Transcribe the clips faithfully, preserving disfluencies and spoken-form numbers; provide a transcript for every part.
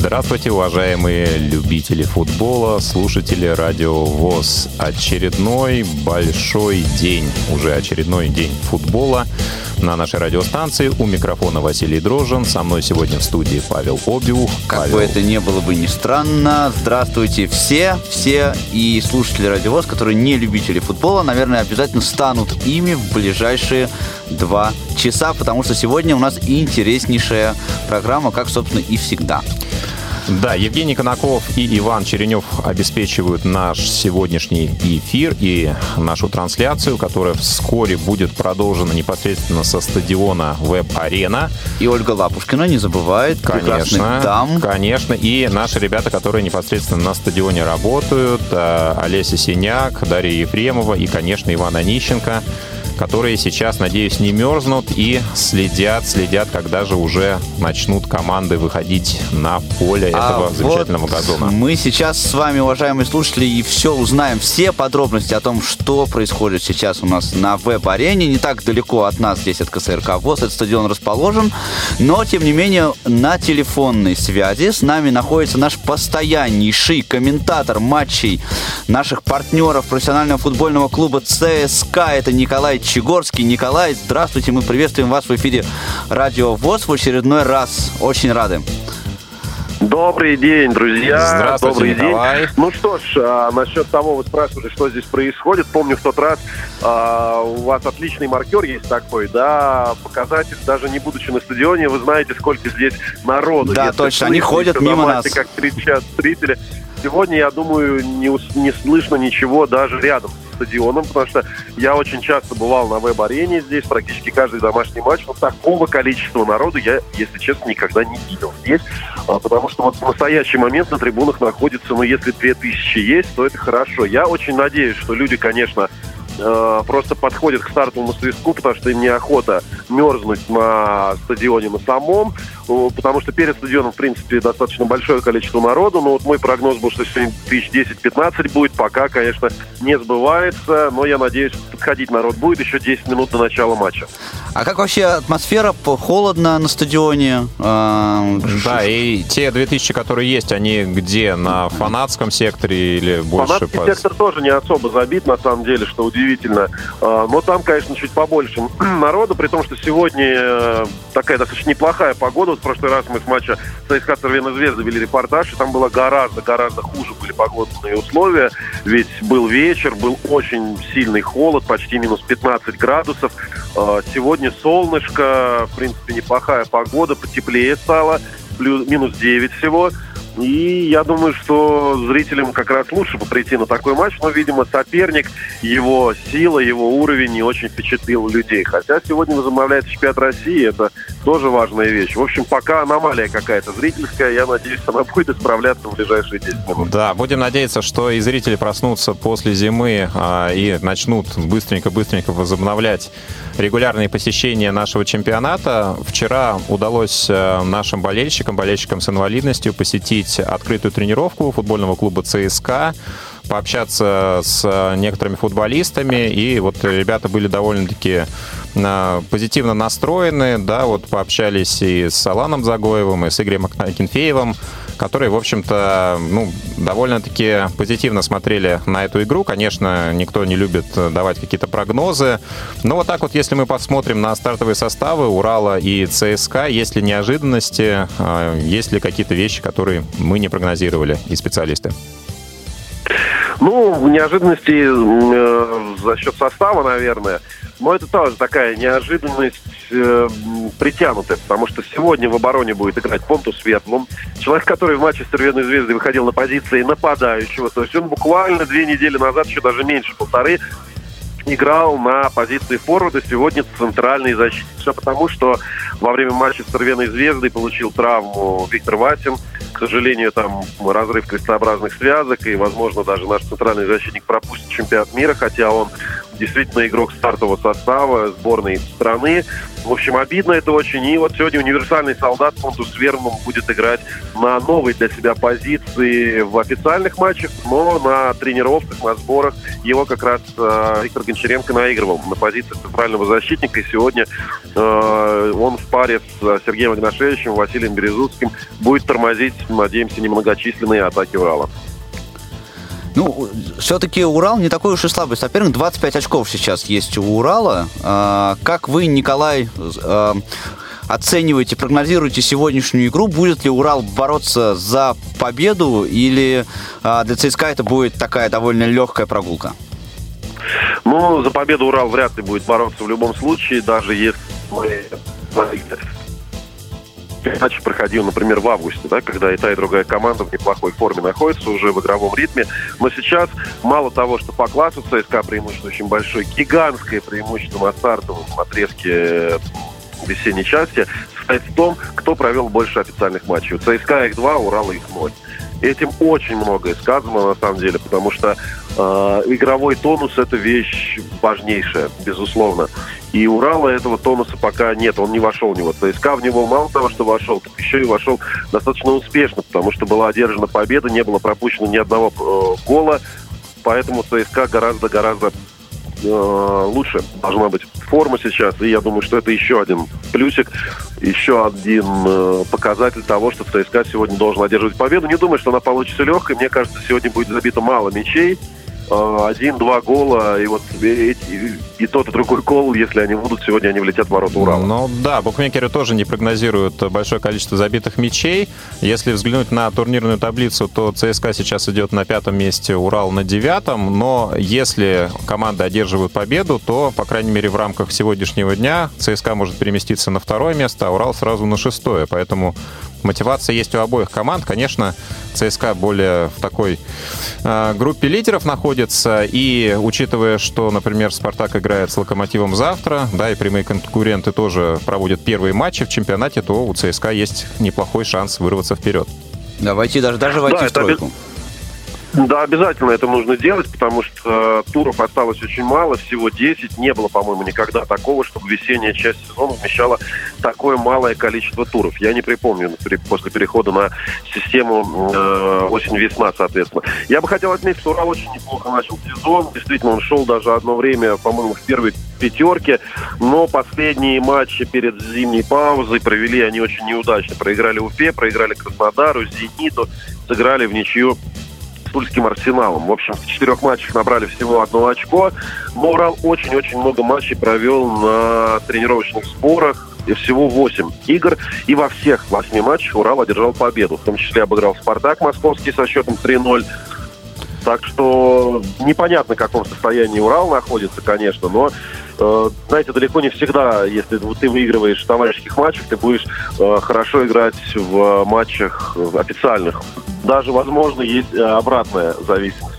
Здравствуйте, уважаемые любители футбола, слушатели Радио ВОС. Очередной большой день, уже очередной день футбола на нашей радиостанции. У микрофона Василий Дрожжин. Со мной сегодня в студии Павел Обиух. Как Павел... бы это ни было бы ни странно, здравствуйте все, все и слушатели Радио ВОС, которые не любители футбола, наверное, обязательно станут ими в ближайшие два часа, потому что сегодня у нас интереснейшая программа, как, собственно, и всегда. Да, Евгений Конаков и Иван Черенев обеспечивают наш сегодняшний эфир и нашу трансляцию, которая вскоре будет продолжена непосредственно со стадиона Веб-Арена. И Ольга Лапушкина не забывает, конечно, дам. Конечно, и наши ребята, которые непосредственно на стадионе работают, Олеся Синяк, Дарья Ефремова и, конечно, Иван Онищенко, которые сейчас, надеюсь, не мерзнут и следят, следят, когда же уже начнут команды выходить на поле этого а замечательного вот газона. Мы сейчас с вами, уважаемые слушатели, и все узнаем, все подробности о том, что происходит сейчас у нас на Веб-арене. Не так далеко от нас, здесь от ка эс эр ка ВОС, этот стадион расположен, но, тем не менее, на телефонной связи с нами находится наш постояннейший комментатор матчей наших партнеров профессионального футбольного клуба ЦСКА. Это Николай Чегорский. Николай, здравствуйте, мы приветствуем вас в эфире Радио ВОС в очередной раз. Очень рады. Добрый день, друзья. Здравствуйте, Добрый Николай. день. Ну что ж, а, насчет того, вы спрашивали, что здесь происходит. Помню, в тот раз а, у вас отличный маркер есть такой, да, показатель, даже не будучи на стадионе, вы знаете, сколько здесь народу. Да, Если точно, они ходят мимо нас. Как кричат зрители. Сегодня, я думаю, не, не слышно ничего даже рядом с стадионом, потому что я очень часто бывал на Веб-арене здесь, практически каждый домашний матч, но такого количества народу я, если честно, никогда не видел здесь, потому что вот в настоящий момент на трибунах находится, ну, если две тысячи есть, то это хорошо. Я очень надеюсь, что люди, конечно, просто подходят к стартовому свистку, потому что им неохота мерзнуть на стадионе на самом, потому что перед стадионом, в принципе, достаточно большое количество народу, но вот мой прогноз был, что сегодня тысяч десять-пятнадцать будет, пока, конечно, не сбывается, но я надеюсь, подходить народ будет еще десять минут до начала матча. А как вообще атмосфера? Холодно на стадионе? Да, и те две тысячи, которые есть, они где? На фанатском секторе или больше? Фанатский под... сектор тоже не особо забит, на самом деле, что удивительно. Но там, конечно, чуть побольше народу, при том, что сегодня такая достаточно неплохая погода. Вот в прошлый раз мы с матча ЦСКА Цервена Звезда вели репортаж, и там было гораздо-гораздо хуже были погодные условия. Ведь был вечер, был очень сильный холод, почти минус пятнадцать градусов. Сегодня солнышко, в принципе, неплохая погода, потеплее стало, плюс, минус девять всего. И я думаю, что зрителям как раз лучше бы прийти на такой матч, но, видимо, соперник, его сила, его уровень не очень впечатлил людей. Хотя сегодня возобновляется чемпионат России, это тоже важная вещь. В общем, пока аномалия какая-то зрительская, я надеюсь, она будет исправляться в ближайшие десять минут. Да, будем надеяться, что и зрители проснутся после зимы а, и начнут быстренько-быстренько возобновлять регулярные посещения нашего чемпионата. Вчера удалось нашим болельщикам, болельщикам с инвалидностью посетить открытую тренировку футбольного клуба ЦСКА, пообщаться с некоторыми футболистами, и вот ребята были довольно-таки позитивно настроены, да, вот пообщались и с Аланом Загоевым, и с Игорем Акинфеевым, которые, в общем-то, ну, довольно-таки позитивно смотрели на эту игру. Конечно, никто не любит давать какие-то прогнозы, но вот так вот, если мы посмотрим на стартовые составы Урала и ЦСКА, есть ли неожиданности, есть ли какие-то вещи, которые мы не прогнозировали, и специалисты? Ну, неожиданности э, за счет состава, наверное. Но это тоже такая неожиданность э, притянутая, потому что сегодня в обороне будет играть Понтус Ветлун, человек, который в матче с Цервеной Звездой выходил на позиции нападающего. То есть он буквально две недели назад, еще даже меньше, полторы, играл на позиции форварда, сегодня центральный защитник. Все потому, что во время матча с Цервеной Звездой получил травму Виктор Васин. К сожалению, там разрыв крестообразных связок, и, возможно, даже наш центральный защитник пропустит чемпионат мира, хотя он действительно игрок стартового состава сборной страны. В общем, обидно это очень. И вот сегодня универсальный солдат Понтус Вермум будет играть на новой для себя позиции в официальных матчах, но на тренировках, на сборах его как раз э, Виктор Гончаренко наигрывал на позиции центрального защитника. И сегодня э, он в паре с Сергеем Игнашевичем, Василием Березутским будет тормозить, надеемся, немногочисленные атаки Урала. Ну, все-таки Урал не такой уж и слабый соперник. двадцать пять очков сейчас есть у Урала. Как вы, Николай, оцениваете, прогнозируете сегодняшнюю игру? Будет ли Урал бороться за победу или для ЦСКА это будет такая довольно легкая прогулка? Ну, за победу Урал вряд ли будет бороться в любом случае, даже если мы... Матч проходил, например, в августе, да, когда и та, и другая команда в неплохой форме находится уже в игровом ритме. Но сейчас мало того, что по классу ЦСКА преимущество очень большое, гигантское преимущество на стартовом отрезке весенней части состоит в том, кто провел больше официальных матчей. У ЦСКА их два, Урала их ноль. Этим очень многое сказано, на самом деле, потому что э, игровой тонус – это вещь важнейшая, безусловно. И Урала этого тонуса пока нет, он не вошел в него. ЦСКА в него мало того, что вошел, так еще и вошел достаточно успешно, потому что была одержана победа, не было пропущено ни одного э, гола, поэтому ЦСКА гораздо-гораздо э, лучше должна быть форма сейчас, и я думаю, что это еще один плюсик, еще один э, показатель того, что ЦСКА сегодня должен одерживать победу. Не думаю, что она получится легкой, мне кажется, сегодня будет забито мало мячей. Один-два гола, и вот и, и, и тот, и другой гол, если они будут, сегодня они влетят в ворота Урала. Ну да, букмекеры тоже не прогнозируют большое количество забитых мячей. Если взглянуть на турнирную таблицу, то ЦСКА сейчас идет на пятом месте, Урал на девятом, но если команды одерживают победу, то, по крайней мере, в рамках сегодняшнего дня ЦСКА может переместиться на второе место, а Урал сразу на шестое, поэтому мотивация есть у обоих команд. Конечно, ЦСКА более в такой э, группе лидеров находится. И учитывая, что, например, Спартак играет с Локомотивом завтра, да, и прямые конкуренты тоже проводят первые матчи в чемпионате, то у ЦСКА есть неплохой шанс вырваться вперед. Да, войти, даже, даже войти да, в тройку. Да, обязательно это нужно делать, потому что туров осталось очень мало, всего десять. Не было, по-моему, никогда такого, чтобы весенняя часть сезона вмещала такое малое количество туров. Я не припомню после перехода на систему э, осень-весна, соответственно. Я бы хотел отметить, что Урал очень неплохо начал сезон. Действительно, он шел даже одно время, по-моему, в первой пятерке, но последние матчи перед зимней паузой провели они очень неудачно. Проиграли Уфе, проиграли Краснодару, Зениту, сыграли в ничью с Тульским Арсеналом. В общем, в четырех матчах набрали всего одно очко. Но Урал очень-очень много матчей провел на тренировочных сборах. И всего восемь игр. И во всех восьми матчах Урал одержал победу. В том числе обыграл Спартак московский со счетом три ноль. Так что непонятно, в каком состоянии Урал находится, конечно, но, э, знаете, далеко не всегда, если ты выигрываешь в товарищеских матчах, ты будешь э, хорошо играть в матчах официальных. Даже, возможно, есть обратная зависимость.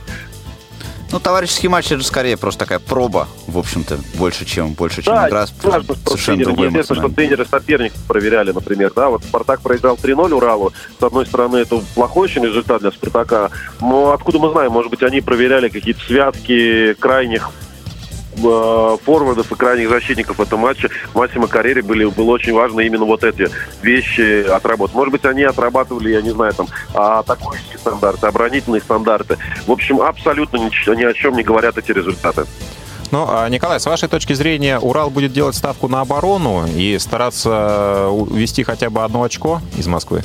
Ну, товарищеский матч — это скорее просто такая проба, в общем-то, больше, чем, больше, чем да, игра. Важно, совершенно другой. Естественно, что тренеры соперников проверяли, например, да, вот Спартак проиграл три ноль Уралу. С одной стороны, это плохой очень результат для Спартака, но откуда мы знаем, может быть, они проверяли какие-то связки крайних форвардов и крайних защитников в этом матче. Массимо Карьери были, было очень важно именно вот эти вещи отработать. Может быть, они отрабатывали, я не знаю, там, атакующие стандарты, оборонительные стандарты. В общем, абсолютно ни, ни о чем не говорят эти результаты. Ну, Николай, с вашей точки зрения, Урал будет делать ставку на оборону и стараться увести хотя бы одно очко из Москвы?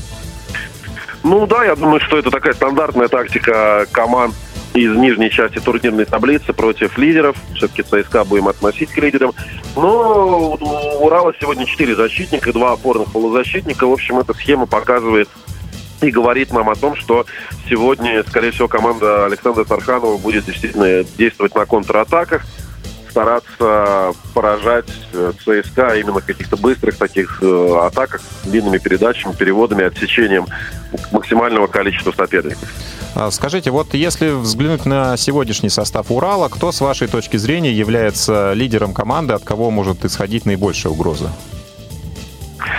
Ну да, я думаю, что это такая стандартная тактика команд из нижней части турнирной таблицы против лидеров. Все-таки ЦСКА будем относить к лидерам. Но у Урала сегодня четыре защитника, два опорных полузащитника. В общем, эта схема показывает и говорит нам о том, что сегодня, скорее всего, команда Александра Тарханова будет действительно действовать на контратаках, стараться поражать ЦСКА именно в каких-то быстрых таких атаках, длинными передачами, переводами, отсечением максимального количества соперников. Скажите, вот если взглянуть на сегодняшний состав Урала, кто, с вашей точки зрения, является лидером команды, от кого может исходить наибольшая угроза? Ну,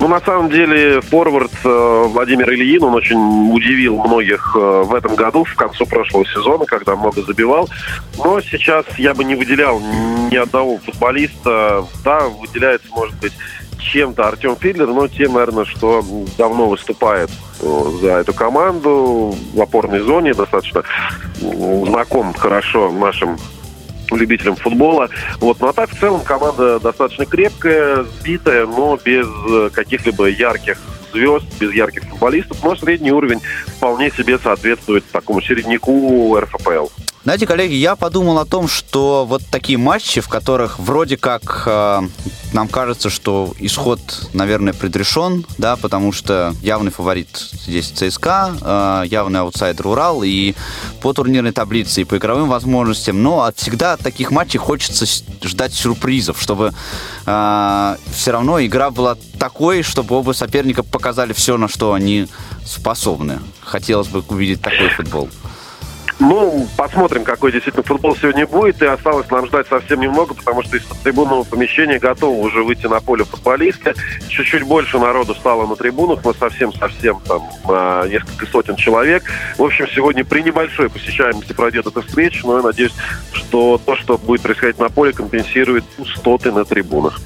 Ну, на самом деле, форвард Владимир Ильин, он очень удивил многих в этом году, в конце прошлого сезона, когда много забивал. Но сейчас я бы не выделял ни одного футболиста. Да, выделяется, может быть, чем-то Артем Фидлер, но тем, наверное, что давно выступает за эту команду в опорной зоне, достаточно знаком хорошо нашим любителям футбола. Вот. Ну а так, в целом, команда достаточно крепкая, сбитая, но без каких-либо ярких звезд, без ярких футболистов. Но средний уровень вполне себе соответствует такому середняку эр эф пэ эл. Знаете, коллеги, я подумал о том, что вот такие матчи, в которых вроде как э, нам кажется, что исход, наверное, предрешен, да, потому что явный фаворит здесь ЦСКА, э, явный аутсайдер Урал, и по турнирной таблице, и по игровым возможностям, но от, всегда от таких матчей хочется ждать сюрпризов, чтобы э, все равно игра была такой, чтобы оба соперника показали все, на что они способны. Хотелось бы увидеть такой футбол. Ну, посмотрим, какой действительно футбол сегодня будет. И осталось нам ждать совсем немного, потому что из-под трибунного помещения готовы уже выйти на поле футболисты. Чуть-чуть больше народу стало на трибунах, но совсем-совсем там несколько сотен человек. В общем, сегодня при небольшой посещаемости пройдет эта встреча, но я надеюсь, что то, что будет происходить на поле, компенсирует пустоты на трибунах.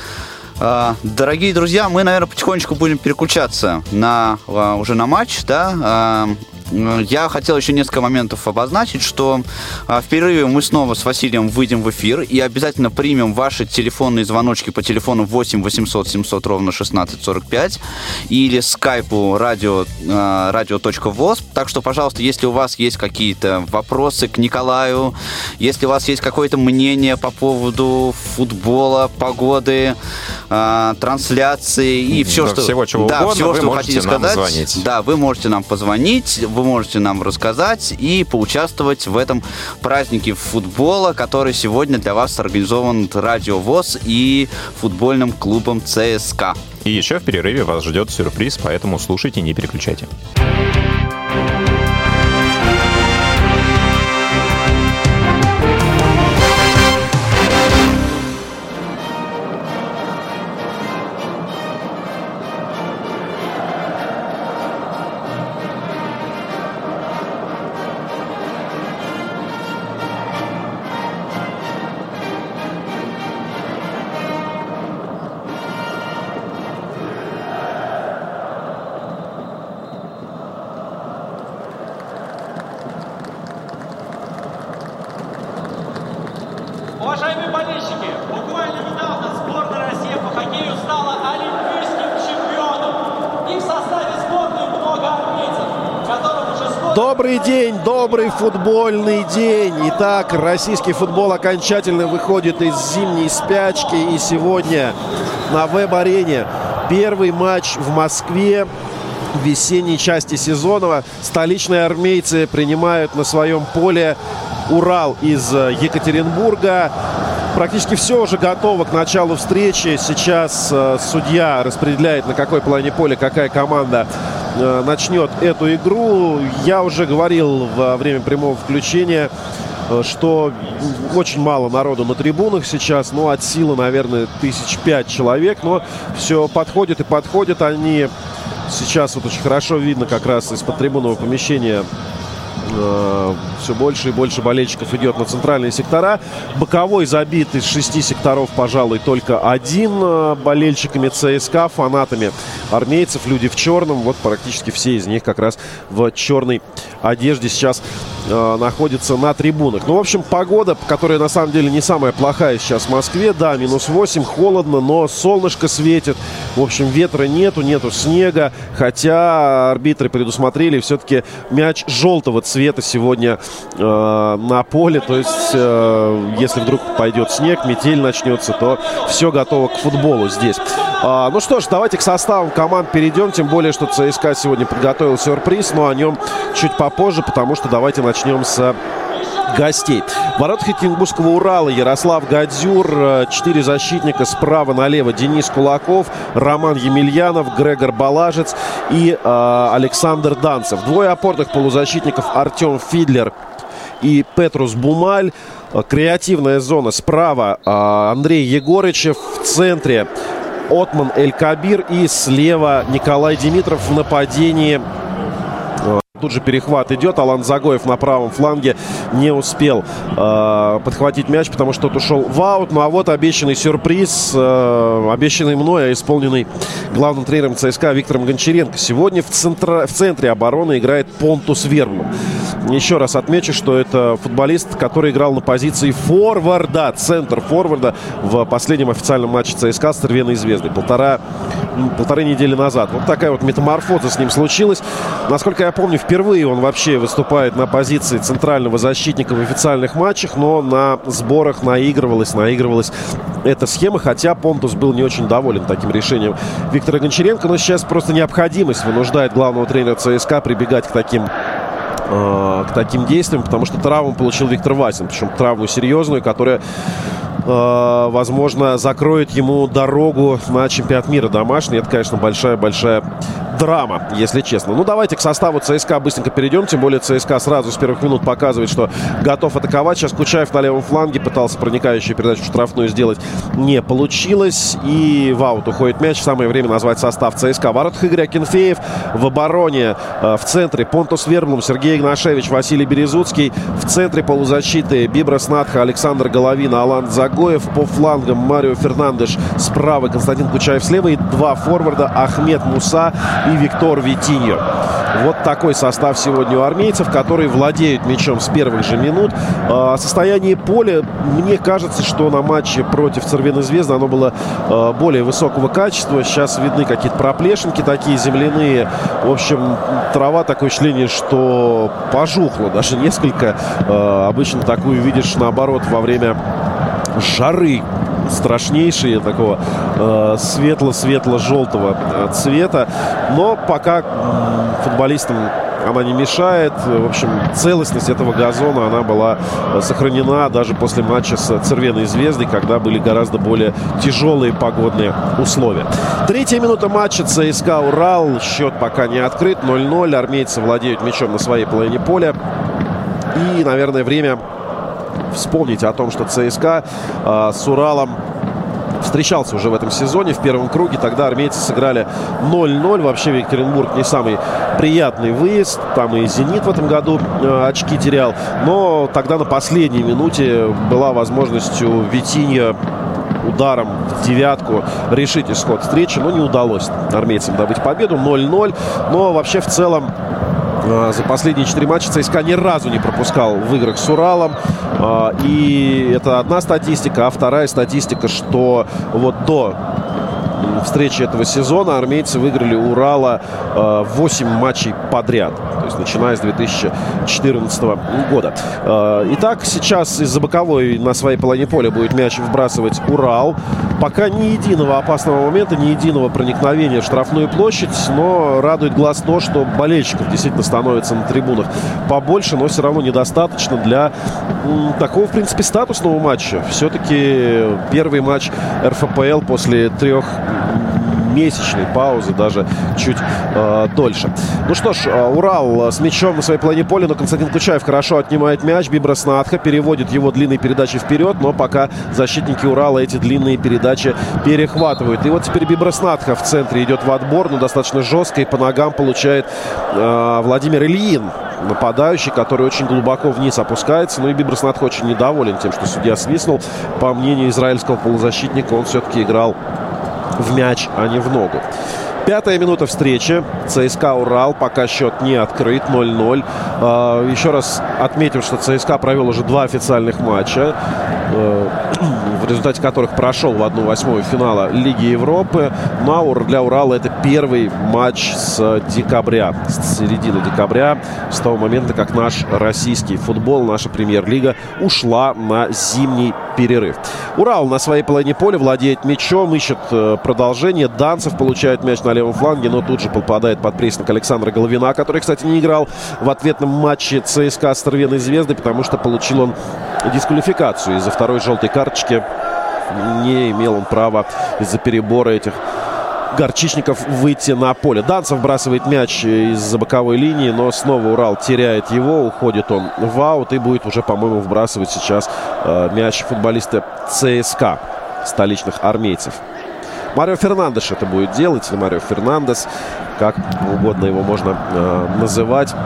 Дорогие друзья, мы, наверное, потихонечку будем переключаться на, уже на матч, да. Я хотел еще несколько моментов обозначить, что в перерыве мы снова с Василием выйдем в эфир и обязательно примем ваши телефонные звоночки по телефону восемь восемьсот семьсот ровно шестнадцать сорок пять или скайпу радио, радио.воз. Так что, пожалуйста, если у вас есть какие-то вопросы к Николаю, если у вас есть какое-то мнение по поводу футбола, погоды, трансляции и все, да, что, всего, чего да, угодно, всего, вы что вы можете хотите нам сказать, звонить. Да, вы можете нам позвонить, вы можете нам рассказать и поучаствовать в этом празднике футбола, который сегодня для вас организован Радио ВОС и футбольным клубом ЦСКА. И еще в перерыве вас ждет сюрприз, поэтому слушайте, не переключайте. Уважаемые болельщики, буквально недавно сборная России по хоккею стала олимпийским чемпионом. И в составе сборной много армейцев, которым уже скоро... Добрый день, добрый футбольный день. Итак, российский футбол окончательно выходит из зимней спячки. И сегодня на веб-арене первый матч в Москве в весенней части сезона. Столичные армейцы принимают на своем поле Урал из Екатеринбурга. Практически все уже готово к началу встречи. Сейчас э, судья распределяет, на какой половине поля какая команда э, начнет эту игру. Я уже говорил во время прямого включения, э, что очень мало народу на трибунах сейчас. Ну, от силы, наверное, тысяч пять человек. Но все подходит и подходят они. Сейчас вот очень хорошо видно как раз из-под трибунного помещения. Все больше и больше болельщиков идет на центральные сектора. Боковой забит из шести секторов, пожалуй, только один болельщиками ЦСКА, фанатами армейцев. Люди в черном. Вот практически все из них как раз в черной одежде сейчас э, находятся на трибунах. Ну, в общем, погода, которая на самом деле не самая плохая сейчас в Москве. Да, минус восемь, холодно, но солнышко светит. В общем, ветра нету, нету снега. Хотя арбитры предусмотрели все-таки мяч желтого цвета сегодня э, на поле. То есть, э, если вдруг пойдет снег, метель начнется, то все готово к футболу здесь. А, ну что ж, давайте к составам команд перейдем. Тем более, что ЦСКА сегодня подготовил сюрприз, но о нем чуть попозже, потому что давайте начнем с гостей. В воротах Екатеринбургского Урала Ярослав Гадзюр. Четыре защитника справа налево. Денис Кулаков, Роман Емельянов, Грегор Балажец и э, Александр Данцев. Двое опорных полузащитников Артем Фидлер и Петрус Бумаль. Креативная зона справа. Андрей Егорычев. В центре Отман Эль-Кабир. И слева Николай Димитров в нападении. Тут же перехват идет. Алан Загоев на правом фланге не успел э, подхватить мяч, потому что тот ушел в аут. Ну а вот обещанный сюрприз, э, обещанный мной, а исполненный главным тренером ЦСКА Виктором Гончаренко. Сегодня в, центра, в центре обороны играет Понтус Верблум. Еще раз отмечу, что это футболист, который играл на позиции форварда, центр форварда в последнем официальном матче ЦСКА с Цервеной Звездой. Полтора, полторы недели назад. Вот такая вот метаморфоза с ним случилась. Насколько я помню, впервые он вообще выступает на позиции центрального защитника в официальных матчах, но на сборах наигрывалась, наигрывалась эта схема, хотя Понтус был не очень доволен таким решением Виктора Гончаренко, но сейчас просто необходимость вынуждает главного тренера ЦСКА прибегать к таким к таким действиям, потому что травму получил Виктор Васин, причем травму серьезную, которая, э, возможно, закроет ему дорогу на чемпионат мира домашний. Это, конечно, большая-большая драма, если честно. Ну, давайте к составу ЦСКА быстренько перейдем. Тем более ЦСКА сразу с первых минут показывает, что готов атаковать. Сейчас Кучаев на левом фланге пытался проникающую передачу в штрафную сделать. Не получилось. И в аут уходит мяч. Самое время назвать состав ЦСКА. В воротах Игорь Акинфеев. В обороне э, в центре Понтус Верблум, Сергей Игнашевич, Василий Березуцкий. В центре полузащиты Бибрас Надха, Александр Головин, Алан Загоев. По флангам Марио Фернандеш справа, Константин Кучаев слева. И два форварда Ахмед Муса и Виктор Витиньо. Вот такой состав сегодня у армейцев, которые владеют мячом с первых же минут. О состоянии поля, мне кажется, что на матче против Цервеной Звезды оно было более высокого качества. Сейчас видны какие-то проплешинки такие земляные. В общем, трава, такое впечатление, что пожухла даже несколько. Обычно такую видишь, наоборот, во время жары. Страшнейшие, такого э, светло-светло-желтого цвета. Но пока футболистам она не мешает. В общем, целостность этого газона, она была сохранена даже после матча с Цервеной Звездой, когда были гораздо более тяжелые погодные условия. Третья минута матча. ЦСКА Урал. Счет пока не открыт. ноль ноль. Армейцы владеют мячом на своей половине поля. И, наверное, время вспомнить о том, что ЦСКА э, с Уралом встречался уже в этом сезоне в первом круге. Тогда армейцы сыграли ноль ноль. Вообще в Екатеринбург не самый приятный выезд. Там и «Зенит» в этом году э, очки терял. Но тогда на последней минуте была возможность у Витиньо ударом в девятку решить исход встречи. Но не удалось армейцам добыть победу. ноль ноль. Но вообще в целом за последние четыре матча ЦСКА ни разу не пропускал в играх с Уралом. И это одна статистика. А вторая статистика, что вот до встречи этого сезона армейцы выиграли у Урала восемь матчей подряд. То есть начиная с две тысячи четырнадцатого года. Итак, сейчас из-за боковой на своей половине поля будет мяч вбрасывать Урал. Пока ни единого опасного момента, ни единого проникновения в штрафную площадь. Но радует глаз то, что болельщиков действительно становится на трибунах побольше. Но все равно недостаточно для м, такого, в принципе, статусного матча. Все-таки первый матч эр эф пэ эл после трех месячной паузы, даже чуть э, дольше. Ну что ж, Урал с мячом на своей половине поля, но Константин Кучаев хорошо отнимает мяч. Бибрас Надха переводит его длинной передачей вперед, но пока защитники Урала эти длинные передачи перехватывают. И вот теперь Бибрас Надха в центре идет в отбор, но достаточно жестко, и по ногам получает э, Владимир Ильин, нападающий, который очень глубоко вниз опускается. Ну и Бибрас Надха очень недоволен тем, что судья свистнул. По мнению израильского полузащитника, он все-таки играл в мяч, а не в ногу. Пятая минута встречи. ЦСКА Урал. Пока счет не открыт. ноль ноль. Э, еще раз отметим, что ЦСКА провел уже два официальных матча, э, в результате которых прошел в одну восьмую финала Лиги Европы. Но для Урала это первый матч с декабря, с середины декабря, с того момента, как наш российский футбол, наша премьер-лига ушла на зимний перерыв. Урал на своей половине поля владеет мячом, ищет э, продолжение. Данцев получает мяч на левом фланге, но тут же попадает под прессинг Александра Головина, который, кстати, не играл в ответном матче ЦСКА с Цервеной Звездой, потому что получил он дисквалификацию из-за второй желтой карточки. Не имел он права из-за перебора этих горчичников выйти на поле. Данцев бросает мяч из-за боковой линии, но снова Урал теряет его. Уходит он в аут и будет уже, по-моему, вбрасывать сейчас э, мяч футболиста ЦСКА, столичных армейцев. Марио Фернандеш это будет делать, или Марио Фернандес, как угодно его можно э, называть.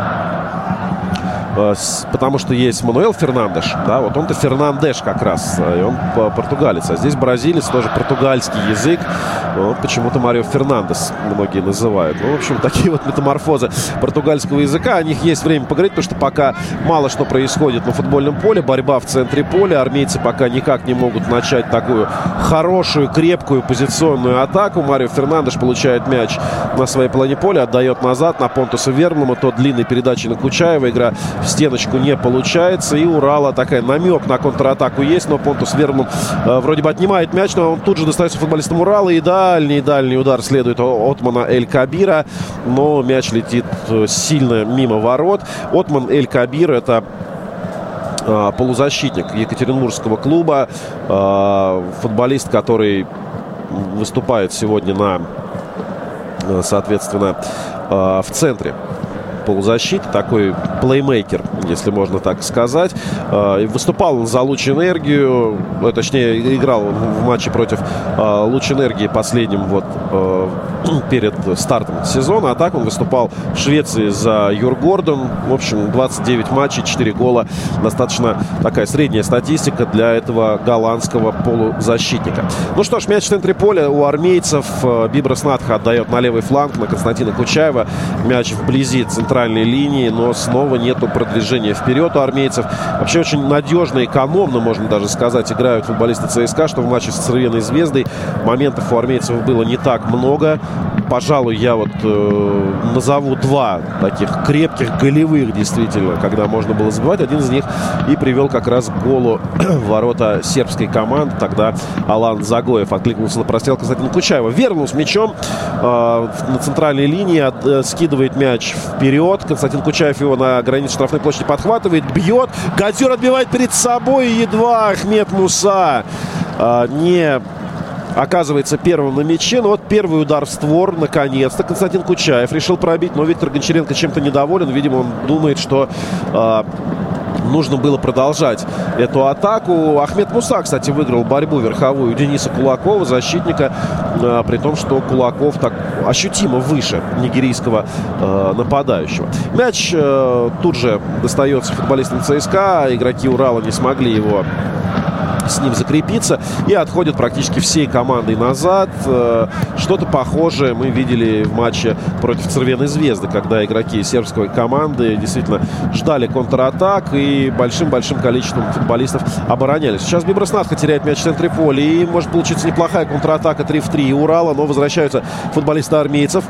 Потому что есть Мануэл Фернандеш, да, вот он-то Фернандеш как раз, и он португалец. А здесь бразилец, тоже португальский язык. Вот почему-то Марио Фернандес многие называют. Ну, в общем, такие вот метаморфозы португальского языка. О них есть время поговорить, потому что пока мало что происходит на футбольном поле. Борьба в центре поля. Армейцы пока никак не могут начать такую хорошую, крепкую позиционную атаку. Марио Фернандеш получает мяч на своей половине поля, отдает назад на Понтуса Верблума. Тот длинной передачи на Кучаева. Игра в стеночку не получается. И Урала такая намек на контратаку есть, но Понтус Верблум э, вроде бы отнимает мяч, но он тут же достается футболистам Урала. И дальний-дальний удар следует Отмана Эль-Кабира, но мяч летит сильно мимо ворот. Отман Эль-Кабир — это э, полузащитник екатеринбургского клуба, э, футболист, который выступает сегодня на, соответственно, э, в центре полузащиты, такой плеймейкер, если можно так сказать. Выступал он за Луч Энергию, точнее, играл в матче против Луч Энергии последним вот перед стартом сезона. А так он выступал в Швеции за Юргордон. В общем, двадцать девять матчей, четыре гола. Достаточно такая средняя статистика для этого голландского полузащитника. Ну что ж, мяч в центре поля у армейцев. Бибрас Надха отдает на левый фланг на Константина Кучаева. Мяч вблизи центральной линии, но снова нету продвижения вперед у армейцев. Вообще очень надежно, экономно, можно даже сказать, играют футболисты ЦСКА, что в матче с Цервеной Звездой моментов у армейцев было не так много. Пожалуй, я вот э, назову два таких крепких, голевых, действительно, когда можно было забивать. Один из них и привел как раз к голу в ворота сербской команды. Тогда Алан Загоев откликнулся на прострел Константина Кучаева. Вернул с мячом э, на центральной линии, от, э, скидывает мяч вперед. Константин Кучаев его на границе штрафной площади подхватывает, бьет. Гадзюр отбивает перед собой. И едва Ахмед Муса э, не... оказывается первым на мяче. Но вот первый удар в створ. Наконец-то Константин Кучаев решил пробить. Но Виктор Гончаренко чем-то недоволен. Видимо, он думает, что э, нужно было продолжать эту атаку. Ахмед Муса, кстати, выиграл борьбу верховую у Дениса Кулакова, защитника. Э, при том, что Кулаков так ощутимо выше нигерийского э, нападающего. Мяч э, тут же достается футболистам ЦСКА. Игроки Урала не смогли его с ним закрепиться и отходят практически всей командой назад. Что-то похожее мы видели в матче против Цервеной Звезды, когда игроки сербской команды действительно ждали контратак и большим-большим количеством футболистов оборонялись. Сейчас Бибрас Надха теряет мяч в центре поля, и может получиться неплохая контратака три в три Урала, но возвращаются футболисты армейцев.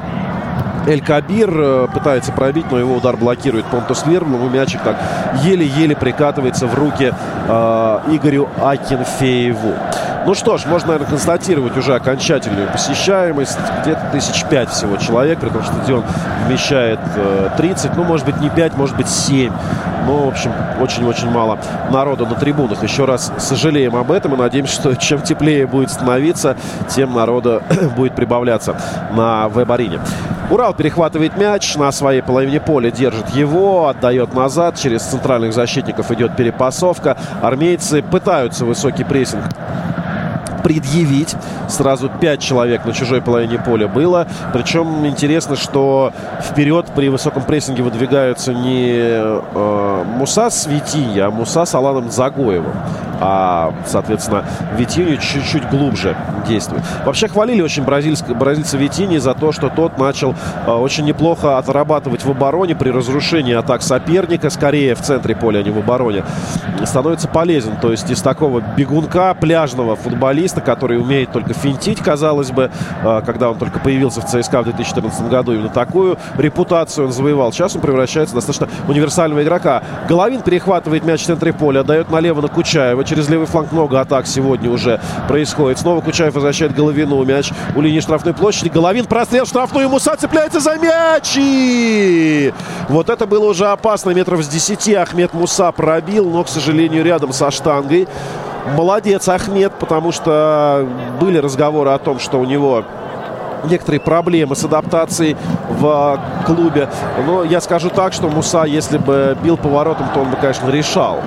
Эль-Кабир пытается пробить, но его удар блокирует Понтус Верблум, и мячик так еле-еле прикатывается в руки э, Игорю Акинфееву. Ну что ж, можно, наверное, констатировать уже окончательную посещаемость. Где-то тысяч пять всего человек, при том, что стадион вмещает э, тридцать, ну, может быть, не пять, может быть, семь. Ну, в общем, очень-очень мало народу на трибунах. Еще раз сожалеем об этом и надеемся, что чем теплее будет становиться, тем народа будет прибавляться на веб-арене. Урал перехватывает мяч на своей половине поля, держит его, отдает назад. Через центральных защитников идет перепасовка. Армейцы пытаются высокий прессинг предъявить. Сразу пять человек на чужой половине поля было. Причем интересно, что вперед при высоком прессинге выдвигаются не э, Муса с Витинья, а Муса с Аланом Загоевым. А, соответственно, Витинью чуть-чуть глубже действует. Вообще хвалили очень бразильск, бразильца Витиньи за то, что тот начал э, очень неплохо отрабатывать в обороне при разрушении атак соперника, скорее в центре поля, а не в обороне. Становится полезен. То есть из такого бегунка, пляжного футболиста, который умеет только финтить, казалось бы, э, когда он только появился в ЦСКА в две тысячи четырнадцатом году, именно такую репутацию он завоевал. Сейчас он превращается в достаточно универсального игрока. Головин перехватывает мяч в центре поля, отдает налево на Кучаева. Через левый фланг много атак сегодня уже происходит. Снова Кучаев возвращает Головину. Мяч у линии штрафной площади. Головин, прострел в штрафную. Муса цепляется за мяч. И вот это было уже опасно. Метров с десяти Ахмед Муса пробил, но, к сожалению, рядом со штангой. Молодец Ахмед, потому что были разговоры о том, что у него некоторые проблемы с адаптацией в клубе. Но я скажу так, что Муса, если бы бил поворотом, то он бы, конечно, решал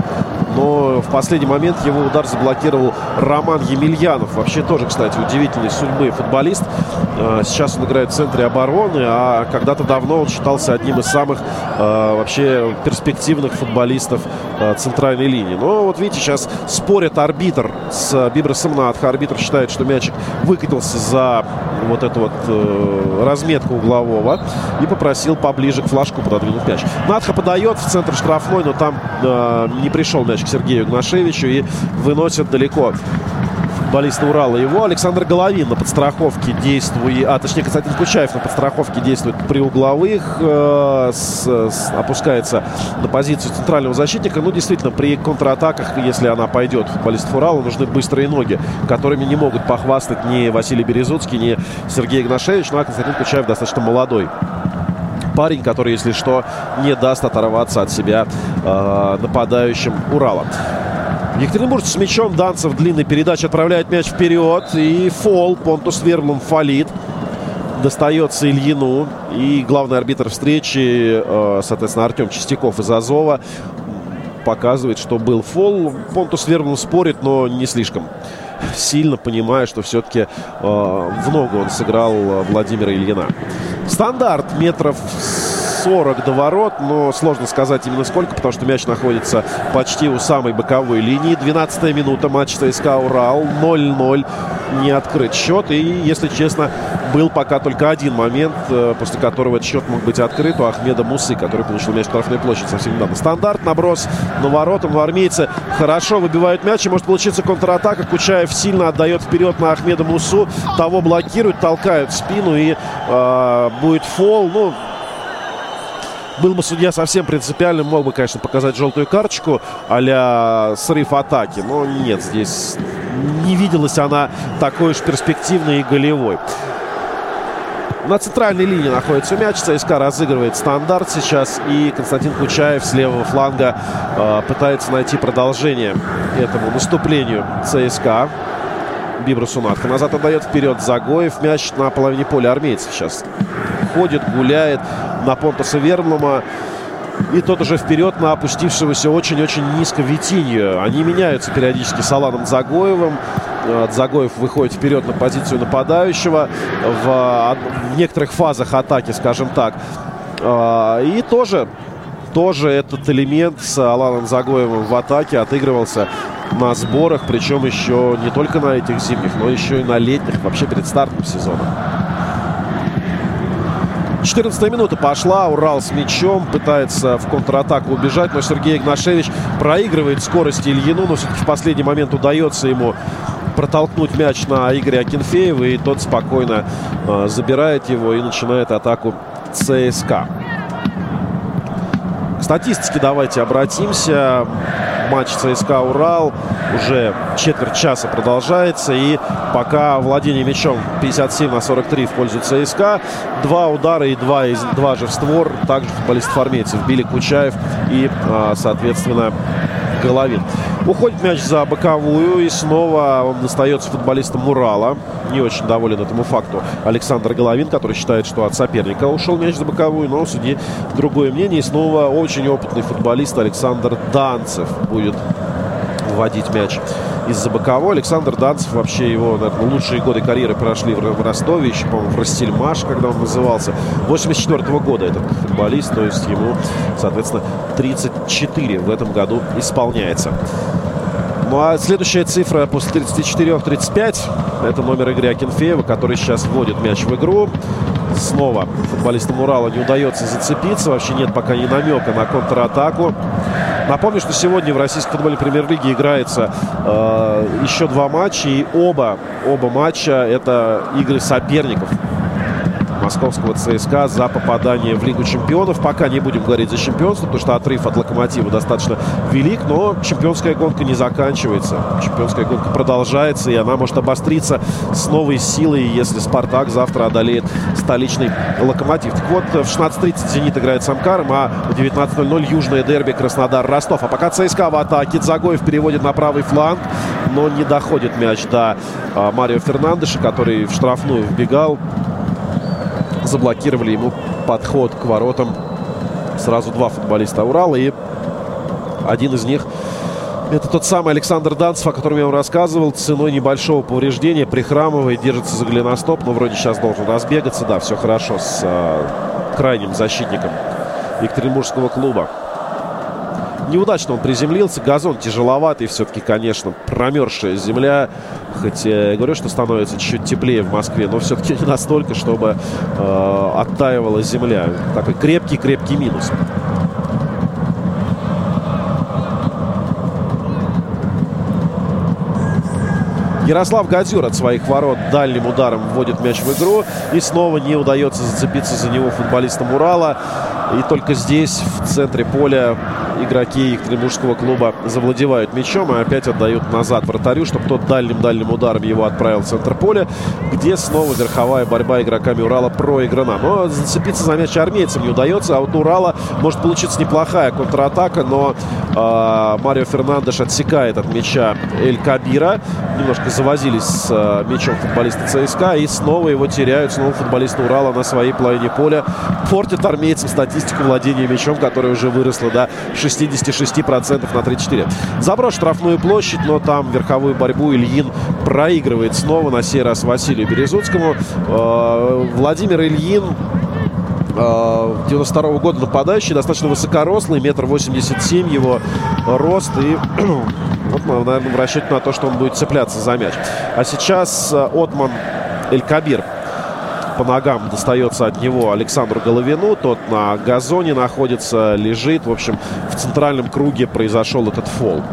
но в последний момент его удар заблокировал Роман Емельянов. Вообще тоже, кстати, удивительной судьбы футболист. Сейчас он играет в центре обороны, а когда-то давно он считался одним из самых вообще перспективных футболистов центральной линии. Но вот видите, сейчас спорит арбитр с Бибрасом Надха. Арбитр считает, что мячик выкатился за вот эту вот э, разметку углового и попросил поближе к флажку пододвинуть мяч. Надха подает в центр штрафной, но там э, не пришел мяч к Сергею Игнашевичу и выносит далеко футболиста Урала его. Александр Головин на подстраховке действует, а точнее Константин Кучаев на подстраховке действует при угловых, э, с, с, опускается на позицию центрального защитника. Ну, действительно, при контратаках, если она пойдет, футболистов Урала нужны быстрые ноги, которыми не могут похвастать ни Василий Березуцкий, ни Сергей Игнашевич. Ну, а Константин Кучаев достаточно молодой парень, который, если что, не даст оторваться от себя э, нападающим Урала. Екатеринбуржцы с мячом. Данцев длинной передачи отправляет мяч вперед. И фол. Понтус Верблум фалит. Достается Ильину. И главный арбитр встречи, соответственно, Артем Чистяков из Азова, показывает, что был фол. Понтус Верблум спорит, но не слишком сильно, понимая, что все-таки э, в ногу он сыграл Владимира Ильина. Стандарт метров сорок до ворот, но сложно сказать именно сколько, потому что мяч находится почти у самой боковой линии. двенадцатая минута, матч ЦСКА Урал, ноль ноль, не открыт счет. И, если честно, был пока только один момент, после которого этот счет мог быть открыт, у Ахмеда Мусы, который получил мяч в штрафной площади совсем недавно. Стандарт, наброс на ворота, но армейцы хорошо выбивают мяч, и может получиться контратака. Кучаев сильно отдает вперед на Ахмеда Мусу, того блокируют, толкают в спину, и э, будет фол. Ну, был бы судья совсем принципиальным, мог бы, конечно, показать желтую карточку а-ля срыв атаки. Но нет, здесь не виделась она такой уж перспективной и голевой. На центральной линии находится мяч. ЦСКА разыгрывает стандарт сейчас. И Константин Кучаев с левого фланга э, пытается найти продолжение этому наступлению ЦСКА. Бибрасу Надха назад отдает вперед Загоев. Мяч на половине поля армейцев сейчас ходит, гуляет на Понтуса Верблума. И тот уже вперед на опустившегося очень-очень низко Витинью. Они меняются периодически с Аланом Загоевым. Загоев выходит вперед на позицию нападающего в, в некоторых фазах атаки, скажем так. И тоже, тоже этот элемент с Аланом Загоевым в атаке отыгрывался на сборах, причем еще не только на этих зимних, но еще и на летних, вообще перед стартом сезона. четырнадцатая минута пошла. Урал с мячом пытается в контратаку убежать, но Сергей Игнашевич проигрывает скорость Ильину, но все-таки в последний момент удается ему протолкнуть мяч на Игоря Акинфеева, и тот спокойно э, забирает его и начинает атаку ЦСКА. К статистике давайте обратимся. Матч ЦСКА Урал уже четверть часа продолжается, и пока владение мячом пятьдесят семь на сорок три в пользу ЦСКА. Два удара и два, из, два же в створ. Также футболистов армейцев били Кучаев и, соответственно, Головин. Уходит мяч за боковую, и снова он достается футболистам Урала. Не очень доволен этому факту Александр Головин, который считает, что от соперника ушел мяч за боковую, но у судьи другое мнение. И снова очень опытный футболист Александр Данцев будет вводить мяч из-за боковой. Александр Данцев, вообще его, наверное, лучшие годы карьеры прошли в Ростове, еще, по-моему, в Ростельмаш, когда он назывался. восемьдесят четвёртого года этот футболист, то есть ему, соответственно, тридцать четыре в этом году исполняется. Ну а следующая цифра после тридцати четырёх тридцать пять — это номер Игоря Акинфеева, который сейчас вводит мяч в игру. Снова футболистам Урала не удается зацепиться. Вообще нет пока ни намека на контратаку. Напомню, что сегодня в российской футбольной премьер-лиге играется э, еще два матча. И оба, оба матча — это игры соперников московского ЦСКА за попадание в Лигу чемпионов. Пока не будем говорить за чемпионство, потому что отрыв от Локомотива достаточно велик, но чемпионская гонка не заканчивается. Чемпионская гонка продолжается, и она может обостриться с новой силой, если «Спартак» завтра одолеет столичный «Локомотив». Так вот, в шестнадцать тридцать «Зенит» играет с «Амкаром», а в девятнадцать ноль ноль южное дерби Краснодар-Ростов. А пока ЦСКА в атаке. Загоев переводит на правый фланг, но не доходит мяч до а, Марио Фернандеша, который в штрафную вбегал. Заблокировали ему подход к воротам сразу два футболиста Урала, и один из них Это тот самый Александр Данцев, о котором я вам рассказывал, ценой небольшого повреждения, прихрамывает, держится за голеностоп, но вроде сейчас должен разбегаться. Да, все хорошо с э, крайним защитником екатеринбургского клуба. Неудачно он приземлился, газон тяжеловатый, все-таки, конечно, промерзшая земля. Хоть я говорю, что становится чуть-чуть теплее в Москве, но все-таки не настолько, чтобы э, оттаивала земля. Такой крепкий-крепкий минус. Ярослав Гадзюр от своих ворот дальним ударом вводит мяч в игру. И снова не удается зацепиться за него футболистам Урала. И только здесь, в центре поля, игроки екатеринбургского клуба завладевают мячом и опять отдают назад вратарю, чтобы тот дальним-дальним ударом его отправил в центр поля, где снова верховая борьба игроками Урала проиграна. Но зацепиться за мяч армейцам не удается, а вот у Урала может получиться неплохая контратака, но э, Марио Фернандеш отсекает от мяча Эль Кабира. Немножко завозились с э, мячом футболисты ЦСКА и снова его теряют. Снова футболисты Урала на своей половине поля портят армейцам статистику владения мячом, которая уже выросла до шестьдесят шесть процентов на тридцать четыре. Заброс штрафную площадь, но там верховую борьбу Ильин проигрывает снова, на сей раз Василию Березуцкому. Э, Владимир Ильин, девяносто второго года нападающий, достаточно высокорослый, метр восемьдесят семь его рост. И вот, наверное, в расчете на то, что он будет цепляться за мяч. А сейчас Отман Эль Кабир. По ногам достается от него Александру Головину. Тот на газоне находится, лежит. В общем, в центральном круге произошел этот фол.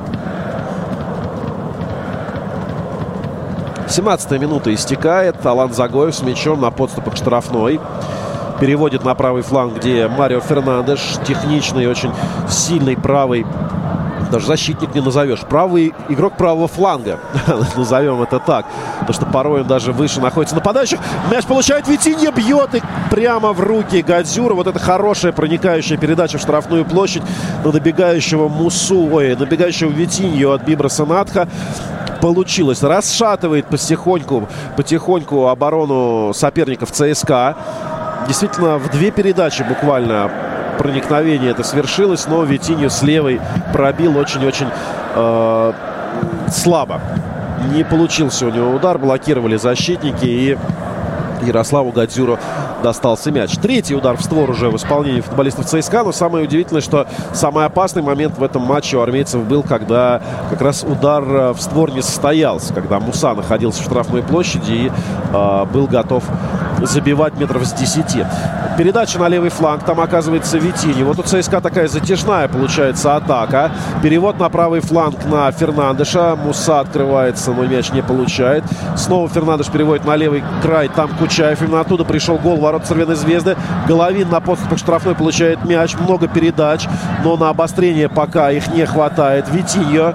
семнадцатая минута истекает. Алан Загоев с мячом на подступах к штрафной. Переводит на правый фланг, где Марио Фернандеш. Техничный, очень сильный правый. Даже защитник не назовешь. Правый игрок правого фланга. Назовем это так. Потому что порой он даже выше находится нападающих. Мяч получает Витинья, бьет и прямо в руки Гадзюра. Вот это хорошая проникающая передача в штрафную площадь на добегающего Мусу. Ой, набегающего Витинью от Биброса Надха. Получилось. Расшатывает потихоньку, потихоньку оборону соперников ЦСКА. Действительно, в две передачи буквально проникновение это свершилось, но Витиньо с левой пробил очень-очень э, слабо. Не получился у него удар, блокировали защитники, и Ярославу Гадзюру достался мяч. Третий удар в створ уже в исполнении футболистов ЦСКА, но самое удивительное, что самый опасный момент в этом матче у армейцев был, когда как раз удар в створ не состоялся, когда Муса находился в штрафной площади и э, был готов забивать метров с десяти. Передача на левый фланг, там оказывается Витиньо. Вот у ЦСКА такая затяжная получается атака. Перевод на правый фланг на Фернандеша. Муса открывается, но мяч не получает. Снова Фернандеш переводит на левый край, там Кучаев. Именно оттуда пришел гол ворот Цервеной Звезды. Головин на подступах штрафной получает мяч. Много передач, но на обострение пока их не хватает. Витиньо.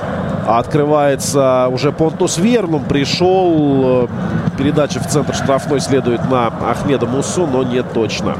Открывается уже Понтус Вернум. Пришел. Передача в центр штрафной следует на Ахмеда Мусу, но не точно.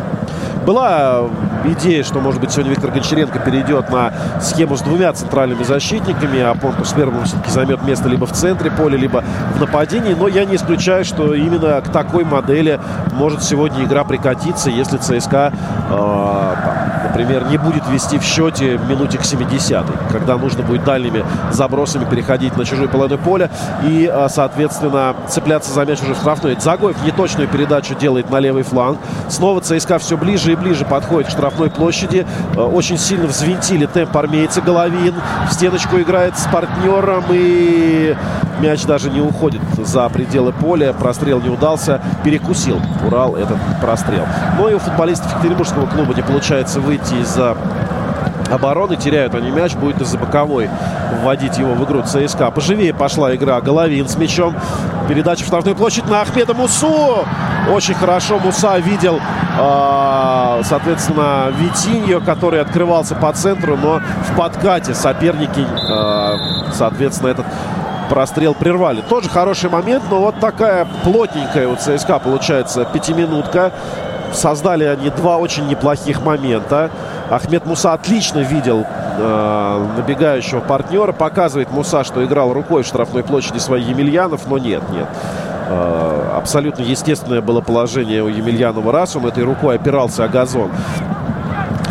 Была идея, что, может быть, сегодня Виктор Гончаренко перейдет на схему с двумя центральными защитниками, а Понтус Вернум все-таки займет место либо в центре поля, либо в нападении. Но я не исключаю, что именно к такой модели может сегодня игра прикатиться, если ЦСКА, э, там, например, не будет вести в счете в минуте к семидесятой, когда нужно будет дальними забросами переходить на чужую половину поля и, э, соответственно, цепляться за мяч уже в штрафной. Загоев неточную передачу делает на левый фланг. Снова ЦСКА все ближе и ближе подходит к штрафной площади. Очень сильно взвинтили темп армейцы. Головин в стеночку играет с партнером, и мяч даже не уходит за пределы поля. Прострел не удался. Перекусил Урал этот прострел. Но и у футболистов екатеринбургского клуба не получается выйти из-за обороны. Теряют они мяч. Будет из-за боковой вводить его в игру ЦСКА. Поживее пошла игра. Головин с мячом. Передача в штрафную площадь на Ахмеда Мусу. Очень хорошо Муса видел, э, соответственно, Витиньо, который открывался по центру, но в подкате соперники, э, соответственно, этот прострел прервали. Тоже хороший момент, но вот такая плотненькая у ЦСКА получается пятиминутка. Создали они два очень неплохих момента. Ахмед Муса отлично видел э, набегающего партнера. Показывает Муса, что играл рукой в штрафной площади своей Емельянов, но нет, нет. Э, абсолютно естественное было положение у Емельянова, раз он этой рукой опирался о газон.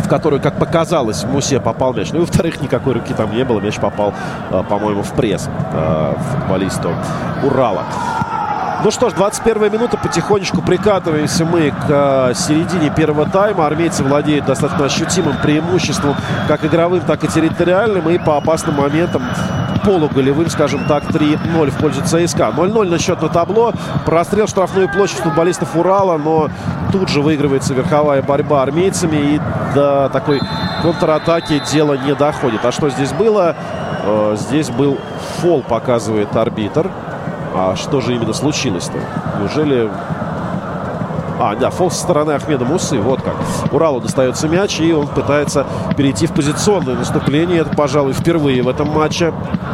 в которую, как показалось, Мусе попал мяч. Ну и, во-вторых, никакой руки там не было. Мяч попал, по-моему, в пресс футболисту Урала. Ну что ж, двадцать первая минута, потихонечку прикатываемся мы к середине первого тайма. Армейцы владеют достаточно ощутимым преимуществом, как игровым, так и территориальным. И по опасным моментам, полуголевым, скажем так, три ноль в пользу ЦСКА. ноль ноль на счет на табло. Прострел в штрафную площадь футболистов Урала, но тут же выигрывается верховая борьба армейцами. И до такой контратаки дело не доходит. А что здесь было? Здесь был фол, показывает арбитр. А что же именно случилось-то? Неужели... А, да, фол со стороны Ахмеда Мусы. Вот как. Уралу достается мяч, и он пытается перейти в позиционное наступление. Это, пожалуй, впервые в этом матче.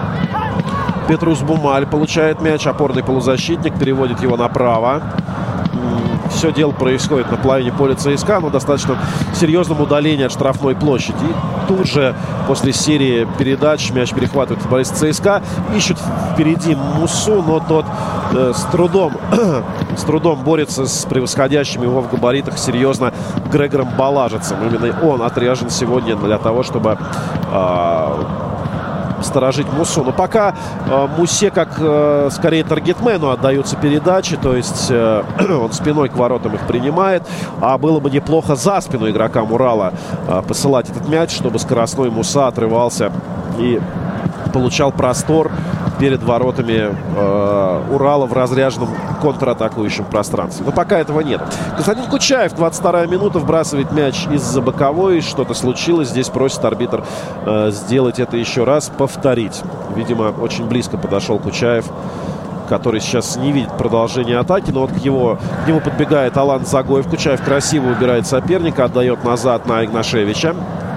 Петрус Бумаль получает мяч. Опорный полузащитник переводит его направо. Все дело происходит на половине поля ЦСКА, но достаточно серьезном удалении от штрафной площади. И тут же после серии передач мяч перехватывает футболист ЦСКА. Ищут впереди Мусу, но тот э, с трудом с трудом борется с превосходящим его в габаритах серьезно Грегором Балажицем. Именно он отряжен сегодня для того, чтобы э, сторожить Мусу. Но пока э, Мусе как э, скорее таргетмену отдаются передачи, то есть э, он спиной к воротам их принимает, а было бы неплохо за спину игрокам Урала э, посылать этот мяч, чтобы скоростной Муса отрывался и получал простор перед воротами э, Урала в разряженном контратакующем пространстве. Но пока этого нет. Константин Кучаев, двадцать вторая минута, вбрасывает мяч из-за боковой. Что-то случилось. Здесь просит арбитр э, сделать это еще раз, повторить. Видимо, очень близко подошел Кучаев, который сейчас не видит продолжения атаки. Но вот к, его, к нему подбегает Алан Загоев. Кучаев красиво убирает соперника, отдает назад на Игнашевича.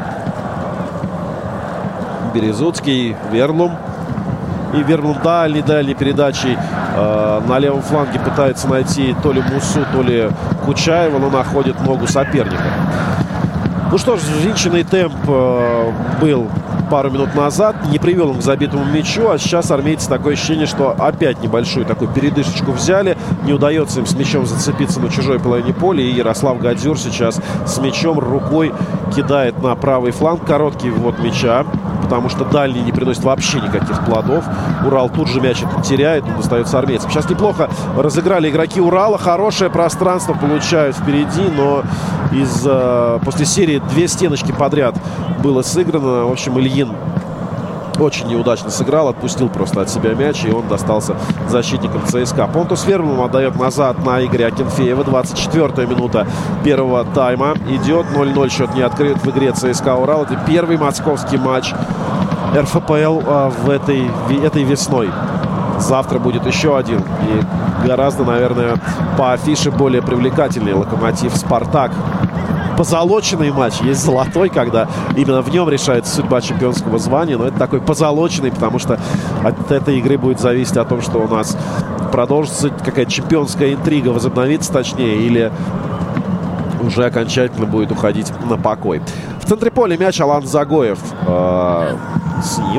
Березуцкий, Верлум. И Верлум дальней-дальней передачей э, на левом фланге пытается найти то ли Мусу, то ли Кучаева, но находит ногу соперника. Ну что ж, взвинченный темп э, был пару минут назад. Не привел он к забитому мячу, а сейчас армейцы такое ощущение, что опять небольшую такую передышечку взяли. Не удается им с мячом зацепиться на чужой половине поля. И Ярослав Гадзюр сейчас с мячом рукой кидает на правый фланг. Короткий ввод мяча, потому что дальний не приносит вообще никаких плодов. Урал тут же мяч теряет, он достается армейцам. Сейчас неплохо разыграли игроки Урала. Хорошее пространство получают впереди, но из, э, после серии две стеночки подряд было сыграно. В общем, Ильин очень неудачно сыграл, отпустил просто от себя мяч, и он достался защитникам ЦСКА. Понтус Верлум отдает назад на Игоря Акинфеева. двадцать четвёртая минута первого тайма идет. ноль ноль счет не открыт в игре ЦСКА Урал. Это первый московский матч эр эф пэ эл а, в этой, этой весной. Завтра будет еще один. И гораздо, наверное, по афише более привлекательный Локомотив Спартак. Позолоченный матч. Есть золотой, когда именно в нем решается судьба чемпионского звания. Но это такой позолоченный, потому что от этой игры будет зависеть о том, что у нас продолжится какая-то чемпионская интрига, возобновится точнее, или уже окончательно будет уходить на покой. В центре поля мяч Алан Загоев. Э, с ним.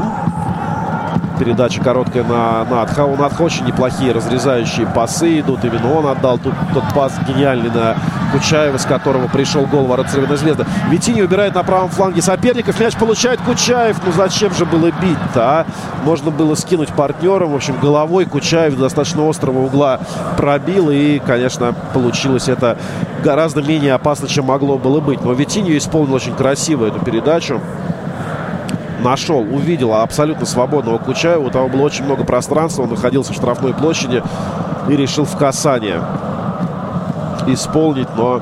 Передача короткая на Надха. У Надха очень неплохие разрезающие пасы идут. Именно он отдал тут тот пас гениальный на Кучаева, с которого пришел гол ворот Цервиной Звезды. Витини убирает на правом фланге соперников. Мяч получает Кучаев. Ну зачем же было бить-то, а? Можно было скинуть партнером. В общем, головой Кучаев достаточно острого угла пробил. И, конечно, получилось это гораздо менее опасно, чем могло было быть. Но Витини исполнил очень красиво эту передачу. Нашел, увидел абсолютно свободного Кучаева. У того было очень много пространства. Он находился в штрафной площади и решил в касание исполнить. Но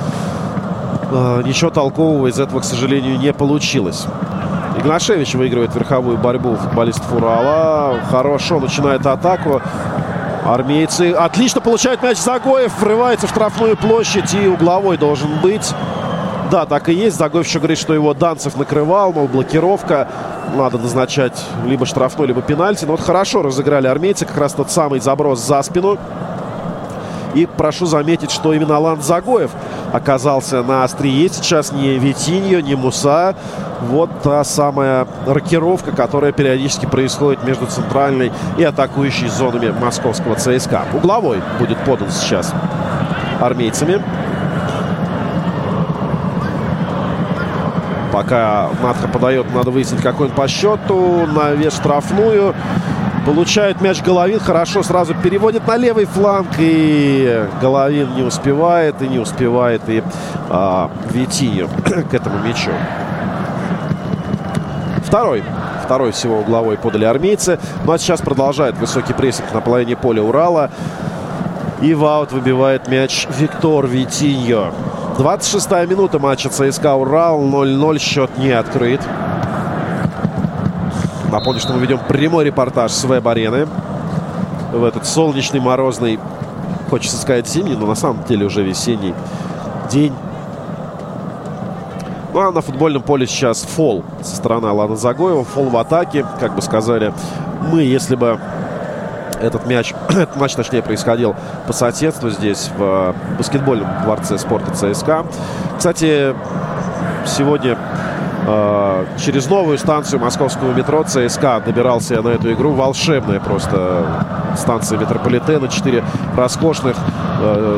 э, ничего толкового из этого, к сожалению, не получилось. Игнашевич выигрывает верховую борьбу футболистов Урала. Хорошо начинает атаку. Армейцы отлично получают мяч. Загоев врывается в штрафную площадь. И угловой должен быть. Да, так и есть. Загоев еще говорит, что его Данцев накрывал, мол, блокировка. Надо назначать либо штрафной, либо пенальти. Но вот хорошо разыграли армейцы. Как раз тот самый заброс за спину. И прошу заметить, что именно Алан Загоев оказался на острие сейчас. Не Витиньо, не Муса. Вот та самая рокировка, которая периодически происходит между центральной и атакующей зонами московского ЦСКА. Угловой будет подан сейчас армейцами. Пока Надха подает, надо выяснить, какой он по счету. Навес штрафную. Получает мяч Головин. Хорошо сразу переводит на левый фланг. И Головин не успевает. И не успевает и а, Витиньо к этому мячу. Второй. Второй всего угловой подали армейцы. Ну а сейчас продолжает высокий прессинг на половине поля Урала. И в аут выбивает мяч Виктор Витиньо. двадцать шестая минута матча ЦСКА Урал. ноль ноль. Счет не открыт. Напомню, что мы ведем прямой репортаж с веб-арены в этот солнечный, морозный, хочется сказать зимний, но на самом деле уже весенний день. Ну а на футбольном поле сейчас фол со стороны Алана Загоева. Фол в атаке, как бы сказали мы, если бы этот мяч, этот матч, точнее, происходил по соседству здесь, в баскетбольном дворце спорта ЦСКА. Кстати, сегодня э, через новую станцию московского метро ЦСКА добирался на эту игру. Волшебная просто станция метрополитена. Четыре роскошных э,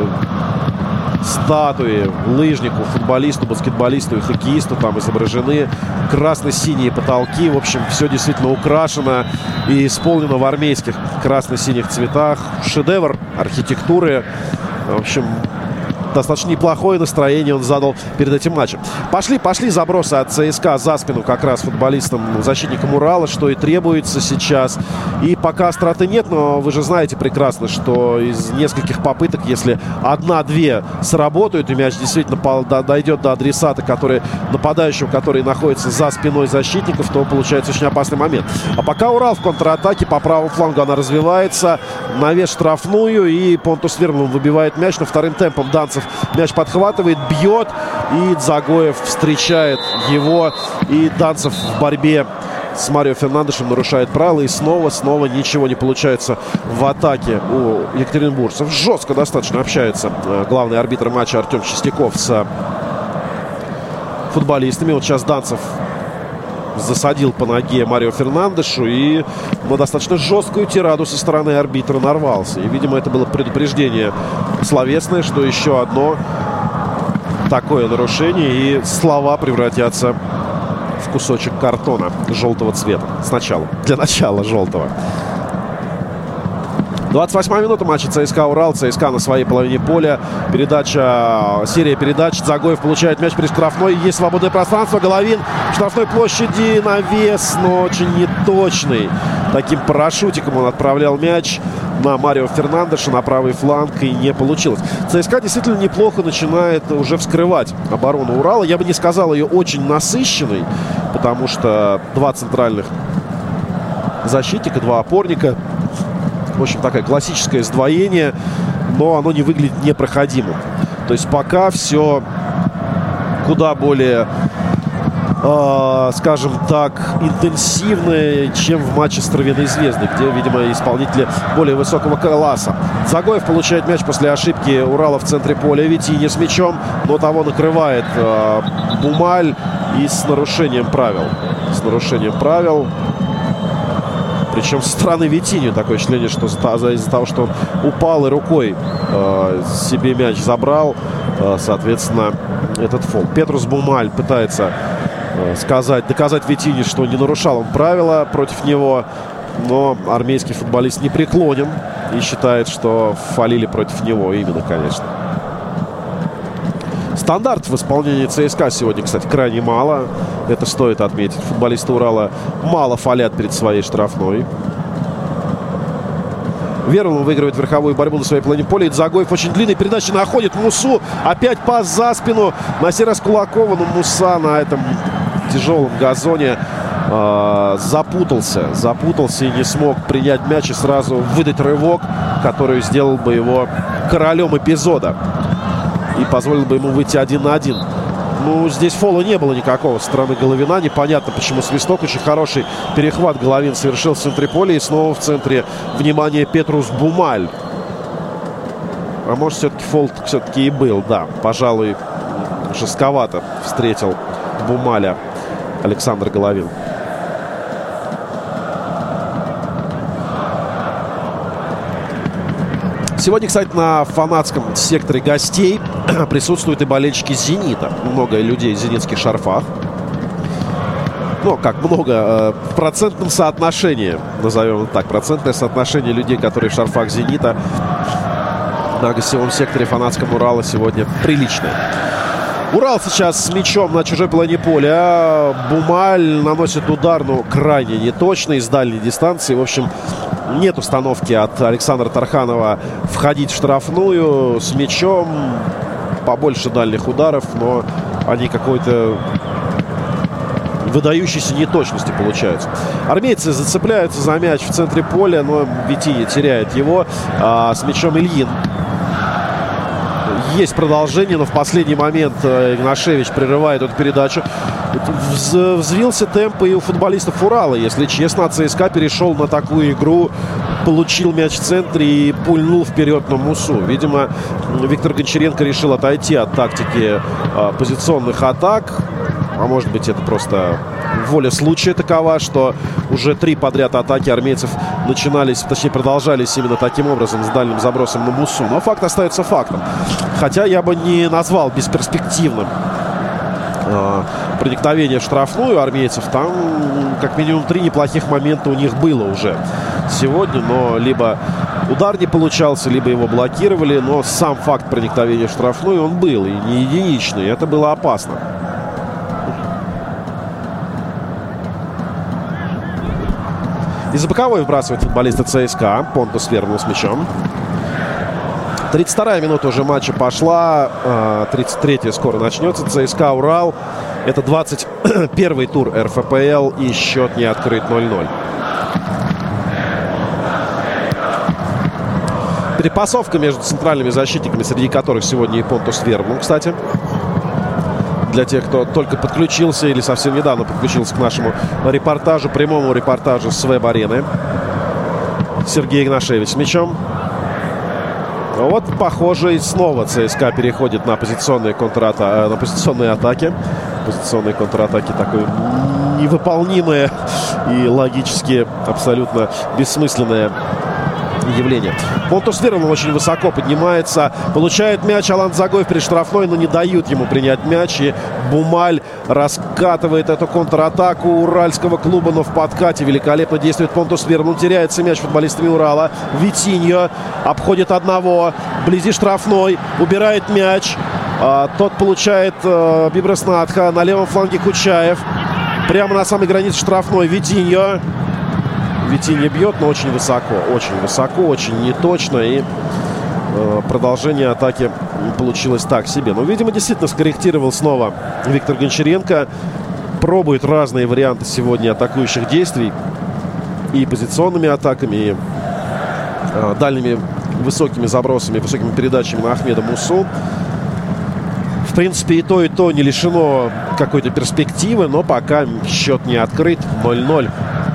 статуи лыжнику, футболисту, баскетболисту и хоккеисту там изображены. Красно-синие потолки. В общем, все действительно украшено и исполнено в армейских красно-синих цветах. Шедевр архитектуры. В общем, достаточно неплохое настроение он задал перед этим матчем. Пошли, пошли забросы от ЦСКА за спину как раз футболистам, защитникам Урала, что и требуется сейчас. И пока остроты нет, но вы же знаете прекрасно, что из нескольких попыток, если одна-две сработают, и мяч действительно дойдет до адресата, который, нападающего, который находится за спиной защитников, то получается очень опасный момент. А пока Урал в контратаке, по правому флангу она развивается. Навес штрафную, и Понтус Вермлун выбивает мяч, но вторым темпом Данцев мяч подхватывает, бьет, и Загоев встречает его. И Данцев в борьбе с Марио Фернандешем нарушает правила. И снова-снова ничего не получается в атаке у екатеринбуржцев. Жестко достаточно общается главный арбитр матча Артем Чистяков с футболистами. Вот сейчас Данцев засадил по ноге Марио Фернандешу и на достаточно жесткую тираду со стороны арбитра нарвался. И, видимо, это было предупреждение словесное, что еще одно такое нарушение, и слова превратятся в кусочек картона желтого цвета. Сначала. Для начала желтого. двадцать восьмая минута матча ЦСКА Урал. ЦСКА на своей половине поля. Передача, серия передач. Загоев получает мяч при штрафной. Есть свободное пространство. Головин в штрафной площади. Навес, но очень неточный. Таким парашютиком он отправлял мяч на Марио Фернандеша на правый фланг, и не получилось. ЦСКА действительно неплохо начинает уже вскрывать оборону Урала. Я бы не сказал ее очень насыщенной, потому что два центральных защитника, два опорника. В общем, такое классическое сдвоение, но оно не выглядит непроходимым. То есть пока все куда более, э, скажем так, интенсивное, чем в матче с Травяной Звездой, где, видимо, исполнители более высокого класса. Загоев получает мяч после ошибки Урала в центре поля. Витиньо с мячом, но того накрывает э, Бумаль, и с нарушением правил. С нарушением правил. Причем со стороны Витиньо такое впечатление, что из-за того, что он упал и рукой э, себе мяч забрал, э, соответственно, этот фол. Петрус Бумаль пытается э, сказать, доказать Витиньо, что не нарушал он правила против него, но армейский футболист не преклонен и считает, что фолили против него именно, конечно. Стандарт в исполнении ЦСКА сегодня, кстати, крайне мало. Это стоит отметить. Футболисты Урала мало фолят перед своей штрафной. Вермлун выигрывает верховую борьбу на своей половине поля. Загоев очень длинной передачи находит Мусу. Опять пас за спину на сей раз Кулакова. Но Муса на этом тяжелом газоне э, запутался. Запутался и не смог принять мяч и сразу выдать рывок, который сделал бы его королем эпизода и позволил бы ему выйти один на один. Ну, здесь фола не было никакого со стороны Головина. Непонятно, почему свисток. Очень хороший перехват Головин совершил в центре поля. И снова в центре внимания Петрус Бумаль. А может, все-таки фол все-таки и был. Да, пожалуй, жестковато встретил Бумаля Александр Головин. Сегодня, кстати, на фанатском секторе гостей присутствуют и болельщики «Зенита». Много людей в зенитских шарфах. ну, как много, э, в процентном соотношении, назовем это так, процентное соотношение людей, которые в шарфах «Зенита» на гостевом секторе фанатском Урала сегодня приличное. Урал сейчас с мячом на чужой половине поля. Бумаль наносит удар, но крайне неточный, с дальней дистанции. В общем, нет установки от Александра Тарханова входить в штрафную с мячом. Побольше дальних ударов, но они какой-то выдающейся неточности получаются. Армейцы зацепляются за мяч в центре поля, но Витинья теряет его. А с мячом Ильин. Есть продолжение, но в последний момент Игнашевич прерывает эту передачу. Взвился темп и у футболистов Урала, если честно. А ЦСКА перешел на такую игру, получил мяч в центре и пульнул вперед на Мусу. Видимо, Виктор Гончаренко решил отойти от тактики а, позиционных атак. А может быть, это просто воля случая такова, что уже три подряд атаки армейцев начинались, точнее продолжались именно таким образом, с дальним забросом на Мусу. Но факт остается фактом. Хотя я бы не назвал бесперспективным э, проникновение в штрафную армейцев. Там как минимум три неплохих момента у них было уже сегодня. Но либо удар не получался, либо его блокировали. Но сам факт проникновения в штрафную, он был. И не единичный. Это было опасно. Из-за боковой выбрасывает футболисты ЦСКА. Понтус Вернул с мячом. тридцать вторая минута уже матча пошла. тридцать третья скоро начнется. ЦСКА Урал. Это двадцать первый тур эр эф пэ эл. И счет не открыт ноль ноль. Перепасовка между центральными защитниками, среди которых сегодня и Понтус Вернул, кстати. Для тех, кто только подключился или совсем недавно подключился к нашему репортажу, прямому репортажу с веб-арены. Сергей Игнашевич с мячом. Вот, похоже, и снова ЦСКА переходит на позиционные контратаки, на позиционные атаки. Позиционные контратаки такое невыполнимое и логически абсолютно бессмысленное явление. Понтус Вернул очень высоко поднимается. Получает мяч Алан Загоев при штрафной, но не дают ему принять мяч. И Бумаль раскатывает эту контратаку уральского клуба, но в подкате великолепно действует Понтус Вернул. Теряется мяч футболистами Урала. Витиньо обходит одного. Вблизи штрафной. Убирает мяч. А, тот получает а, Бибраснатха. На левом фланге Кучаев. Прямо на самой границе штрафной Витиньо. Витинья бьет, но очень высоко. Очень высоко, очень неточно. И э, продолжение атаки получилось так себе. Но, видимо, действительно скорректировал снова Виктор Гончаренко. Пробует разные варианты сегодня атакующих действий. И позиционными атаками, и э, дальними высокими забросами, высокими передачами на Ахмеда Мусу. В принципе, и то, и то не лишено какой-то перспективы. Но пока счет не открыт. ноль ноль.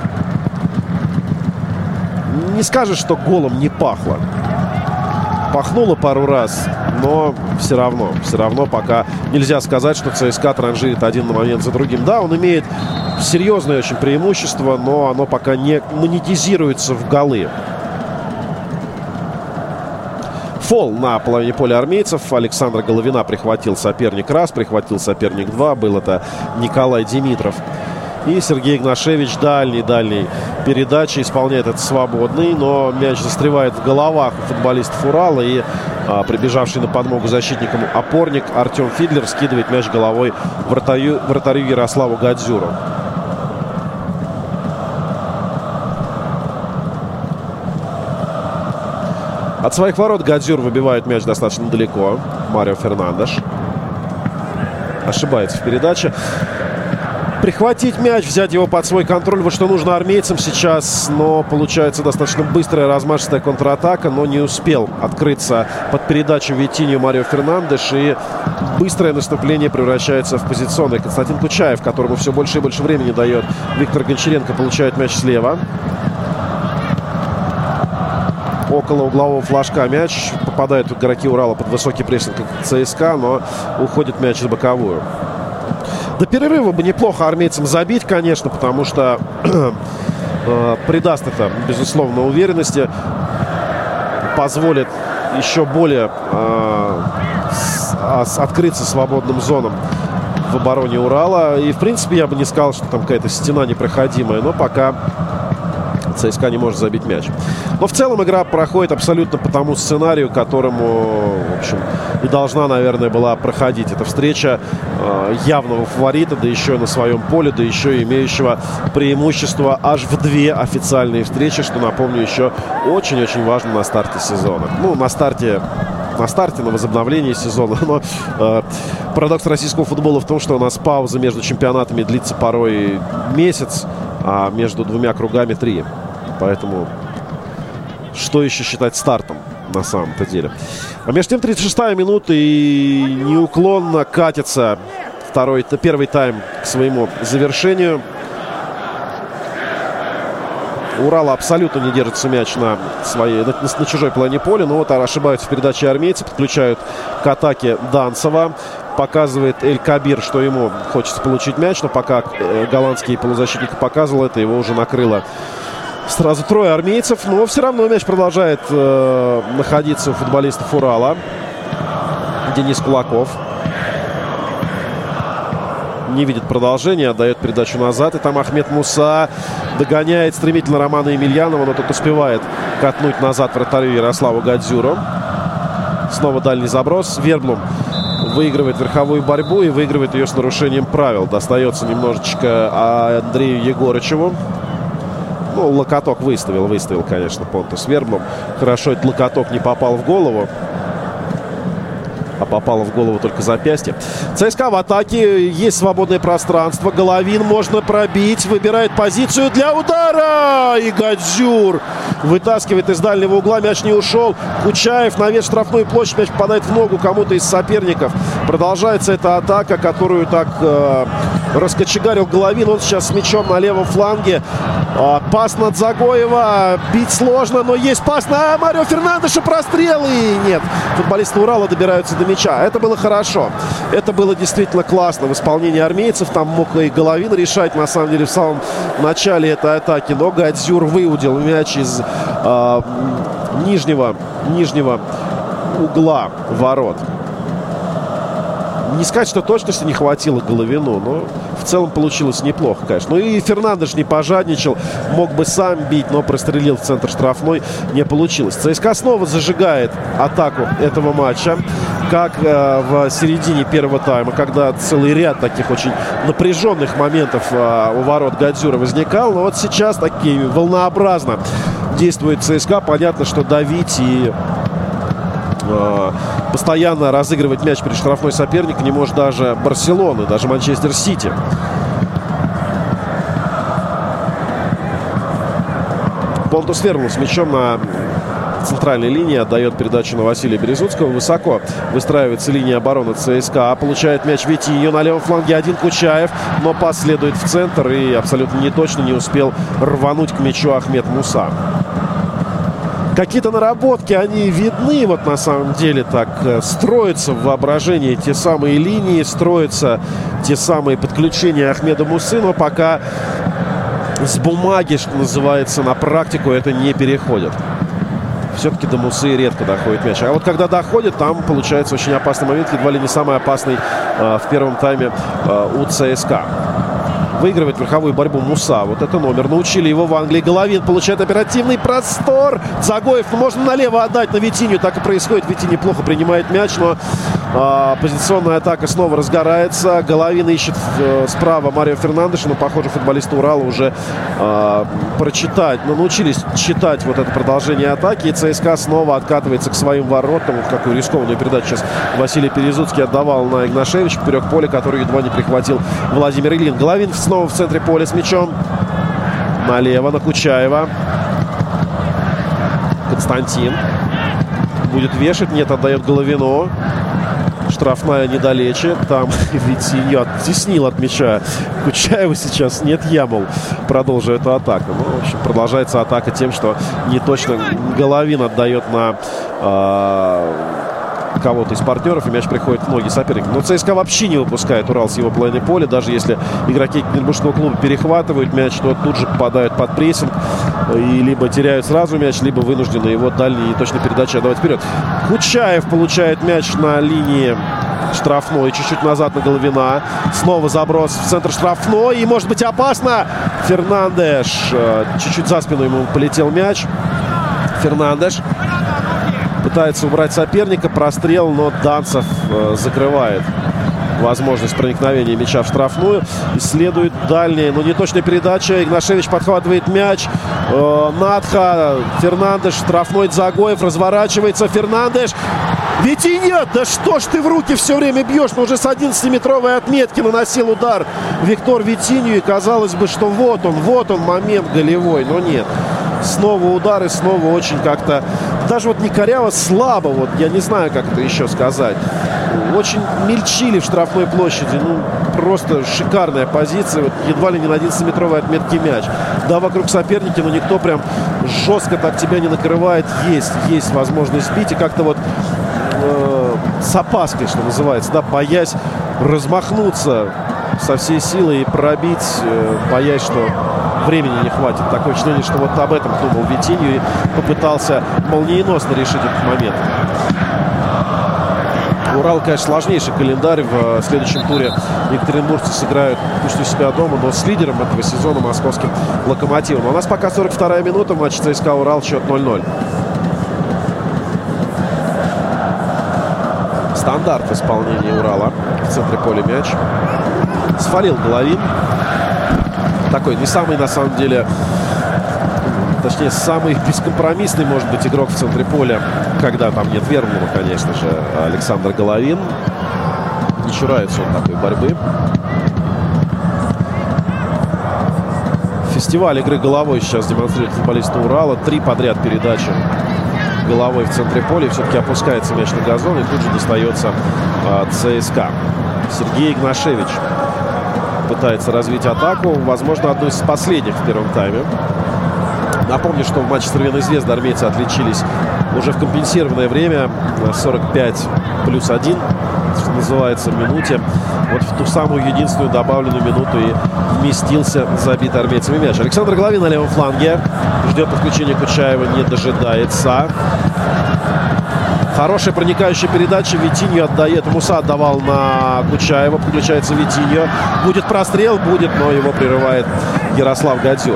Не скажешь, что голом не пахло. Пахнуло пару раз, но все равно, все равно пока нельзя сказать, что ЦСКА транжирит один момент за другим. Да, он имеет серьезное очень преимущество, но оно пока не монетизируется в голы. Фол на половине поля армейцев. Александра Головина прихватил соперник раз, прихватил соперник два. Был это Николай Димитров. И Сергей Игнашевич дальней-дальней передачи исполняет это свободный. Но мяч застревает в головах у футболистов Урала. И а, прибежавший на подмогу защитникам опорник Артем Фидлер скидывает мяч головой вратарю, вратарю Ярославу Гадзюру. От своих ворот Гадзюр выбивает мяч достаточно далеко. Марио Фернандеш ошибается в передаче. Прихватить мяч, взять его под свой контроль. Вот что нужно армейцам сейчас. Но получается достаточно быстрая размашистая контратака. Но не успел открыться под передачу Витиньо Марио Фернандеш. И быстрое наступление превращается в позиционное. Константин Кучаев, которому все больше и больше времени дает Виктор Гончаренко, получает мяч слева. Около углового флажка мяч. Попадают игроки Урала под высокий прессинг ЦСКА. Но уходит мяч в боковую. До перерыва бы неплохо армейцам забить, конечно, потому что э, придаст это, безусловно, уверенности. Позволит еще более э, с, с, открыться свободным зонам в обороне Урала. И, в принципе, я бы не сказал, что там какая-то стена непроходимая, но пока ЦСКА не может забить мяч. Но в целом игра проходит абсолютно по тому сценарию, которому, в общем, и должна, наверное, была проходить. Это встреча э, явного фаворита, да еще на своем поле, да еще и имеющего преимущество аж в две официальные встречи, что, напомню, еще очень-очень важно на старте сезона. Ну, на старте... на старте, на возобновлении сезона. Но э, парадокс российского футбола в том, что у нас пауза между чемпионатами длится порой месяц, а между двумя кругами три. Поэтому что еще считать стартом на самом-то деле? А между тем тридцать шестая минута, и неуклонно катится второй, первый тайм к своему завершению. Урал абсолютно не держится мяч на своей, на, на чужой половине поля. Но вот ошибаются в передаче армейцы. Подключают к атаке Данцева. Показывает Эль Кабир, что ему хочется получить мяч. Но пока голландский полузащитник показывал это, его уже накрыло сразу трое армейцев. Но все равно мяч продолжает э, находиться у футболистов Урала. Денис Кулаков не видит продолжения, отдает передачу назад. И там Ахмед Муса догоняет стремительно Романа Емельянова, но тот успевает катнуть назад вратарю Ярославу Гадзюру. Снова дальний заброс. Верблум выигрывает верховую борьбу и выигрывает ее с нарушением правил. Достается немножечко Андрею Егорычеву. Ну, локоток выставил, выставил, конечно, Понтус Верблум. Хорошо, этот локоток не попал в голову, а попало в голову только запястье. ЦСКА в атаке. Есть свободное пространство. Головин можно пробить. Выбирает позицию для удара. И Гадзюр вытаскивает из дальнего угла. Мяч не ушел. Кучаев навес штрафную площадь. Мяч попадает в ногу кому-то из соперников. Продолжается эта атака, которую так э, раскочегарил Головин. Он сейчас с мячом на левом фланге. Э, пас на Дзагоева. Бить сложно, но есть пас на Марио Фернандеша. Прострел. И нет. Футболисты Урала добираются до мяча. Это было хорошо. Это было действительно классно в исполнении армейцев. Там мог и Головин решать, на самом деле, в самом начале этой атаки. Но Гадзюр выудил мяч из э, нижнего, нижнего угла ворот. Не сказать, что точности не хватило Головину, но в целом получилось неплохо, конечно. Ну и Фернандеш не пожадничал. Мог бы сам бить, но прострелил в центр штрафной. Не получилось. ЦСКА снова зажигает атаку этого матча. Как э, в середине первого тайма, когда целый ряд таких очень напряженных моментов э, у ворот Гадзюра возникал. Но вот сейчас такие волнообразно действует ЦСКА. Понятно, что давить и э, постоянно разыгрывать мяч перед штрафной соперник не может даже Барселона, даже Манчестер Сити. Понтус Верблум с мячом на центральной линии отдает передачу на Василия Березутского. Высоко выстраивается линия обороны ЦСКА. Получает мяч Витиньо. На левом фланге один Кучаев. Но пас следует в центр. И абсолютно неточно не успел рвануть к мячу Ахмед Муса. Какие-то наработки, они видны. Вот на самом деле так строятся в воображении те самые линии. Строятся те самые подключения Ахмеда Мусы. Но пока с бумаги, что называется, на практику это не переходит. Все-таки до Мусы редко доходит мяч. А вот когда доходит, там получается очень опасный момент. Едва ли не самый опасный э, в первом тайме э, у ЦСКА. Выигрывает верховую борьбу Муса. Вот это номер. Научили его в Англии. Головин получает оперативный простор. Загоев, ну, можно налево отдать на Витинью. Так и происходит. Витинь плохо принимает мяч, но э, позиционная атака снова разгорается. Головин ищет э, справа Марио Фернандеша. Но, похоже, футболисты Урала уже э, прочитать, но научились читать вот это продолжение атаки. И ЦСКА снова откатывается к своим воротам. Вот какую рискованную передачу сейчас Василий Перезутский отдавал на Игнашевича поперек поля, который едва не прихватил Владимир Ильин. Головин снова в центре поля с мячом. Налево на Кучаева. Константин будет вешать. Нет, отдает Головину. Штрафная недалече. Там Витиньо оттеснил от мяча Кучаева сейчас. Нет, Ямал продолжит эту атаку. Ну, в общем, продолжается атака тем, что не точно Головин отдает на э, кого-то из партнеров, и мяч приходит в ноги соперника. Но ЦСКА вообще не выпускает Урал с его половины поля. Даже если игроки Екатеринбургского клуба перехватывают мяч, то тут же попадают под прессинг и либо теряют сразу мяч, либо вынуждены его дальние и точные передачи отдавать вперед. Кучаев получает мяч на линии штрафной, чуть-чуть назад на Головина. Снова заброс в центр штрафной. И может быть опасно. Фернандеш. Чуть-чуть за спину ему полетел мяч. Фернандеш пытается убрать соперника. Прострел, но Данцев закрывает возможность проникновения мяча в штрафную. Исследует дальняя, но не точная передача. Игнашевич подхватывает мяч. Э, Надха, Фернандеш, штрафной Дзагоев, разворачивается. Фернандеш. Витиньо, да что ж ты в руки все время бьешь? Но уже с одиннадцатиметровой отметки наносил удар Виктор Витиньо. И казалось бы, что вот он, вот он момент голевой. Но нет. Снова удар и снова очень как-то, даже вот не коряво, слабо, вот я не знаю, как это еще сказать. Очень мельчили в штрафной площади. Ну, просто шикарная позиция. Вот едва ли не на одиннадцатиметровой отметке мяч. Да, вокруг соперники, но никто прям жестко так тебя не накрывает. Есть, есть возможность сбить. И как-то вот э, с опаской, что называется, да, боясь размахнуться со всей силы и пробить, э, боясь, что времени не хватит. Такое впечатление, что вот об этом думал Витиньо и попытался молниеносно решить этот момент. Урал, конечно, сложнейший календарь. В следующем туре екатеринбуржцы сыграют, пусть у себя дома, но с лидером этого сезона, московским Локомотивом. У нас пока сорок вторая минута. Матч ЦСКА Урал, счет ноль ноль. Стандарт в исполнении Урала. В центре поля мяч. Свалил Головин. Такой не самый, на самом деле, точнее, самый бескомпромиссный, может быть, игрок в центре поля, когда там нет Вермлова, конечно же, Александр Головин. Не чурается он такой борьбы. Фестиваль игры головой сейчас демонстрирует футболисты Урала. Три подряд передачи головой в центре поля. Все-таки опускается мяч на газон и тут же достается а, ЦСКА. Сергей Игнашевич пытается развить атаку. Возможно, одну из последних в первом тайме. Напомню, что в матче с Цервеной Звездой армейцы отличились уже в компенсированное время. сорок пять плюс один, что называется, в минуте. Вот в ту самую единственную добавленную минуту и вместился забитый армейцами мяч. Александр Головин на левом фланге. Ждет подключения Кучаева, не дожидается. Хорошая проникающая передача. Витиньо отдает. Муса отдавал на Кучаева. Подключается Витиньо. Будет прострел? Будет, но его прерывает Ярослав Гадзюр.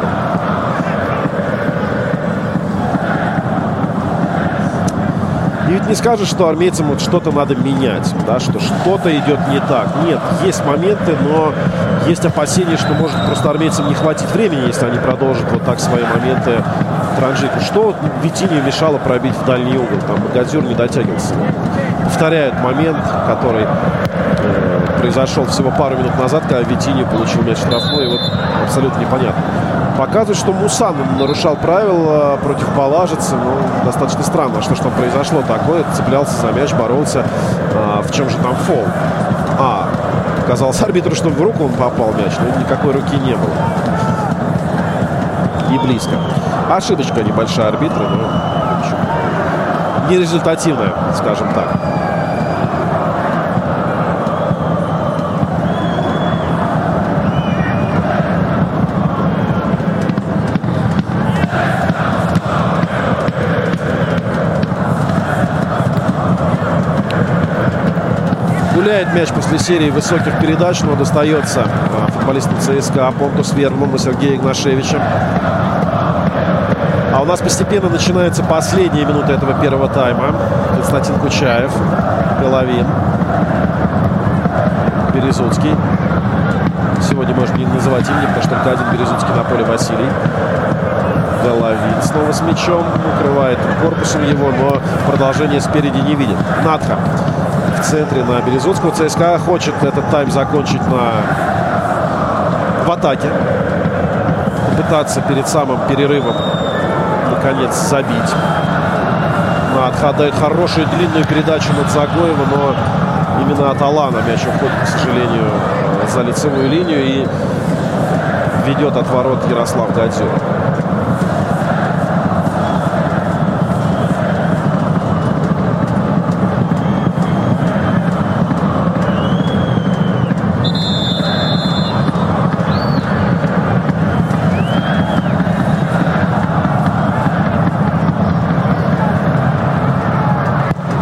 И ведь не скажешь, что армейцам вот что-то надо менять, да, что что-то идет не так. Нет, есть моменты, но есть опасения, что может просто армейцам не хватить времени, если они продолжат вот так свои моменты транжить. Что вот Витиньо мешало пробить в дальний угол? Там Гадзюр не дотягивался. Повторяют момент, который э, произошел всего пару минут назад, когда Витиньо получил мяч штрафной. И вот абсолютно непонятно. Показывает, что Мусан нарушал правила против Балажицы. Ну, достаточно странно, что, что произошло такое. Цеплялся за мяч, боролся. А, в чем же там фол? А, казалось арбитру, что в руку он попал мяч, но никакой руки не было. И близко. Ошибочка небольшая арбитра, но нерезультативная, скажем так. Гуляет мяч после серии высоких передач, но достается футболистам ЦСКА Понтус Вермлову и Сергею Игнашевичу. А у нас постепенно начинается последняя минута этого первого тайма. Константин Кучаев, Головин, Березуцкий. Сегодня можно не называть имени, потому что только один Березуцкий на поле — Василий. Головин снова с мячом, укрывает корпусом его, но продолжение спереди не видит. Надха в центре на Березуцкого. ЦСКА хочет этот тайм закончить на... в атаке. Попытаться перед самым перерывом наконец забить. Надха дает хорошую длинную передачу на Дзагоева, но именно от Алана мяч уходит, к сожалению, за лицевую линию и ведет от ворот Ярослав Гадзюр.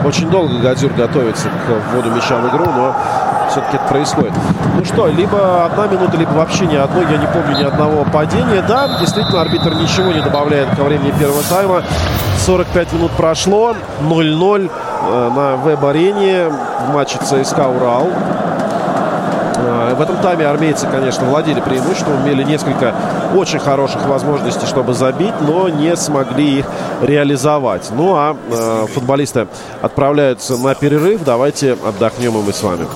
Очень долго Гадзюр готовится к вводу мяча в игру, но все-таки это происходит. Ну что, либо одна минута, либо вообще ни одной. Я не помню ни одного падения. Да, действительно, арбитр ничего не добавляет ко времени первого тайма. сорок пять минут прошло. ноль-ноль на веб-арене в матче ЦСКА «Урал». В этом тайме армейцы, конечно, владели преимуществом, имели несколько очень хороших возможностей, чтобы забить, но не смогли их реализовать. Ну а э, футболисты отправляются на перерыв. Давайте отдохнем и мы с вами.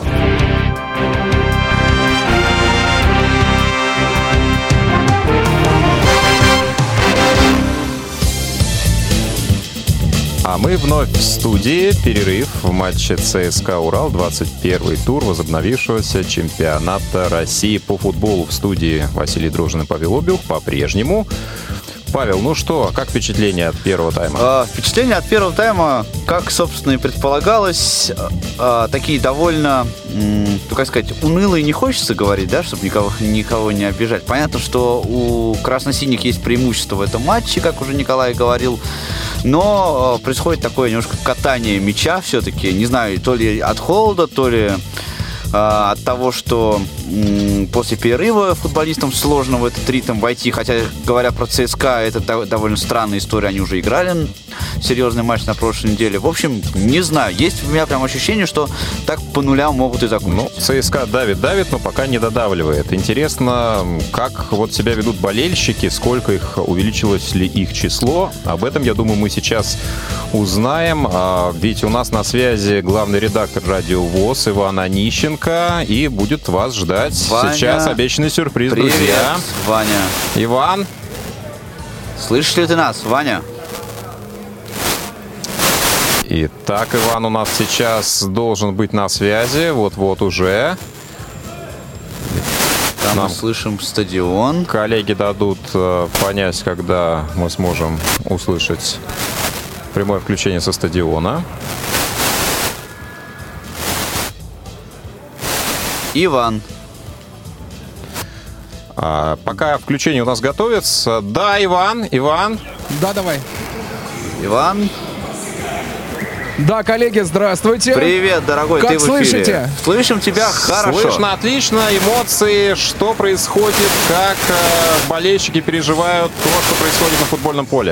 А мы вновь в студии. Перерыв в матче ЦСКА «Урал». двадцать первый тур возобновившегося чемпионата России по футболу. В студии Василий Дрожжин и Павел Обиух по-прежнему. Павел, ну что, как впечатление от первого тайма? А, впечатление от первого тайма, как, собственно, и предполагалось, а, такие довольно, м, ну, как сказать, унылые не хочется говорить, да, чтобы никого, никого не обижать. Понятно, что у красно-синих есть преимущество в этом матче, как уже Николай говорил, но а, происходит такое немножко катание мяча все-таки, не знаю, то ли от холода, то ли а, от того, что м, после перерыва футболистам сложно в этот ритм войти, хотя, говоря про ЦСКА, это до- довольно странная история, они уже играли серьезный матч на прошлой неделе. В общем, не знаю, есть у меня прям ощущение, что так по нулям могут и закончить. Ну, ЦСКА давит-давит, но пока не додавливает. Интересно, как вот себя ведут болельщики, сколько их, увеличилось ли их число. Об этом, я думаю, мы сейчас узнаем. А, ведь у нас на связи главный редактор «Радио ВОС» Иван Онищенко, и будет вас ждать Ваня, сейчас обещанный сюрприз, привет, друзья. Ваня. Иван. Слышишь ли ты нас, Ваня? Итак, Иван у нас сейчас должен быть на связи. Вот-вот уже. Там Нам мы слышим стадион. коллеги дадут э, понять, когда мы сможем услышать прямое включение со стадиона. Иван. А, пока включение у нас готовится. Да, Иван, Иван. Да, давай. Иван. Да, коллеги, здравствуйте. Привет, дорогой, Как ты в эфире. слышите? Слышим тебя хорошо. Слышно, отлично. Эмоции, что происходит, как э, болельщики переживают то, что происходит на футбольном поле.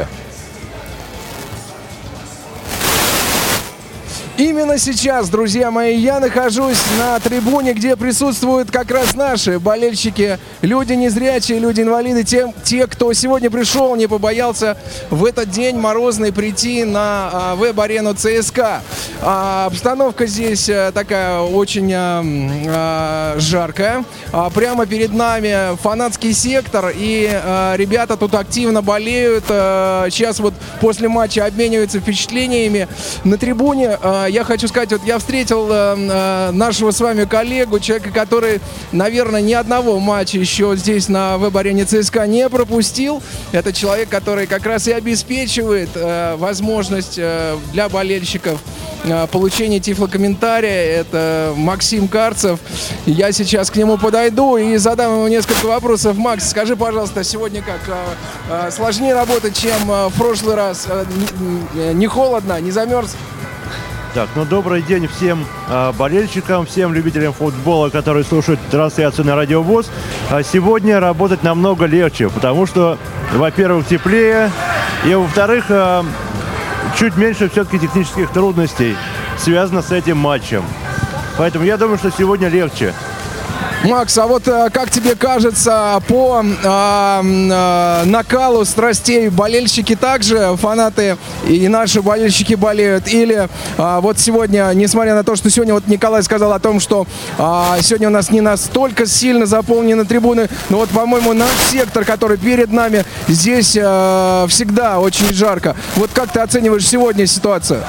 Именно сейчас, друзья мои, я нахожусь на трибуне, где присутствуют как раз наши болельщики, люди незрячие, люди инвалиды, те, те кто сегодня пришел, не побоялся в этот день морозный прийти на а, веб-арену ЦСКА. А, обстановка здесь а, такая очень а, а, жаркая. А, прямо перед нами фанатский сектор, и а, ребята тут активно болеют. А, сейчас вот после матча обмениваются впечатлениями. На трибуне а, я хочу сказать, вот я встретил э, нашего с вами коллегу, человека, который, наверное, ни одного матча еще здесь на веб-арене ЦСКА не пропустил. Это человек, который как раз и обеспечивает э, возможность э, для болельщиков э, получения тифлокомментария. Это Максим Карцев. Я сейчас к нему подойду и задам ему несколько вопросов. Макс, скажи, пожалуйста, сегодня как? Э, э, сложнее работать, чем э, в прошлый раз? Э, не, не холодно, не замерз? Так, ну добрый день всем э, болельщикам, всем любителям футбола, которые слушают трансляцию на Радио ВОС. А сегодня работать намного легче, потому что, во-первых, теплее, и, во-вторых, э, чуть меньше все-таки технических трудностей связано с этим матчем. Поэтому я думаю, что сегодня легче. Макс, а вот а, как тебе кажется, по а, а, накалу страстей болельщики также, фанаты и наши болельщики болеют? Или а, вот сегодня, несмотря на то, что сегодня вот Николай сказал о том, что а, сегодня у нас не настолько сильно заполнены трибуны, но вот, по-моему, наш сектор, который перед нами, здесь а, всегда очень жарко. Вот как ты оцениваешь сегодня ситуацию?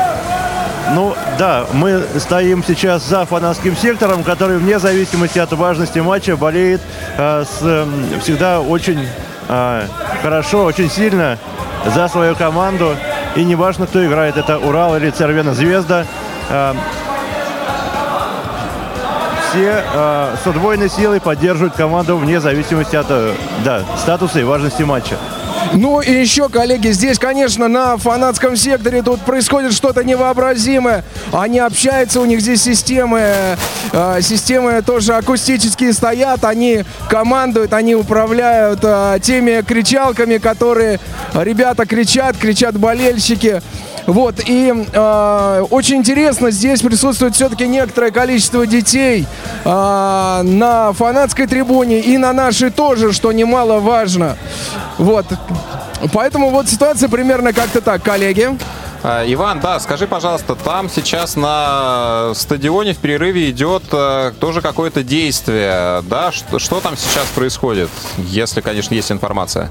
Ну, да, мы стоим сейчас за фанатским сектором, который вне зависимости от важности матча болеет э, с, э, всегда очень э, хорошо, очень сильно за свою команду. И не важно, кто играет, это Урал или Цервена Звезда. Э, все э, с удвоенной силой поддерживают команду вне зависимости от э, да, статуса и важности матча. Ну и еще, коллеги, здесь, конечно, на фанатском секторе тут происходит что-то невообразимое. Они общаются, у них здесь системы, э, системы тоже акустические стоят, они командуют, они управляют э, теми кричалками, которые ребята кричат, кричат болельщики. Вот, и э, очень интересно, здесь присутствует все-таки некоторое количество детей э, на фанатской трибуне и на нашей тоже, что немаловажно. Вот, поэтому вот ситуация примерно как-то так, коллеги. Иван, да, скажи, пожалуйста, там сейчас на стадионе в перерыве идет э, тоже какое-то действие, да? Что, что там сейчас происходит, если, конечно, есть информация?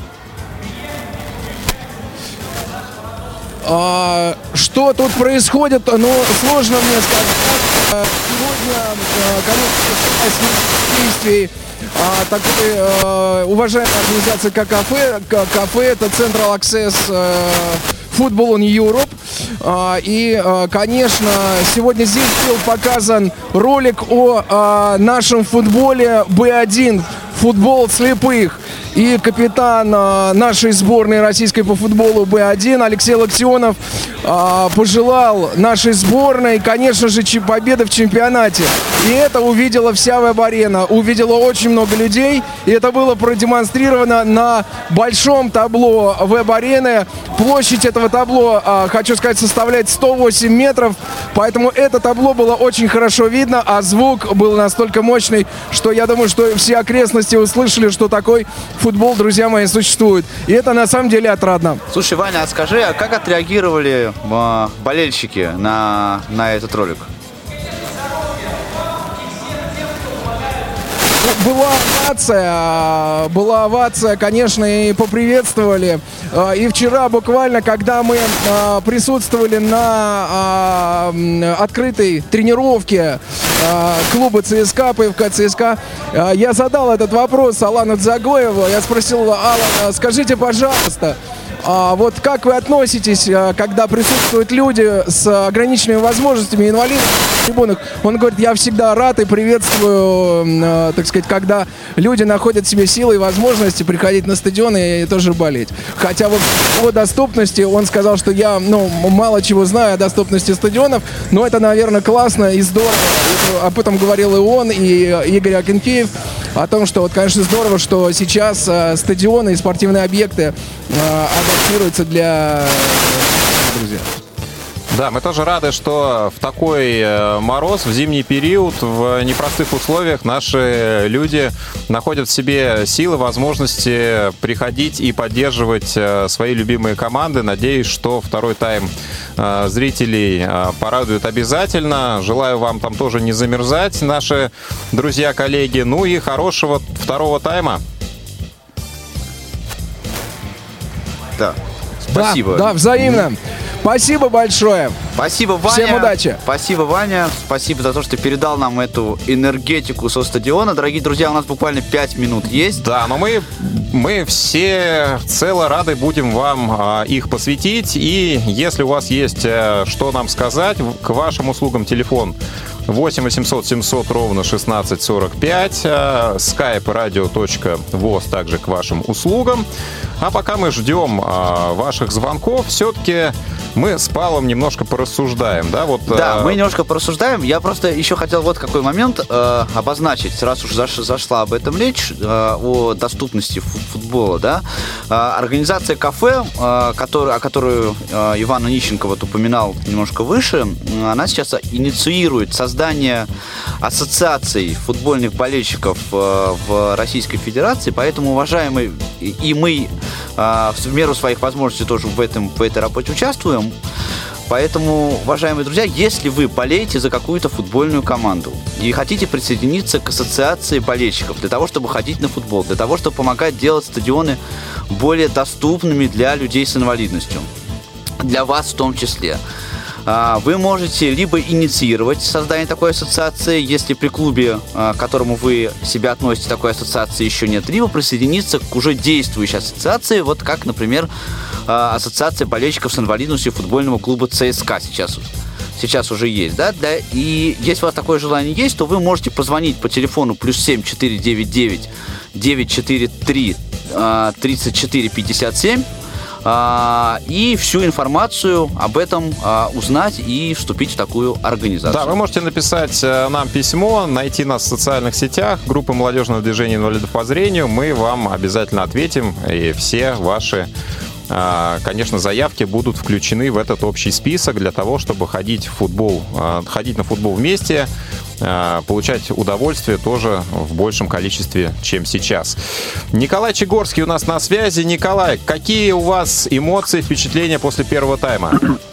А, что тут происходит, ну, сложно мне сказать. Сегодня, конечно, действий а, такой а, уважаемой организации, как кафе, кафе, это Central Access Football in Europe. А, и, а, конечно, сегодня здесь был показан ролик о а, нашем футболе бэ один, футбол слепых. И капитан а, нашей сборной российской по футболу бэ один Алексей Локтионов а, пожелал нашей сборной, конечно же, победы в чемпионате. И это увидела вся веб-арена, увидела очень много людей. И это было продемонстрировано на большом табло веб-арены. Площадь этого табло, а, хочу сказать, составляет сто восемь метров. Поэтому это табло было очень хорошо видно, а звук был настолько мощный, что я думаю, что все окрестности услышали, что такой футбол, друзья мои, существует. И это на самом деле отрадно. Слушай, Ваня, а скажи, а как отреагировали э, болельщики на, на этот ролик? Была овация, была овация, конечно, и поприветствовали. И вчера буквально, когда мы присутствовали на открытой тренировке клуба ЦСКА, ПФК ЦСКА, я задал этот вопрос Алану Дзагоеву. Я спросил: Алан, скажите, пожалуйста, а вот как вы относитесь, когда присутствуют люди с ограниченными возможностями, инвалиды на трибунах? Он говорит: я всегда рад и приветствую, так сказать, когда люди находят в себе силы и возможности приходить на стадион и тоже болеть. Хотя вот о доступности он сказал, что я, ну, мало чего знаю о доступности стадионов, но это, наверное, классно и здорово. Об этом говорил и он, и Игорь Акинфеев, о том, что вот, конечно, здорово, что сейчас стадионы и спортивные объекты адаптируются для друзей. Да, мы тоже рады, что в такой мороз, в зимний период, в непростых условиях наши люди находят в себе силы, возможности приходить и поддерживать свои любимые команды. Надеюсь, что второй тайм зрителей порадует обязательно. Желаю вам там тоже не замерзать, наши друзья, коллеги. Ну и хорошего второго тайма. Да. Спасибо. Да, да, взаимно. Спасибо большое. Спасибо, Ваня. Всем удачи. Спасибо, Ваня. Спасибо за то, что ты передал нам эту энергетику со стадиона. Дорогие друзья, у нас буквально пять минут есть. Да, но мы, мы все цело рады будем вам а, их посвятить. И если у вас есть а, что нам сказать, к вашим услугам телефон восемь восемьсот семьсот ровно шестнадцать сорок пять, skype radio.voz также к вашим услугам. А пока мы ждем а, ваших звонков, все-таки мы с Павлом немножко порассуждаем, да? Вот, да, а... мы немножко порассуждаем. Я просто еще хотел вот какой момент э, обозначить, раз уж заш, зашла об этом речь, э, о доступности футбола, да. Э, организация кафе, э, который, о которой э, Иван Онищенко вот упоминал немножко выше, э, она сейчас инициирует создание ассоциаций футбольных болельщиков э, в Российской Федерации, поэтому, уважаемые, и, и мы э, в меру своих возможностей тоже в, этом, в этой работе участвуем. Поэтому, уважаемые друзья, если вы болеете за какую-то футбольную команду и хотите присоединиться к ассоциации болельщиков для того, чтобы ходить на футбол, для того, чтобы помогать делать стадионы более доступными для людей с инвалидностью, для вас в том числе, вы можете либо инициировать создание такой ассоциации, если при клубе, к которому вы себя относите, такой ассоциации еще нет, либо присоединиться к уже действующей ассоциации, вот как, например, ассоциация болельщиков с инвалидностью футбольного клуба ЦСКА сейчас, сейчас уже есть, да? Да? И если у вас такое желание есть, то вы можете позвонить по телефону плюс семь четыре девять девять девять четыре три тридцать четыре пятьдесят семь. И всю информацию об этом узнать и вступить в такую организацию. Да, вы можете написать нам письмо, найти нас в социальных сетях, группы молодежного движения инвалидов по зрению. Мы вам обязательно ответим, и все ваши, конечно, заявки будут включены в этот общий список для того, чтобы ходить в футбол, ходить на футбол вместе, получать удовольствие тоже в большем количестве, чем сейчас. Николай Чегорский у нас на связи. Николай, какие у вас эмоции, впечатления после первого тайма?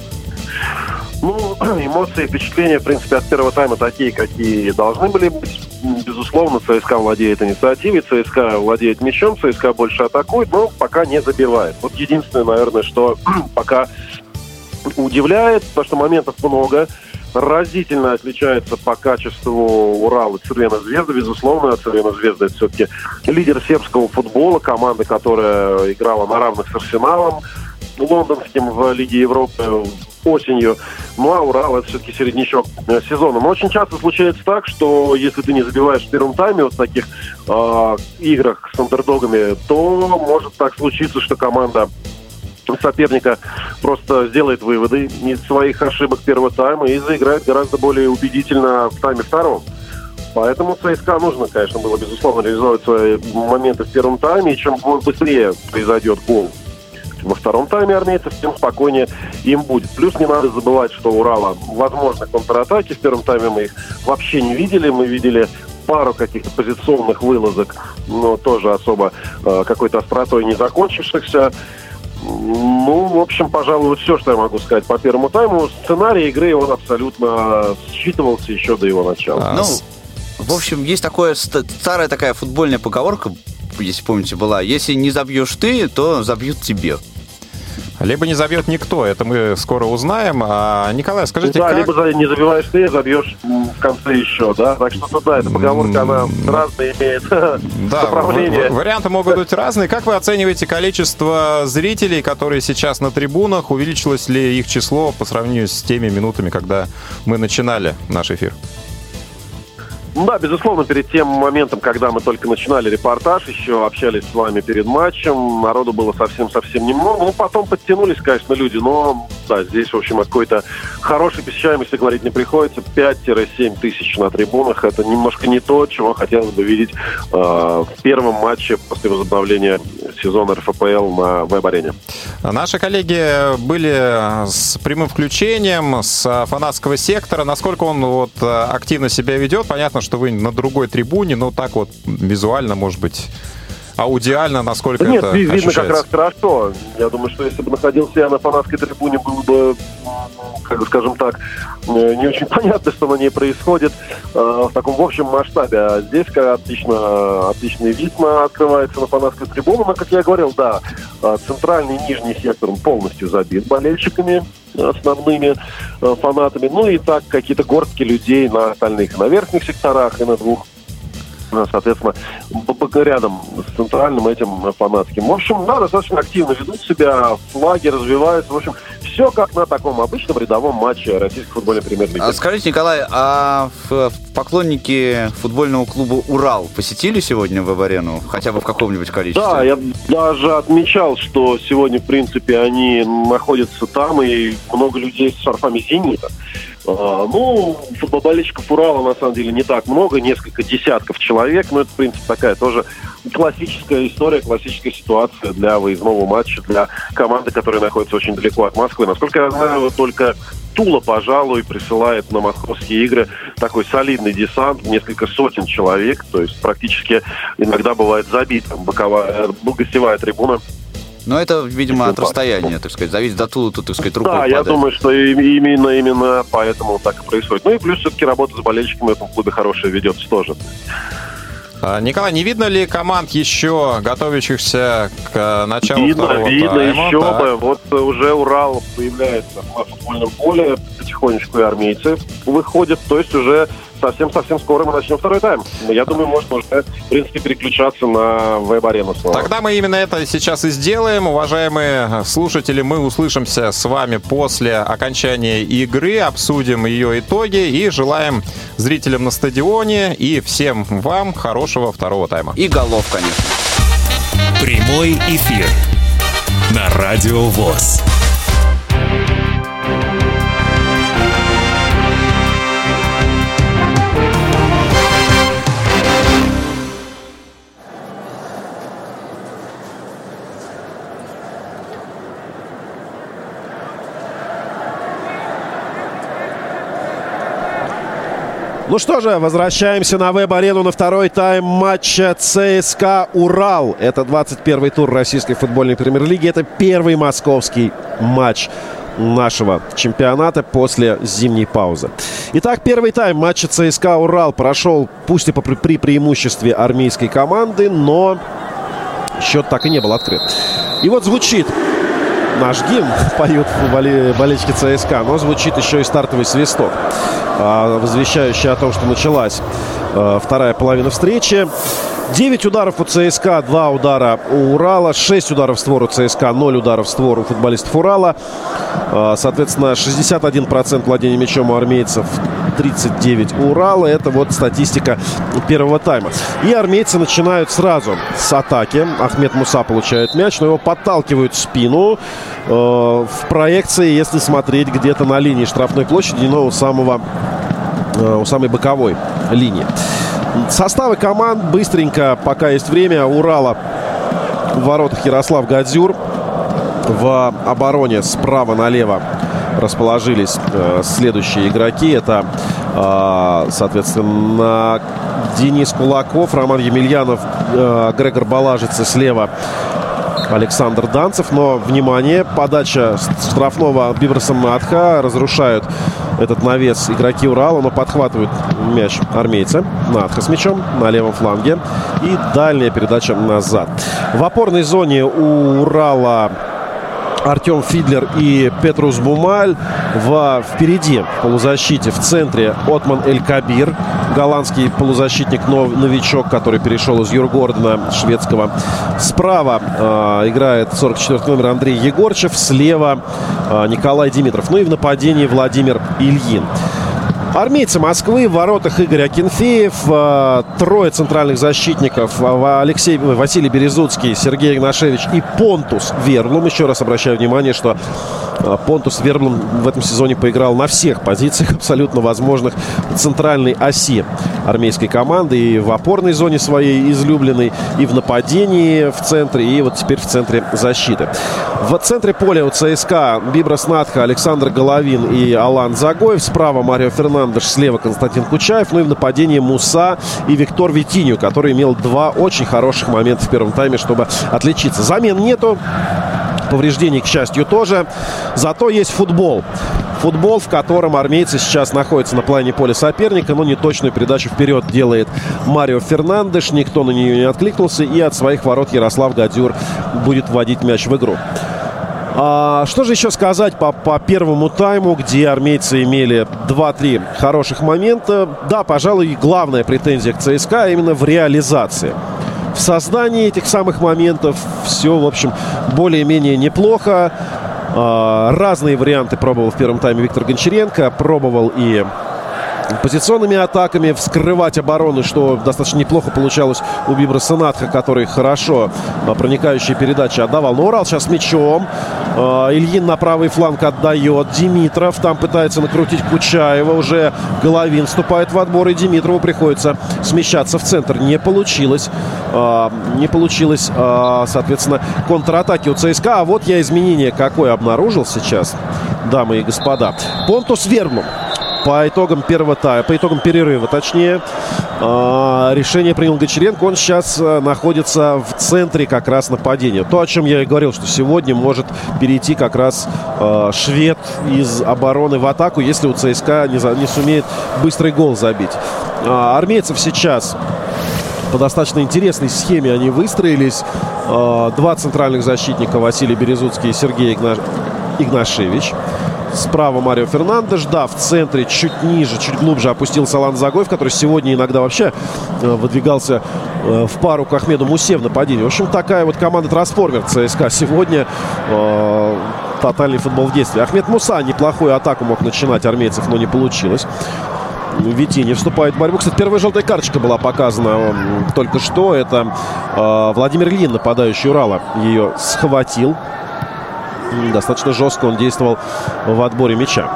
Ну, эмоции, впечатления, в принципе, от первого тайма такие, какие должны были быть. Безусловно, ЦСКА владеет инициативой, ЦСКА владеет мячом, ЦСКА больше атакует, но пока не забивает. Вот единственное, наверное, что пока удивляет, потому что моментов много. Разительно отличается по качеству Урал и Цервена Звезда. Безусловно, Цервена Звезда — это все-таки лидер сербского футбола, команда, которая играла на равных с Арсеналом лондонским в Лиге Европы осенью. Ну а Урал — это все-таки середнячок сезона. Но очень часто случается так, что если ты не забиваешь в первом тайме вот в таких э, играх с андердогами, то может так случиться, что команда соперника просто сделает выводы из своих ошибок первого тайма и заиграет гораздо более убедительно в тайме втором. Поэтому ЦСКА нужно, конечно, было, безусловно, реализовать свои моменты в первом тайме, и чем быстрее произойдет гол во втором тайме армейцев, тем спокойнее им будет. Плюс не надо забывать, что у Урала возможны контратаки. В первом тайме мы их вообще не видели. Мы видели пару каких-то позиционных вылазок, но тоже особо э, какой-то остротой не закончившихся. Ну, в общем, пожалуй, вот все, что я могу сказать по первому тайму. Сценарий игры, он абсолютно считывался еще до его начала. Ну, в общем, есть такое старая такая футбольная поговорка, если помните, была: если не забьешь ты, то забьют тебе. Либо не забьет никто, это мы скоро узнаем. А, Николай, скажите, да, как... либо не забиваешь ты, забьешь в конце еще, да? Так что, да, эта поговорка, она разные имеет да, направления. Варианты могут быть разные. Как вы оцениваете количество зрителей, которые сейчас на трибунах? Увеличилось ли их число по сравнению с теми минутами, когда мы начинали наш эфир? Да, безусловно, перед тем моментом, когда мы только начинали репортаж, еще общались с вами перед матчем, народу было совсем-совсем немного. Ну, потом подтянулись, конечно, люди, но, да, здесь, в общем, о какой-то хорошей посещаемости говорить не приходится. пять-семь тысяч на трибунах — это немножко не то, чего хотелось бы видеть э, в первом матче после возобновления сезона эр эф пэ эл на веб-арене. Наши коллеги были с прямым включением с фанатского сектора. Насколько он вот активно себя ведет? Понятно, что вы на другой трибуне, но так вот визуально, может быть, аудиально, насколько да нет, это видно ощущается? Как раз хорошо. Я думаю, что если бы находился я на фанатской трибуне, было бы, как бы, скажем так, не очень понятно, что на ней происходит э, в таком в общем масштабе. А здесь отлично, отличный вид на, открывается на фанатской трибуне. Но, как я говорил, да, центральный и нижний сектор полностью забит болельщиками, основными э, фанатами. Ну и так какие-то горстки людей на остальных, на верхних секторах и на двух, соответственно, рядом с центральным этим фанатским. В общем, да, достаточно активно ведут себя, флаги развиваются. В общем, все как на таком обычном рядовом матче российской футбольной премьер-лиги. А скажите, Николай, а поклонники футбольного клуба «Урал» посетили сегодня веб-арену? Хотя бы в каком-нибудь количестве? Да, я даже отмечал, что сегодня, в принципе, они находятся там, и много людей с шарфами «Зенита». А, ну, футболельщиков «Урала» на самом деле не так много, несколько десятков человек, но это, в принципе, такая тоже классическая история, классическая ситуация для выездного матча, для команды, которая находится очень далеко от Москвы. Насколько я знаю, только Тула, пожалуй, присылает на московские игры такой солидный десант, несколько сотен человек, то есть практически иногда бывает забита боковая, гостевая трибуна. Но это, видимо, от расстояния, так сказать, зависит до Тулы, тут, так сказать, рукой Да, падает. я думаю, что именно, именно поэтому так и происходит. Ну и плюс все-таки работа с болельщиками в этом клубе хорошая ведется тоже. Николай, не видно ли команд еще готовящихся к началу видно, второго видно, тайма? еще Так. бы. Вот уже Урал появляется на футбольном поле, потихонечку и армейцы выходят, то есть уже совсем-совсем скоро мы начнем второй тайм. Я думаю, можно уже, в принципе, переключаться на веб-арену снова. Тогда мы именно это сейчас и сделаем. Уважаемые слушатели, мы услышимся с вами после окончания игры, обсудим ее итоги и желаем зрителям на стадионе и всем вам хорошего второго тайма. И голов, конечно. Прямой эфир на Радио ВОС. Ну что же, возвращаемся на веб-арену на второй тайм матча ЦСКА «Урал». Это двадцать первый тур российской футбольной премьер-лиги. Это первый московский матч нашего чемпионата после зимней паузы. Итак, первый тайм матча ЦСКА «Урал» прошел, пусть и при преимуществе армейской команды, но счет так и не был открыт. И вот звучит наш гимн, поют болельщики ЦСКА, но звучит еще и стартовый свисток, возвещающий о том, что началась вторая половина встречи. девять ударов у ЦСКА, два удара у Урала, шесть ударов в створ у ЦСКА, ноль ударов в створ у футболистов Урала. Соответственно, шестьдесят один процент владения мячом у армейцев, тридцать девять у Урала. Это вот статистика первого тайма. И армейцы начинают сразу с атаки. Ахмед Муса получает мяч, но его подталкивают в спину. В проекции, если смотреть где-то на линии штрафной площади, но у самого, у самой боковой линии. Составы команд быстренько, пока есть время. Урала в воротах Ярослав Гадзюр. В обороне справа налево расположились э, следующие игроки. Это, э, соответственно, Денис Кулаков, Роман Емельянов, э, Грегор Балажиц, и слева Александр Данцев. Но, внимание, подача штрафного Бибраса Матха. Разрушают этот навес игроки Урала, но подхватывают мяч армейцы. Натха с мячом на левом фланге. И дальняя передача назад. В опорной зоне у Урала Артем Фидлер и Петрус Бумаль. В, впереди в полузащите в центре Отман Эль-Кабир, голландский полузащитник, нов, новичок, который перешел из Юргордена шведского. Справа э, играет сорок четвёртый номер Андрей Егорчев. Слева э, Николай Димитров. Ну и в нападении Владимир Ильин. Армейцы Москвы в воротах Игорь Акинфеев, трое центральных защитников: Алексей, Василий Березуцкий, Сергей Игнашевич и Понтус Верблум. Еще раз обращаю внимание, что Понтус Верблум в этом сезоне поиграл на всех позициях абсолютно возможных центральной оси армейской команды. И в опорной зоне своей излюбленной, и в нападении в центре, и вот теперь в центре защиты. В центре поля у ЦСКА Бибрас Натха, Александр Головин и Алан Загоев. Справа Марио Фернандеш, слева Константин Кучаев. Ну и в нападении Муса и Виктор Витинью, который имел два очень хороших момента в первом тайме, чтобы отличиться. Замен нету. Повреждений, к счастью, тоже. Зато есть футбол. Футбол, в котором армейцы сейчас находятся на половине поля соперника, но неточную передачу вперед делает Марио Фернандеш. Никто на нее не откликнулся. И от своих ворот Ярослав Гадзюр будет вводить мяч в игру. А, что же еще сказать по, по первому тайму, где армейцы имели два-три хороших момента? Да, пожалуй, главная претензия к ЦСКА именно в реализации. В создании этих самых моментов все, в общем, более-менее неплохо. А, разные варианты пробовал в первом тайме Виктор Гончаренко. Пробовал и позиционными атаками вскрывать оборону, что достаточно неплохо получалось у Бибраса Натха, который хорошо проникающие передачи отдавал. Но Урал сейчас с мячом. Ильин на правый фланг отдает. Димитров там пытается накрутить Кучаева. Уже Головин вступает в отбор, и Димитрову приходится смещаться в центр. Не получилось. Не получилось, соответственно, контратаки у ЦСКА. А вот я изменение какое обнаружил сейчас, дамы и господа. Понтус Верблум. По итогам первого тайма, по итогам перерыва, точнее, э, решение принял Гончаренко. Он сейчас э, находится в центре как раз нападения. То, о чем я и говорил, что сегодня может перейти как раз э, швед из обороны в атаку, если у ЦСКА не, за, не сумеет быстрый гол забить. Э, армейцев сейчас по достаточно интересной схеме они выстроились. Э, два центральных защитника: Василий Березуцкий и Сергей Игна... Игнашевич. Справа Марио Фернандеш, да, в центре чуть ниже, чуть глубже опустился Алан Загоев, который сегодня иногда вообще э, выдвигался э, в пару к Ахмеду Мусе в нападении. В общем, такая вот команда-трансформер ЦСКА сегодня. Э, тотальный футбол в действии. Ахмед Муса неплохую атаку мог начинать армейцев, но не получилось. Витини вступает в борьбу. Кстати, первая желтая карточка была показана только что. Это э, Владимир Ильин, нападающий Урала, ее схватил. Достаточно жестко он действовал в отборе мяча.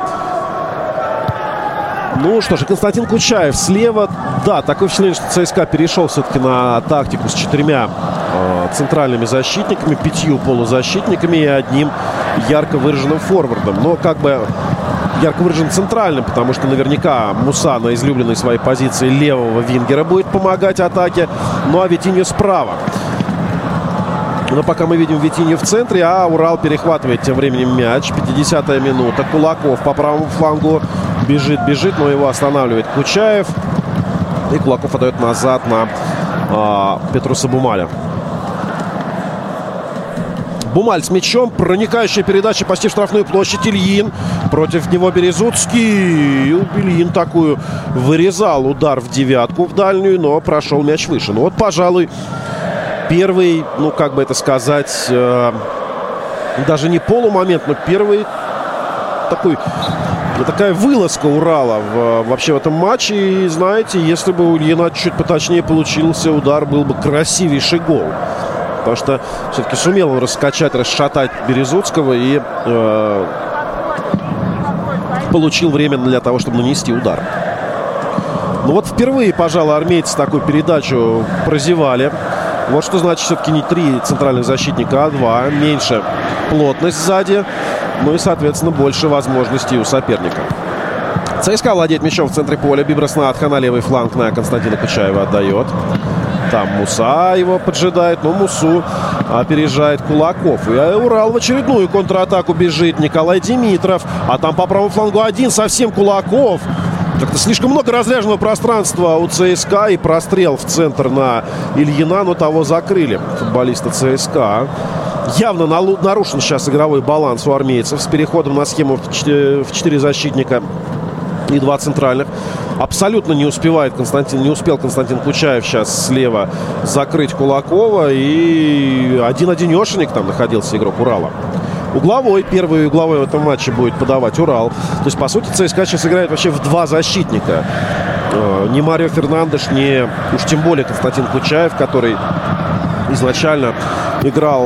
Ну что ж, Константин Кучаев слева. Да, такое впечатление, что ЦСКА перешел все-таки на тактику с четырьмя э, центральными защитниками, пятью полузащитниками и одним ярко выраженным форвардом. Но как бы ярко выражен центральным, потому что наверняка Муса на излюбленной своей позиции левого вингера будет помогать атаке. Ну а Витиньо справа. Но пока мы видим Витиньо в центре, а Урал перехватывает тем временем мяч. пятидесятая минута. Кулаков по правому флангу бежит, бежит, но его останавливает Кучаев. И Кулаков отдает назад на а, Петруса Бумаля. Бумаль с мячом. Проникающая передача почти в штрафную площадь. Ильин. Против него Березуцкий. Ильин такую вырезал удар в девятку в дальнюю, но прошел мяч выше. Ну вот, пожалуй, первый, ну как бы это сказать, э, даже не полумомент, но первый такой... Такая вылазка Урала в, вообще в этом матче. И знаете, если бы у Ильина чуть поточнее получился удар, был бы красивейший гол. Потому что все-таки сумел он раскачать, расшатать Березуцкого и э, получил время для того, чтобы нанести удар. Ну вот впервые, пожалуй, армейцы такую передачу прозевали. Вот что значит все-таки не три центральных защитника, а два. Меньше плотность сзади. Ну и, соответственно, больше возможностей у соперника. ЦСКА владеет мячом в центре поля. Бибрас Наатха на левый фланг на Константина Кучаева отдает. Там Муса его поджидает, но Мусу опережает Кулаков. И Урал в очередную контратаку бежит. Николай Димитров. А там по правому флангу один совсем Кулаков. Как-то слишком много разряженного пространства у ЦСКА. И прострел в центр на Ильина, но того закрыли футболисты ЦСКА. Явно нарушен сейчас игровой баланс у армейцев с переходом на схему в четыре защитника и два центральных. Абсолютно не успевает Константин, не успел Константин Кучаев сейчас слева закрыть Кулакова. И один-одинешенек там находился игрок Урала. Угловой, первый угловой в этом матче будет подавать Урал. То есть, по сути, ЦСКА сейчас играет вообще в два защитника. Не Марио Фернандеш, не уж тем более Константин Кучаев, который изначально играл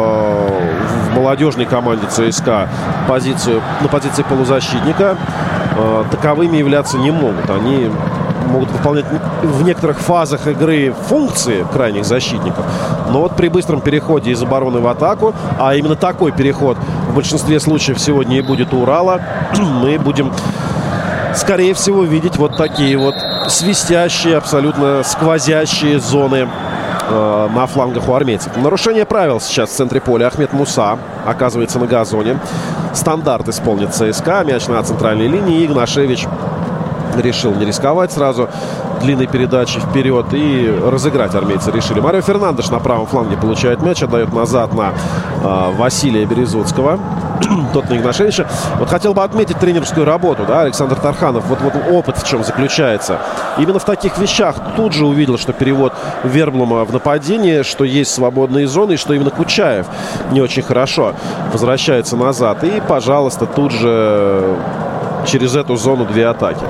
э, в молодежной команде ЦСКА позицию, на позиции полузащитника. Э, таковыми являться не могут. Они могут выполнять в некоторых фазах игры функции крайних защитников. Но вот при быстром переходе из обороны в атаку, а именно такой переход в большинстве случаев сегодня и будет у Урала, мы будем, скорее всего, видеть вот такие вот свистящие, абсолютно сквозящие зоны на флангах у армейцев. Нарушение правил сейчас в центре поля. Ахмед Муса оказывается на газоне. Стандарт исполнит ЦСКА. Мяч на центральной линии. Игнашевич решил не рисковать сразу длинной передачи вперед и разыграть армейцы решили. Марио Фернандеш на правом фланге получает мяч, отдает назад на э, Василия Березуцкого. Тот на Игнашевича. Вот хотел бы отметить тренерскую работу, да, Александр Тарханов. Вот, вот опыт в чем заключается. Именно в таких вещах тут же увидел, что перевод Верблума в нападение, что есть свободные зоны, и что именно Кучаев не очень хорошо возвращается назад. И, пожалуйста, тут же через эту зону две атаки.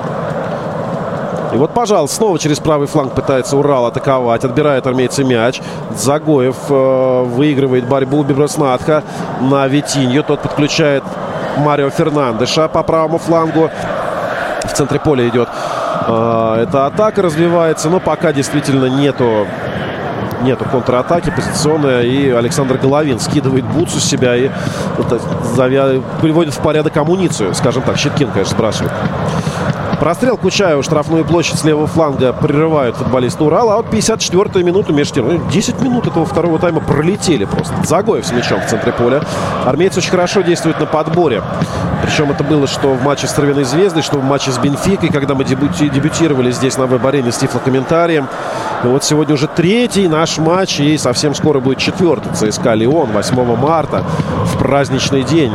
И вот, пожалуйста, снова через правый фланг пытается Урал атаковать. Отбирает армейцы мяч. Загоев э, выигрывает борьбу. Бибрас Наатха на Витиньо. Тот подключает Марио Фернандеша по правому флангу. В центре поля идет э, эта атака, развивается. Но пока действительно нету, нету контратаки позиционной. И Александр Головин скидывает бутсу с себя и это, завя... приводит в порядок амуницию. Скажем так, Щеткин, конечно, спрашивает. Прострел Кучаева в штрафную площадь с левого фланга прерывают футболисты Урала. А вот пятьдесят четвёртая минута между тем. десять минут этого второго тайма пролетели просто. Загоев с мячом в центре поля. Армейцы очень хорошо действуют на подборе. Причем это было что в матче с Цервеной Звездой, что в матче с Бенфикой, когда мы дебюти- дебютировали здесь на веб-арене с тифлокомментарием. И вот сегодня уже третий наш матч. И совсем скоро будет четвертый. ЦСКА Лион восьмого марта в праздничный день.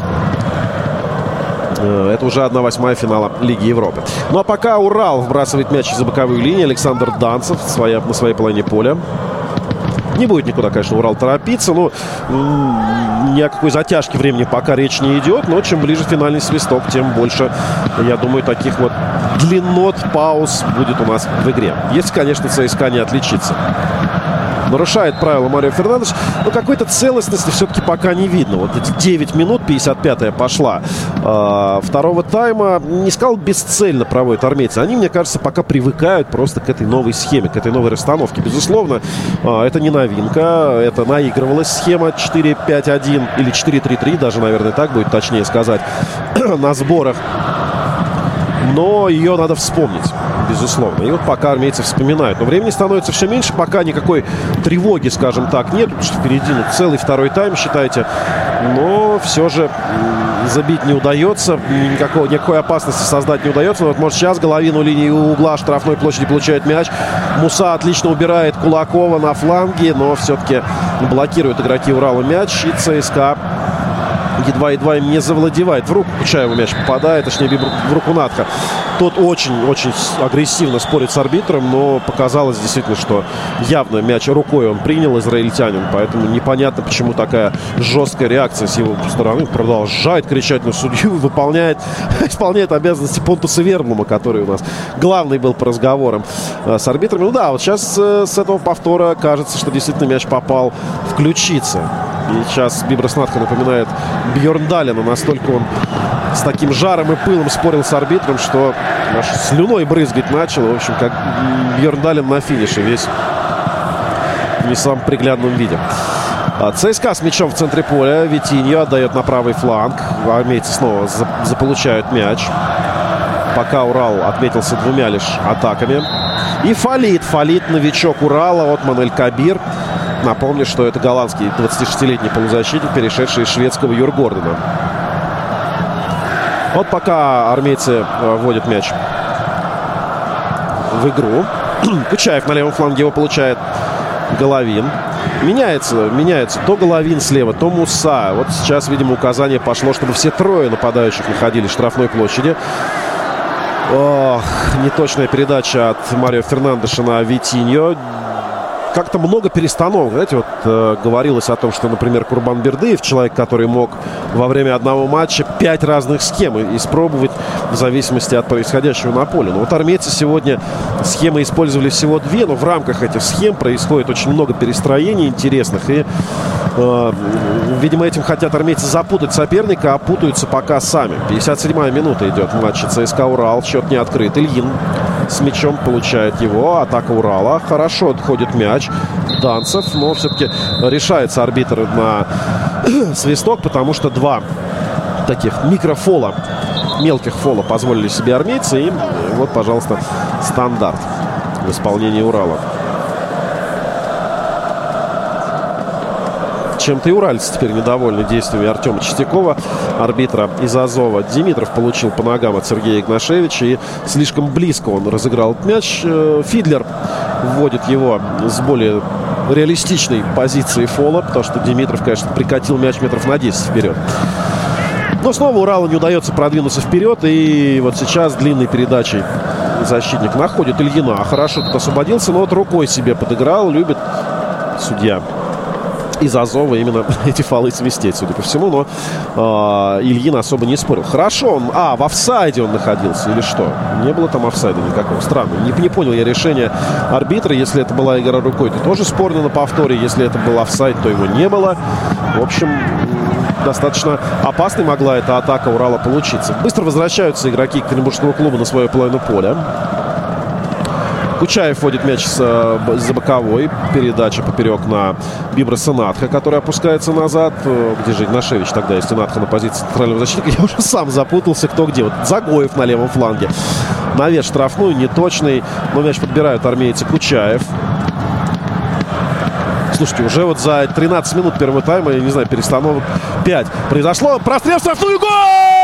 Это уже одна восьмая финала Лиги Европы. Ну а пока Урал вбрасывает мяч из-за боковой линии. Александр Данцев своя, на своей половине поля. Не будет никуда, конечно, Урал торопиться. Но ни о какой затяжке времени пока речь не идет. Но чем ближе финальный свисток, тем больше, я думаю, таких вот длиннот, пауз будет у нас в игре. Если, конечно, ЦСКА не отличится. Нарушает правила Марио Фернандеш, но какой-то целостности все-таки пока не видно. Вот эти девять минут, пятьдесят пятая пошла э, второго тайма, не сказал, бесцельно проводят армейцы. Они, мне кажется, пока привыкают просто к этой новой схеме, к этой новой расстановке. Безусловно, э, это не новинка, это наигрывалась схема четыре пять один или четыре три три, даже, наверное, так будет точнее сказать, на сборах. Но ее надо вспомнить, безусловно. И вот пока армейцы вспоминают. Но времени становится все меньше, пока никакой тревоги, скажем так, нет. Потому что впереди ну, целый второй тайм, считайте. Но все же забить не удается. Никакого, никакой опасности создать не удается. Но вот, может, сейчас Головин у линии угла штрафной площади получает мяч. Муса отлично убирает Кулакова на фланге. Но все-таки блокируют игроки Урала мяч. И ЦСКА едва-едва им не завладевает. В руку Кучаеву мяч попадает, точнее в руку Натха. Тот очень-очень агрессивно спорит с арбитром, но показалось действительно, что явно мяч рукой он принял, израильтянин. Поэтому непонятно, почему такая жесткая реакция с его стороны. Продолжает кричать на судью, выполняет, исполняет обязанности Понтуса Верблума, который у нас главный был по разговорам с арбитрами. Ну да, вот сейчас с этого повтора кажется, что действительно мяч попал в ключицы. И сейчас Бибрас Натха напоминает Бьерндалена. Настолько он с таким жаром и пылом спорил с арбитром, что аж слюной брызгать начал. В общем, как Бьерндален на финише, весь в не самом приглядном виде. ЦСКА с мячом в центре поля. Витиньо отдает на правый фланг. Армейцы снова заполучают мяч. Пока Урал отметился двумя лишь атаками. И фалит. Фалит новичок Урала Отман Эль-Кабир. Напомню, что это голландский двадцатишестилетний полузащитник, перешедший из шведского Юргордена. Вот пока армейцы вводят мяч в игру. Кучаев на левом фланге его получает. Головин. Меняется, меняется. То Головин слева, то Муса. Вот сейчас, видимо, указание пошло, чтобы все трое нападающих находились в штрафной площади. Ох, неточная передача от Марио Фернандеша на Витиньо. Как-то много перестановок. Знаете, вот э, говорилось о том, что, например, Курбан Бердыев, человек, который мог во время одного матча пять разных схем испробовать в зависимости от происходящего на поле. Но вот армейцы сегодня схемы использовали всего две, но в рамках этих схем происходит очень много перестроений интересных. И, э, видимо, этим хотят армейцы запутать соперника, а путаются пока сами. пятьдесят седьмая минута идет в матче ЦСКА Урал. Счет не открыт. Ильин с мячом получает его. Атака Урала. Хорошо отходит мяч. Данцев, но все-таки решается арбитр на свисток, потому что два таких микрофола, мелких фола позволили себе армейцы. И вот, пожалуйста, стандарт в исполнении Урала. Чем-то и уральцы теперь недовольны действиями Артема Чистякова, арбитра из Азова. Димитров получил по ногам от Сергея Игнашевича, и слишком близко он разыграл этот мяч. Фидлер вводит его с более реалистичной позиции фола, потому что Димитров, конечно, прикатил мяч метров на десять вперед. Но снова Уралу не удается продвинуться вперед, и вот сейчас длинной передачей защитник находит Ильина. Хорошо тут освободился, но вот рукой себе подыграл, любит судья из Азова именно эти фолы свистеть, судя по всему. Но э, Ильин особо не спорил. Хорошо он... А, в офсайде он находился или что? Не было там офсайда никакого. Странно. Не, не понял я решение арбитра. Если это была игра рукой, то тоже спорно на повторе. Если это был офсайд, то его не было. В общем, достаточно опасной могла эта атака Урала получиться. Быстро возвращаются игроки Екатеринбургского клуба на свою половину поля. Кучаев вводит мяч с, за боковой. Передача поперек на Бибраса Натха, который опускается назад. Где же Игнашевич тогда, если Натха на позиции центрального защитника? Я уже сам запутался, кто где. Вот Загоев на левом фланге. Навес штрафную, неточный. Но мяч подбирают армейцы. Кучаев. Слушайте, уже вот за тринадцать минут первого тайма, я не знаю, перестановок пять произошло. Прострел в штрафную. Гол!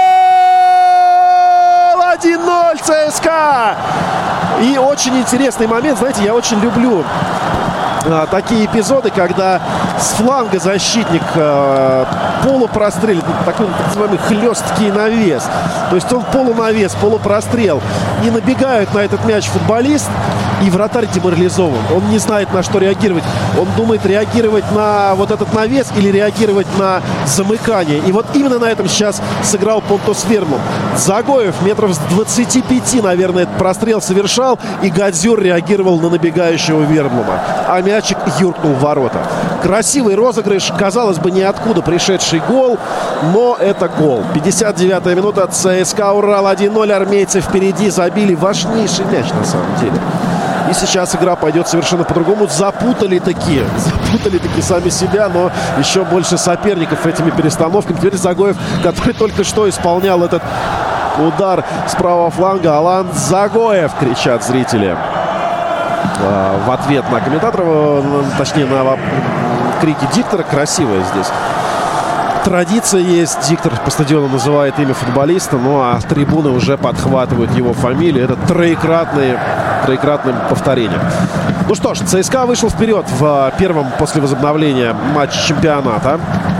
один ноль ЦСКА! И очень интересный момент. Знаете, я очень люблю а, такие эпизоды, когда с фланга защитник а, полупрострелит, такой так называемый хлесткий навес. То есть он полунавес, полупрострел. И набегают на этот мяч футболист. и вратарь деморализован. Он не знает, на что реагировать. Он думает, реагировать на вот этот навес или реагировать на замыкание. И вот именно на этом сейчас сыграл Понтус Вермлум. Загоев метров с двадцати пяти, наверное, этот прострел совершал, и Гадзюр реагировал на набегающего Вермлума. А мячик юркнул в ворота. Красивый розыгрыш, казалось бы, ниоткуда пришедший гол, но это гол. пятьдесят девятая минута, ЦСКА Урал один ноль, армейцы впереди, забили важнейший мяч на самом деле. И сейчас игра пойдет совершенно по-другому. Запутали такие, запутали такие сами себя, но еще больше соперников этими перестановками. Теперь Загоев, который только что исполнял этот удар с правого фланга. Алан Загоев, кричат зрители в ответ на комментатора, точнее на крики диктора. Красивая здесь традиция есть. Диктор по стадиону называет имя футболиста, ну а трибуны уже подхватывают его фамилию. Это троекратные, троекратным повторением. Ну что ж, ЦСКА вышел вперед в первом после возобновления матче чемпионата.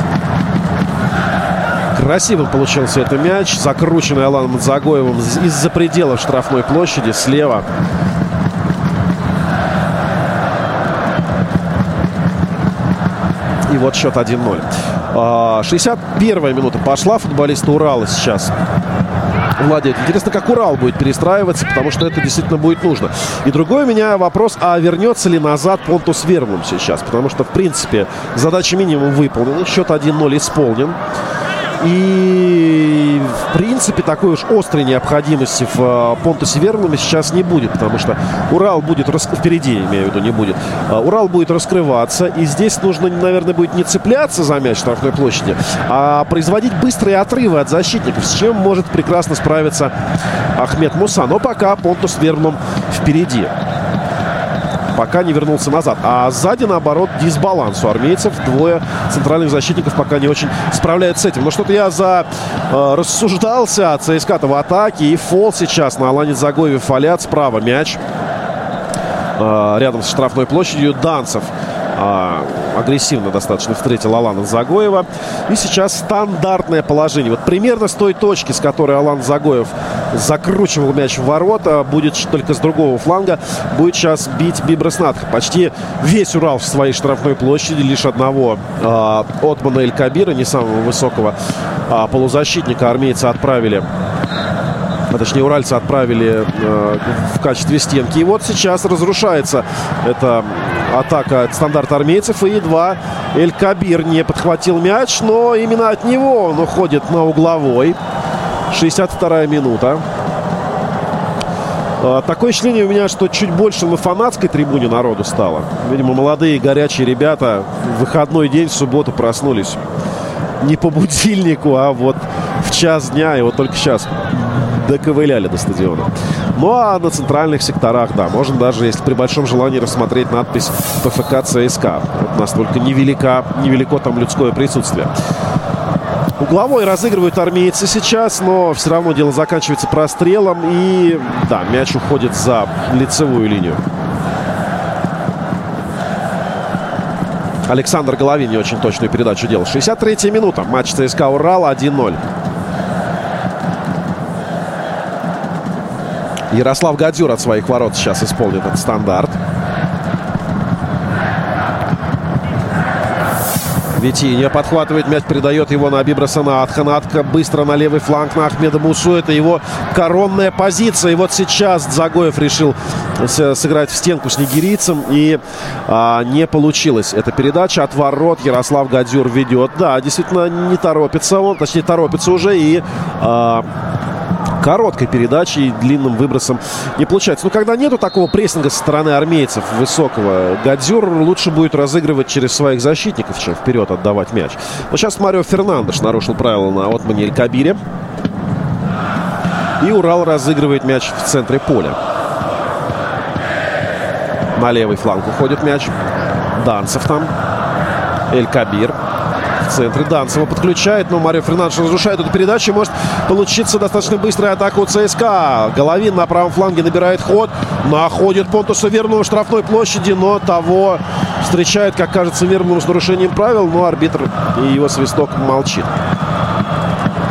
Красивым получился этот мяч, закрученный Аланом Загоевым из-за пределов штрафной площади слева. И вот счет один ноль. шестьдесят первая минута пошла. Футболисты Урала сейчас владеют. Интересно, как Урал будет перестраиваться, потому что это действительно будет нужно. И другой у меня вопрос, а вернется ли назад Понтус Вермлум сейчас? Потому что, в принципе, задача минимум выполнена. Счет один ноль исполнен. И, в принципе, такой уж острой необходимости в Понтусе Вермлуме сейчас не будет, потому что Урал будет, рас... впереди, имею в виду, не будет. Урал будет раскрываться, и здесь нужно, наверное, будет не цепляться за мяч в штрафной площади, а производить быстрые отрывы от защитников, с чем может прекрасно справиться Ахмед Муса. Но пока Понтус Вермлум впереди. Пока не вернулся назад. А сзади, наоборот, дисбаланс у армейцев. Двое центральных защитников пока не очень справляются с этим. Но что-то я за э, рассуждался. ЦСКА-то в атаке. И фол сейчас на Алане Загоеве. Фолят справа мяч. Э, рядом с штрафной площадью Данцев э, агрессивно достаточно встретил Алана Загоева. И сейчас стандартное положение. Вот примерно с той точки, с которой Алан Загоев закручивал мяч в ворота, будет только с другого фланга, будет сейчас бить Бибрас Надха. Почти весь Урал в своей штрафной площади. Лишь одного э, Отмана Эль-Кабира, не самого высокого э, полузащитника, армейцы отправили, а точнее уральцы отправили э, в качестве стенки. И вот сейчас разрушается эта атака от стандарта армейцев. И едва Эль-Кабир не подхватил мяч, но именно от него он уходит на угловой. шестьдесят вторая минута. Такое ощущение у меня, что чуть больше на фанатской трибуне народу стало. Видимо, молодые горячие ребята в выходной день, в субботу проснулись не по будильнику, а вот в час дня. И вот только сейчас доковыляли до стадиона. Ну а на центральных секторах, да, можно даже, если при большом желании, рассмотреть надпись ПФК ЦСКА. Вот настолько невелика, невелико там людское присутствие. Угловой разыгрывают армейцы сейчас, но все равно дело заканчивается прострелом. И, да, мяч уходит за лицевую линию. Александр Головин не очень точную передачу делал. шестьдесят третья минута. Матч ЦСКА Урал один ноль. Ярослав Гадзюр от своих ворот сейчас исполнит этот стандарт. Витинья подхватывает мяч, передает его на Бибраса Надха. Надха быстро на левый фланг на Ахмеда Мусу. Это его коронная позиция. И вот сейчас Загоев решил сыграть в стенку с нигерийцем. И а, не получилось. Эта передача от ворот. Ярослав Гадзюр ведет. Да, действительно не торопится он. Точнее, торопится уже. И а, короткой передачей и длинным выбросом не получается. Но когда нету такого прессинга со стороны армейцев высокого, Гадзюр лучше будет разыгрывать через своих защитников, чем вперед отдавать мяч. Но сейчас Марио Фернандеш нарушил правила на Отмане Эль-Кабире. И Урал разыгрывает мяч в центре поля. На левый фланг уходит мяч. Данцев там. Эль-Кабир. В центре Данцева подключает, но Марио Фернандеш разрушает эту передачу. Может получиться достаточно быстрая атака у ЦСКА. Головин на правом фланге набирает ход. Находит Понтуса Вермлума в штрафной площади, но того встречает, как кажется, Вермлум с нарушением правил. Но арбитр и его свисток молчит.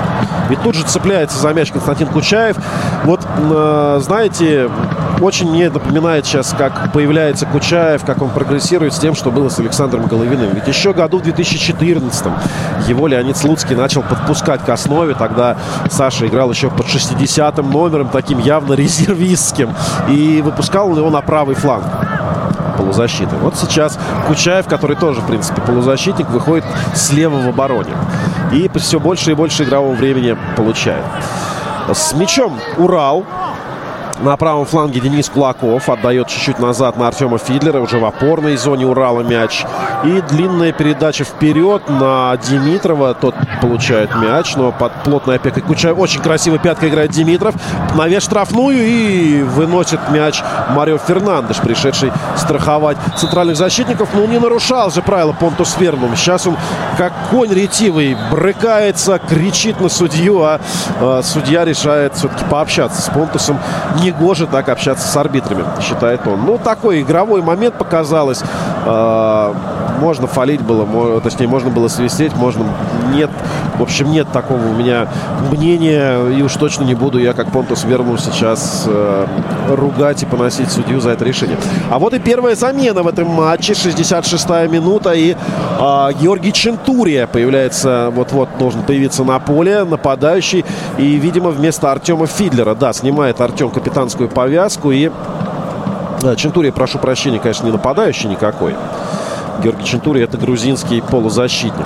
И тут же цепляется за мяч Константин Кучаев. Вот, знаете, очень мне напоминает сейчас, как появляется Кучаев, как он прогрессирует с тем, что было с Александром Головиным. Ведь еще году в две тысячи четырнадцатом его Леонид Слуцкий начал подпускать к основе. Тогда Саша играл еще под шестидесятым номером, таким явно резервистским. И выпускал его на правый фланг полузащиты. Вот сейчас Кучаев, который тоже, в принципе, полузащитник, выходит слева в обороне. И все больше и больше игрового времени получает. С мячом Урал. На правом фланге Денис Кулаков отдает чуть-чуть назад на Артема Фидлера. Уже в опорной зоне Урала мяч. И длинная передача вперед на Димитрова. Тот получает мяч, но под плотной опекой Кучаева. Очень красиво пяткой играет Димитров. Навес штрафную и выносит мяч Марио Фернандеш, пришедший страховать центральных защитников. Ну, не нарушал же правила Понтус Вернум. Сейчас он, как конь ретивый, брыкается, кричит на судью, а э, судья решает все-таки пообщаться с Понтусом. Не гоже так общаться с арбитрами, считает он. Ну, такой игровой момент показалось. Э, можно фалить было, точнее, можно было свистеть, можно... Нет, в общем, нет такого у меня мнения. И уж точно не буду я, как Понтус Вернум, сейчас э, ругать и поносить судью за это решение. А вот и первая замена в этом матче. шестьдесят шестая минута. И э, Георгий Чентурия появляется, вот-вот должен появиться на поле. Нападающий. И, видимо, вместо Артема Фидлера. Да, снимает Артем капитанскую повязку. И да, Чентурия, прошу прощения, конечно, не нападающий никакой. Георгий Чентурия — это грузинский полузащитник.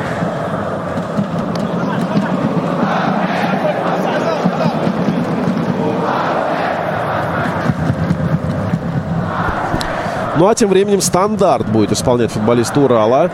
Ну а тем временем стандарт будет исполнять футболист Урала.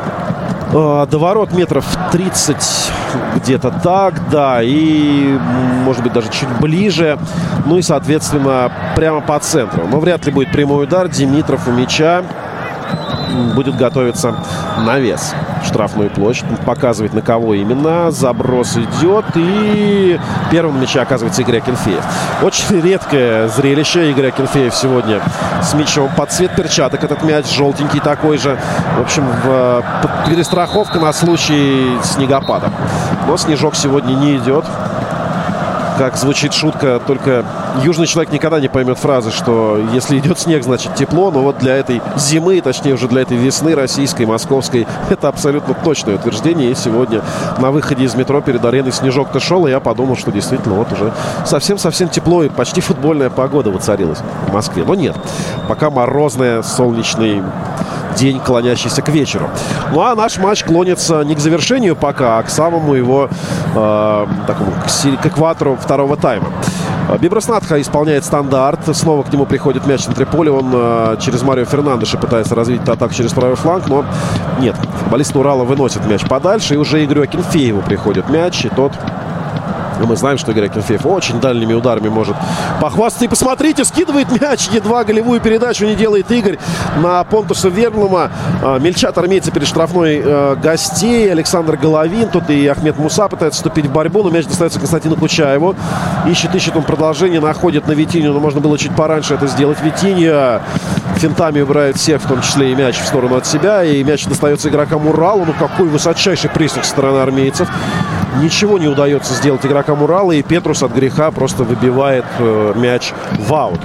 До ворот метров тридцать где-то так, да, и может быть даже чуть ближе. Ну и, соответственно, прямо по центру. Но вряд ли будет прямой удар. Димитров у мяча. Будет готовиться навес. Штрафную площадь. Показывает, на кого именно. Заброс идет. И первым на мяче оказывается Игорь Акинфеев. Очень редкое зрелище. Игорь Акинфеев сегодня с мячом под цвет перчаток. Этот мяч желтенький такой же. В общем, в, перестраховка на случай снегопада. Но снежок сегодня не идет. Как звучит шутка, только южный человек никогда не поймет фразы, что если идет снег, значит тепло. Но вот для этой зимы, точнее уже для этой весны российской, московской, это абсолютно точное утверждение. И сегодня на выходе из метро перед ареной снежок-то шел, и я подумал, что действительно вот уже совсем-совсем тепло и почти футбольная погода воцарилась в Москве. Но нет, пока морозный, солнечный день, клонящийся к вечеру. Ну а наш матч клонится не к завершению пока, а к самому его э, такому, к, к экватору второго тайма. Бибрас-Надха исполняет стандарт. Снова к нему приходит мяч на поле. Он э, через Марио Фернандеша пытается развить атаку через правый фланг, но нет. Футболисты Урала выносят мяч подальше. И уже Игорю Акинфееву приходит мяч. И тот... Мы знаем, что Игорь Акинфеев очень дальними ударами может похвастаться. И посмотрите, скидывает мяч. Едва голевую передачу не делает Игорь на Понтуса Вернума. Мельчат армейцы перед штрафной э, гостей. Александр Головин. Тут и Ахмед Муса пытается вступить в борьбу. Но мяч достается Константину Кучаеву. Ищет, ищет он продолжение. Находит на Витинью. Но можно было чуть пораньше это сделать. Витинья финтами убирает всех, в том числе и мяч в сторону от себя. И мяч достается игрокам Урала. Ну какой высочайший прессинг со стороны армейцев. Ничего не удается сделать игрокам Урала. И Петрус от греха просто выбивает э, мяч в аут.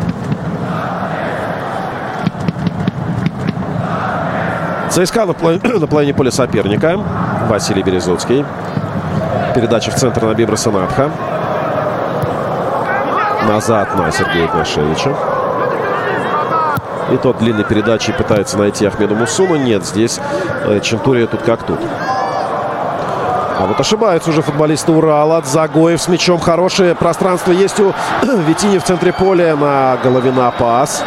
ЦСКА на, пла... на половине поля соперника. Василий Березуцкий. Передача в центр на Бибраса-Надха. Назад на Сергея Игнашевича. И тот длинной передачей пытается найти Ахмеду Мусу. Но нет, здесь э, Чентурия тут как тут. А вот ошибаются уже футболисты Урала. Загоев с мячом. Хорошее пространство есть у Витини в центре поля. На Головина пас.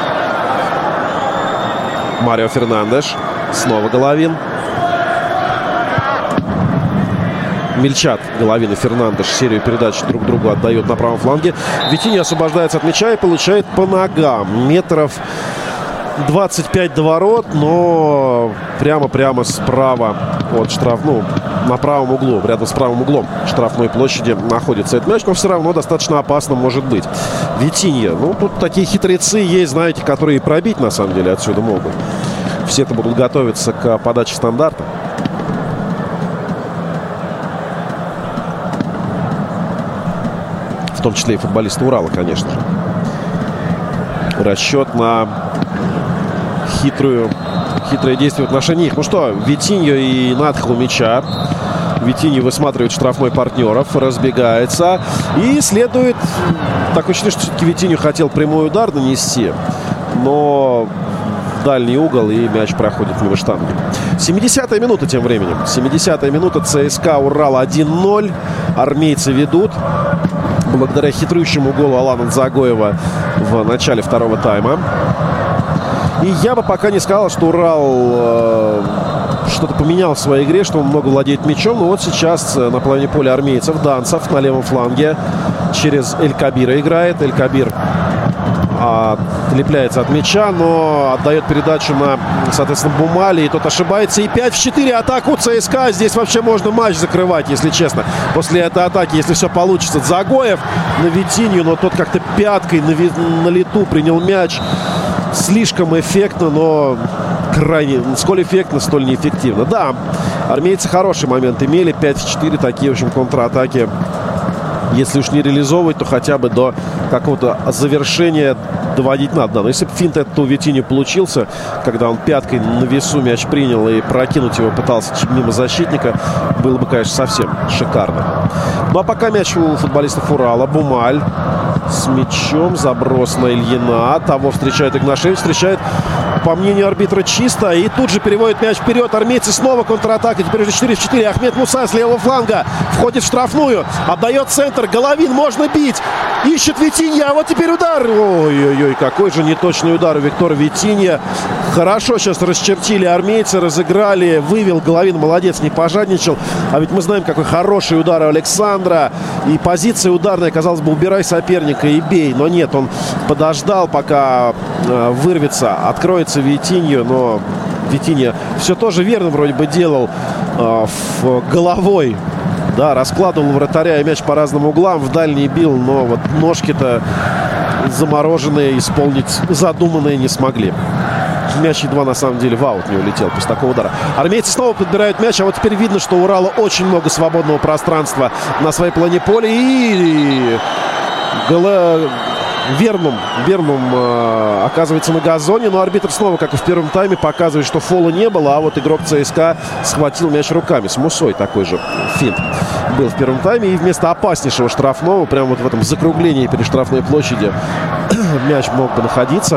Марио Фернандеш. Снова Головин. Мельчат, Головин и Фернандеш серию передач друг другу отдают на правом фланге. Витини освобождается от мяча и получает по ногам. Метров двадцать пять до ворот, но прямо-прямо справа от штраф, ну, на правом углу, рядом с правым углом штрафной площади находится этот мяч, но все равно достаточно опасно может быть. Витинья, ну, тут такие хитрецы есть, знаете, которые пробить, на самом деле, отсюда могут. Все-то будут готовиться к подаче стандарта. В том числе и футболисты Урала, конечно же. Расчет на хитрую, хитрое действие в отношении их. Ну что, Витиньо и Надха у мяча. Витиньо высматривает штрафной партнеров, разбегается. И следует... Такое ощущение, что все-таки Витиньо хотел прямой удар нанести. Но в дальний угол, и мяч проходит мимо штанги. семидесятая минута тем временем. семидесятая минута. ЦСКА Урал один ноль. Армейцы ведут. Благодаря хитрющему голу Алана Дзагоева в начале второго тайма. И я бы пока не сказал, что Урал э, что-то поменял в своей игре, что он много владеет мячом. Но вот сейчас на половине поля армейцев Данцев на левом фланге через Эль-Кабира играет. Эль-Кабир отлепляется от мяча, но отдает передачу на, соответственно, Бумали. И тот ошибается. И пять в четыре атаку ЦСКА. Здесь вообще можно матч закрывать, если честно. После этой атаки, если все получится. Дзагоев на Витинью, но тот как-то пяткой на, ви- на лету принял мяч. Слишком эффектно, но крайне... Сколь эффектно, столь неэффективно. Да, армейцы хороший момент имели. пять в четыре такие, в общем, контратаки. Если уж не реализовывать, то хотя бы до какого-то завершения доводить надо. Но если бы финт этот у Витиньо получился, когда он пяткой на весу мяч принял и прокинуть его пытался мимо защитника, было бы, конечно, совсем шикарно. Ну а пока мяч у футболистов Урала. Бумаль с мячом. Заброс на Ильина. Того встречает Игнашевич. Встречает, по мнению арбитра, чисто. И тут же переводит мяч вперед. Армейцы снова контратака. Теперь уже четыре в четыре. Ахмед Муса с левого фланга входит в штрафную. Отдает центр. Головин, можно бить. Ищет Витинья. А вот теперь удар. Ой-ой-ой, какой же неточный удар у Виктора Витинья. Хорошо сейчас расчертили армейцы, разыграли. Вывел Головин. Молодец, не пожадничал. А ведь мы знаем, какой хороший удар у Александра. И позиция ударная, казалось бы, убирай соперника и бей. Но нет, он подождал, пока э, вырвется, откроется Витиньо. Но Витинья все тоже верно вроде бы делал э, в головой. Да, раскладывал вратаря и мяч по разным углам, в дальний бил, но вот ножки-то замороженные, исполнить задуманные не смогли. Мяч едва на самом деле в аут не улетел после такого удара. Армейцы снова подбирают мяч, а вот теперь видно, что у Урала очень много свободного пространства на своей половине поля. И Гла... Вернум, Вернум э, оказывается на газоне, но арбитр снова, как и в первом тайме, показывает, что фола не было, а вот игрок ЦСКА схватил мяч руками. С Мусой такой же финт был в первом тайме. И вместо опаснейшего штрафного, прямо вот в этом закруглении перед штрафной площади, мяч мог бы находиться.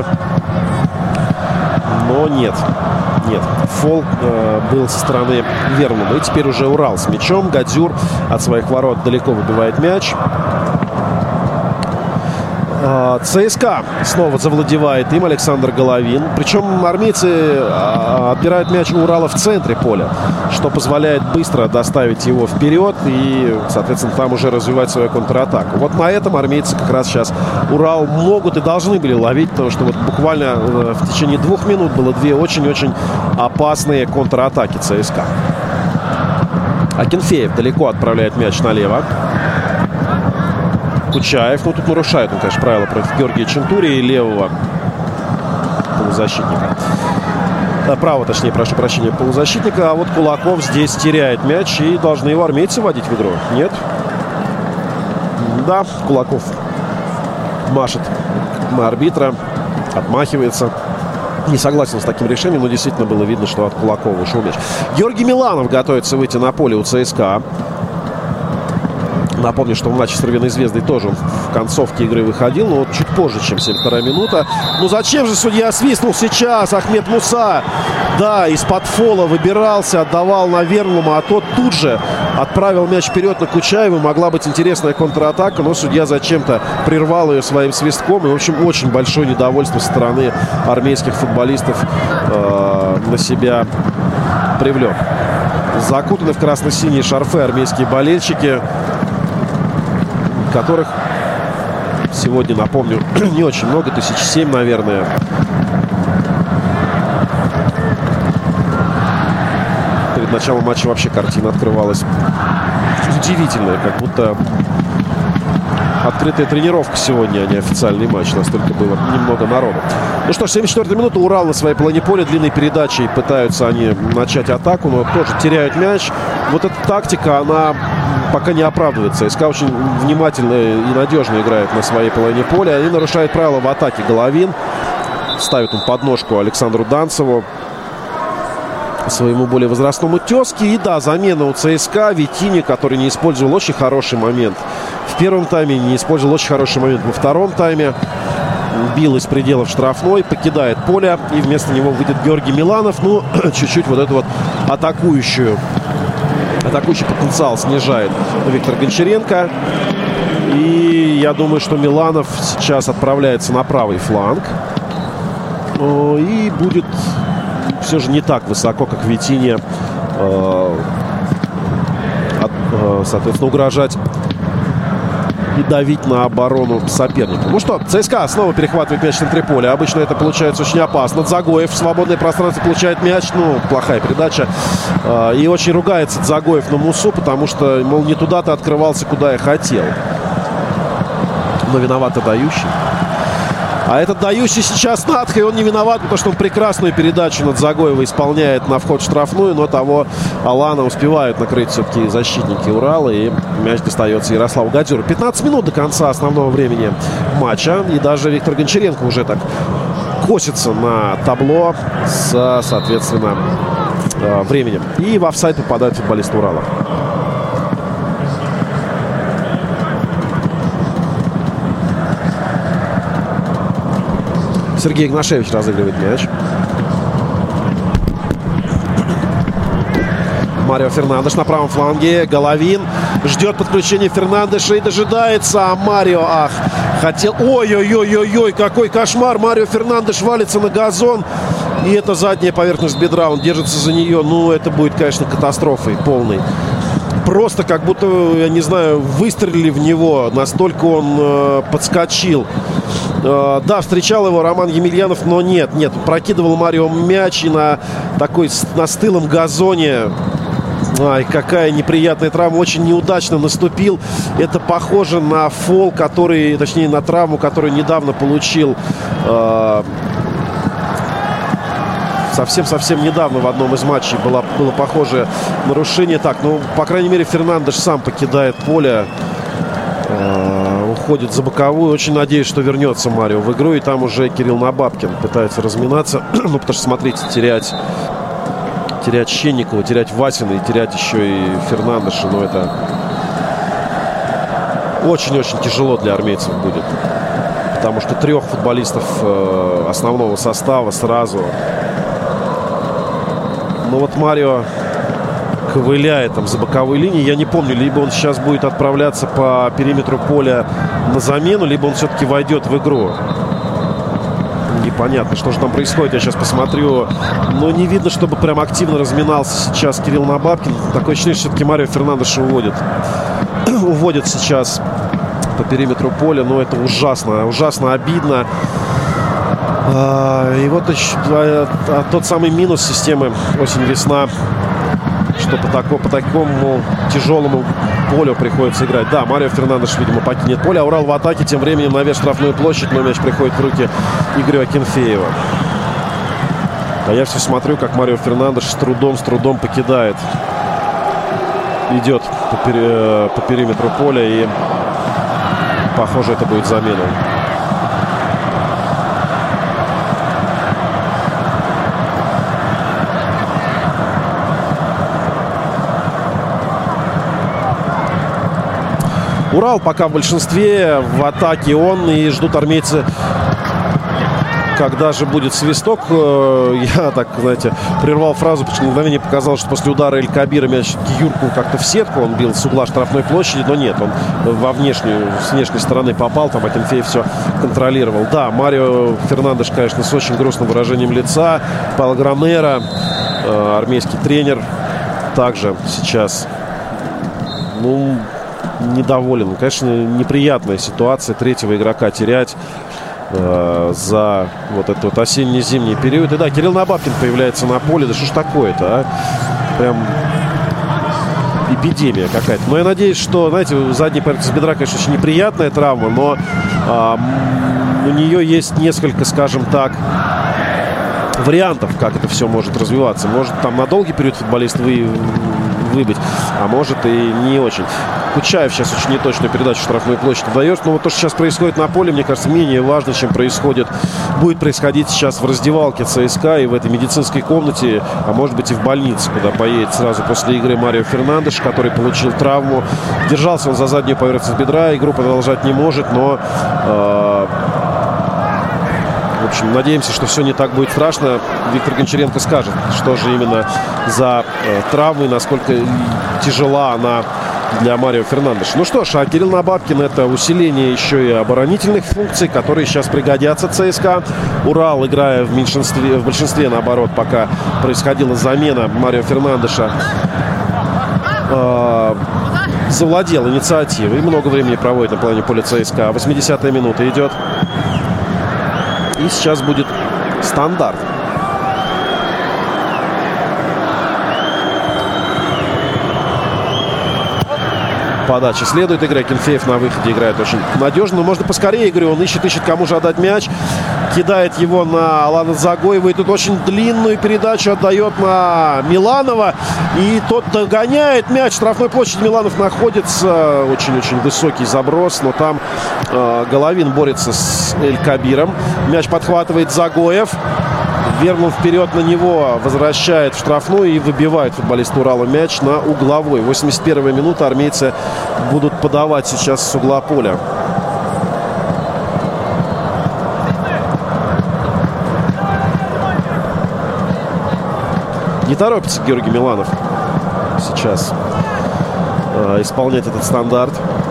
Но нет. Нет, фол э, был со стороны Вернума. И теперь уже Урал с мячом. Гадзюр от своих ворот далеко выбивает мяч. ЦСКА снова завладевает им Александр Головин. Причем армейцы отбирают мяч у Урала в центре поля, что позволяет быстро доставить его вперед и, соответственно, там уже развивать свою контратаку. Вот на этом армейцы как раз сейчас Урал могут и должны были ловить, потому что вот буквально в течение двух минут было две очень-очень опасные контратаки ЦСКА. Акинфеев далеко отправляет мяч налево. Кучаев, ну тут нарушает он, конечно, правила против Георгия Чентури и левого полузащитника. А, право, точнее, прошу прощения, полузащитника. А вот Кулаков здесь теряет мяч, и должны его армейцы вводить в игру. Нет? Да, Кулаков машет на арбитра, отмахивается. Не согласен с таким решением, но действительно было видно, что от Кулакова ушел мяч. Георгий Миланов готовится выйти на поле у ЦСКА. Напомню, что в матче с Цервеной Звездой тоже он в концовке игры выходил, но вот чуть позже, чем семьдесят вторая минута. Ну зачем же судья свистнул сейчас? Ахмед Муса, да, из-под фола выбирался, отдавал на Вернума, а тот тут же отправил мяч вперед на Кучаева. Могла быть интересная контратака, но судья зачем-то прервал ее своим свистком. И, в общем, очень большое недовольство со стороны армейских футболистов э, на себя привлек. Закутаны в красно-синие шарфы армейские болельщики, которых сегодня, напомню, не очень много, тысяч семь, наверное. Перед началом матча вообще картина открывалась удивительная, как будто открытая тренировка сегодня, а не официальный матч. Настолько было немного народу. Ну что ж, семьдесят четвёртая минута. Урал на своей половине поля длинной передачей пытаются они начать атаку, но тоже теряют мяч. Вот эта тактика, она пока не оправдывает. ЦСКА очень внимательно и надежно играет на своей половине поля. Они нарушают правила в атаке. Головин ставит он подножку Александру Данцеву, своему более возрастному тезке. И да, замена у ЦСКА. Витини, который не использовал очень хороший момент в первом тайме, не использовал очень хороший момент во втором тайме. Бил из пределов штрафной, покидает поле, и вместо него выйдет Георгий Миланов. Ну, чуть-чуть вот эту вот атакующую, атакующий потенциал снижает Виктор Гончаренко. И я думаю, что Миланов сейчас отправляется на правый фланг. И будет все же не так высоко, как Витини, соответственно, угрожать и давить на оборону соперника. Ну что, ЦСКА снова перехватывает мяч в центре поля. Обычно это получается очень опасно. Дзагоев в свободное пространство получает мяч. Ну, плохая передача. И очень ругается Дзагоев на Мусу, потому что, мол, не туда ты открывался, куда я хотел. Но виноват и дающий. А этот дающий сейчас Надха, и он не виноват, потому что он прекрасную передачу над Дзагоева исполняет на вход в штрафную, но того Алана успевают накрыть все-таки защитники Урала, и мяч достается Ярославу Гадюру. пятнадцать минут до конца основного времени матча, и даже Виктор Гончаренко уже так косится на табло с, соответственно, временем. И в офсайд попадает футболист Урала. Сергей Игнашевич разыгрывает мяч. Марио Фернандеш на правом фланге. Головин ждет подключения Фернандеша и дожидается. А Марио, ах, хотел... Ой-ой-ой-ой-ой, какой кошмар. Марио Фернандеш валится на газон. И это задняя поверхность бедра. Он держится за нее. Ну, это будет, конечно, катастрофой полной. Просто как будто, я не знаю, выстрелили в него. Настолько он э, подскочил. Э, да, встречал его Роман Емельянов, но нет, нет. Прокидывал Марио мяч и на такой, на стылом газоне. Ай, какая неприятная травма. Очень неудачно наступил. Это похоже на фол, который, точнее, на травму, которую недавно получил... Э, Совсем-совсем недавно в одном из матчей было, было похожее нарушение. Так, ну, по крайней мере, Фернандеш сам покидает поле. Э, уходит за боковую. Очень надеюсь, что вернется Марио в игру. И там уже Кирилл Набабкин пытается разминаться. Ну, потому что, смотрите, терять, терять Щенникова, терять Васина и терять еще и Фернандеша. Ну, это очень-очень тяжело для армейцев будет. Потому что трех футболистов э, основного состава сразу... Ну вот Марио ковыляет там за боковой линией. Я не помню, либо он сейчас будет отправляться по периметру поля на замену, либо он все-таки войдет в игру. Непонятно, что же там происходит. Я сейчас посмотрю. Но не видно, чтобы прям активно разминался сейчас Кирилл Набабкин. Такое ощущение, что все-таки Марио Фернандеша уводит. Уводит сейчас по периметру поля. Но это ужасно, ужасно обидно. И вот тот самый минус системы осень-весна, что по, тако, по такому тяжелому полю приходится играть. Да, Марио Фернандеш, видимо, покинет поле. А Урал в атаке тем временем навес штрафную площадь, но мяч приходит в руки Игоря Акинфеева. А я все смотрю, как Марио Фернандеш с трудом, с трудом покидает. Идет по, пери, по периметру поля, и похоже, это будет замена. Урал пока в большинстве, в атаке он, и ждут армейцы, когда же будет свисток. Я так, знаете, прервал фразу, потому что на мгновение показалось, что после удара Эль Кабира мяч юркнул как-то в сетку. Он бил с угла штрафной площади, но нет, он во внешнюю, с внешней стороны попал, там Акинфеев все контролировал. Да, Марио Фернандеш, конечно, с очень грустным выражением лица. Пауло Гранера, армейский тренер, также сейчас, ну... недоволен. Конечно, неприятная ситуация третьего игрока терять э, за вот этот вот осенне-зимний период. И да, Кирилл Набабкин появляется на поле. Да что ж такое-то, а? Прям эпидемия какая-то. Но я надеюсь, что, знаете, задняя поверхность бедра, конечно, очень неприятная травма, но э, у нее есть несколько, скажем так, вариантов, как это все может развиваться. Может, там на долгий период футболист вы, выбить, а может и не очень. Кучаев сейчас очень неточную передачу в штрафную площадь дает. Но вот то, что сейчас происходит на поле, мне кажется, менее важно, чем происходит, будет происходить сейчас в раздевалке ЦСКА и в этой медицинской комнате, а может быть и в больнице, куда поедет сразу после игры Марио Фернандеш, который получил травму. Держался он за заднюю поверхность бедра, игру продолжать не может, но э, в общем, надеемся, что все не так будет страшно. Виктор Гончаренко скажет, что же именно за э, травмы, насколько тяжела она для Марио Фернандеша. Ну что ж, а Кирилл Набабкин — это усиление еще и оборонительных функций, которые сейчас пригодятся ЦСКА. Урал, играя в меньшинстве, в большинстве, наоборот, пока происходила замена Марио Фернандеша, э, завладел инициативой. Много времени проводит на половине поля ЦСКА. восьмидесятая минута идет. И сейчас будет стандарт. Подача следует игре. Кенфеев на выходе играет очень надежно. Но можно поскорее, говорю, он ищет, ищет, кому же отдать мяч. Кидает его на Алана Загоева. И тут очень длинную передачу отдает на Миланова. И тот догоняет мяч. В штрафной площади Миланов находится. Очень-очень высокий заброс. Но там э, Головин борется с Эль Кабиром. Мяч подхватывает Загоев. Вернул вперед на него, возвращает в штрафную и выбивает футболист Урала мяч на угловой. восемьдесят первая минута. Армейцы будут подавать сейчас с угла поля. Не торопится Георгий Миланов сейчас э, исполнять этот стандарт.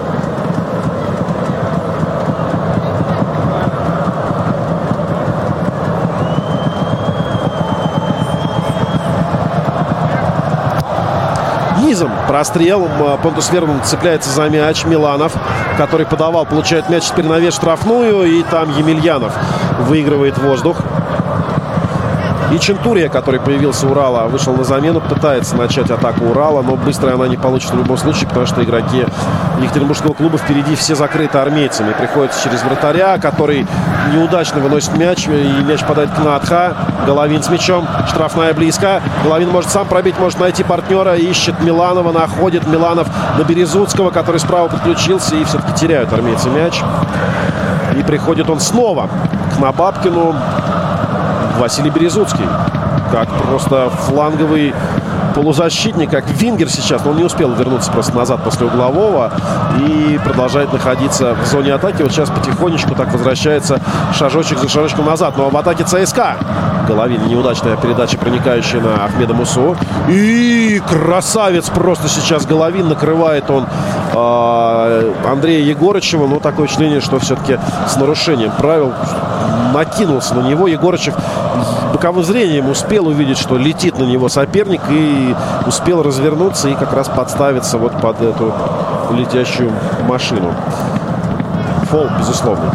Низом прострел. Понтус Верман цепляется за мяч. Миланов, который подавал, получает мяч теперь на вес штрафную. И там Емельянов выигрывает воздух. И Чентурия, который появился у Урала, вышел на замену, пытается начать атаку Урала, но быстро она не получится в любом случае, потому что игроки Екатеринбургского клуба впереди все закрыты армейцами. Приходится через вратаря, который неудачно выносит мяч, и мяч подает к Надха. Головин с мячом, штрафная близко. Головин может сам пробить, может найти партнера, ищет Миланова, находит Миланов на Березутского, который справа подключился, и все-таки теряют армейцы мяч. И приходит он снова к Набабкину. Василий Березутский, как просто фланговый полузащитник, как вингер сейчас, но он не успел вернуться просто назад после углового и продолжает находиться в зоне атаки. Вот сейчас потихонечку так возвращается шажочек за шажочком назад. Но в атаке ЦСКА Головин, неудачная передача, проникающая на Ахмеда Мусу. И красавец просто сейчас Головин, накрывает он э, Андрея Егорычева. Но такое впечатление, что все-таки с нарушением правил накинулся на него. Егорычев боковым зрением успел увидеть, что летит на него соперник, и успел развернуться и как раз подставиться вот под эту летящую машину. Фол, безусловно.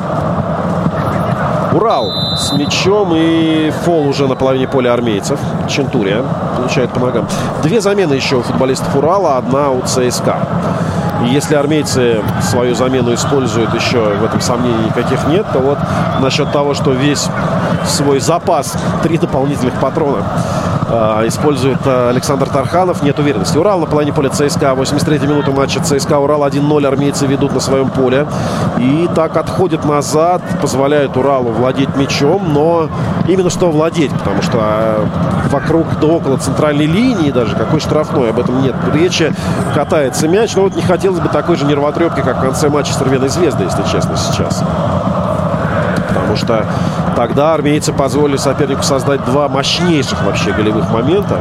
Урал с мячом, и фол уже на половине поля армейцев. Чентурия получает по ногам. Две замены еще у футболистов Урала, одна у ЦСКА. И если армейцы свою замену используют, еще в этом сомнений никаких нет, то вот насчет того, что весь свой запас, три дополнительных патрона, э, использует э, Александр Тарханов, нет уверенности. Урал на половине поля ЦСКА. восемьдесят третья минута матча ЦСКА-Урал. один ноль армейцы ведут на своем поле. И так отходят назад, позволяют Уралу владеть мячом, но именно что владеть, потому что э, вокруг, до около центральной линии даже, какой штрафной, об этом нет речи, катается мяч. Но вот не хотелось бы такой же нервотрепки, как в конце матча с Цервеной Звездой, если честно, сейчас. Потому что тогда армейцы позволили сопернику создать два мощнейших вообще голевых момента.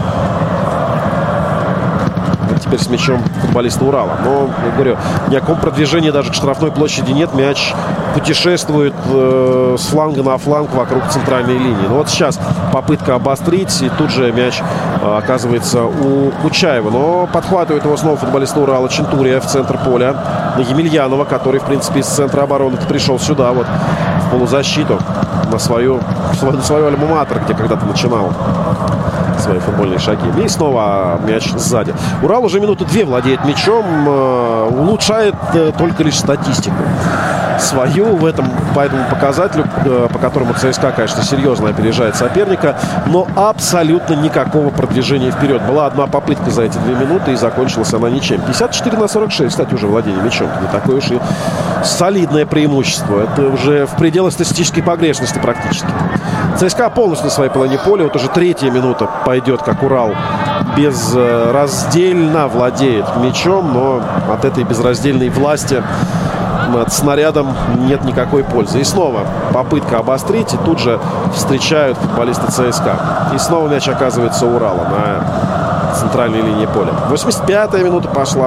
Теперь с мячом футболиста Урала. Но, я говорю, ни о каком продвижении даже к штрафной площади нет. Мяч путешествует э, с фланга на фланг вокруг центральной линии. Но вот сейчас попытка обострить, и тут же мяч э, оказывается у Кучаева. Но подхватывает его снова футболист Урала Чентурия в центр поля. На Емельянова, который, в принципе, из центра обороны пришел сюда, вот, в полузащиту, на свою, на свою альма-матер, где когда-то начинал свои футбольные шаги. И снова мяч сзади. Урал уже минуты две владеет мячом, э, улучшает э, только лишь статистику свою в этом, по этому показателю, по которому ЦСКА, конечно, серьезно опережает соперника, но абсолютно никакого продвижения вперед. Была одна попытка за эти две минуты, и закончилась она ничем. пятьдесят четыре на сорок шесть, кстати, уже владение мячом. Не такое уж и солидное преимущество. Это уже в пределах статистической погрешности практически. ЦСКА полностью на своей половине поля. Вот уже третья минута пойдет, как Урал безраздельно владеет мячом, но от этой безраздельной власти над снарядом нет никакой пользы. И снова попытка обострить, и тут же встречают футболисты ЦСКА. И снова мяч оказывается у Урала на центральной линии поля. восемьдесят пятая минута пошла.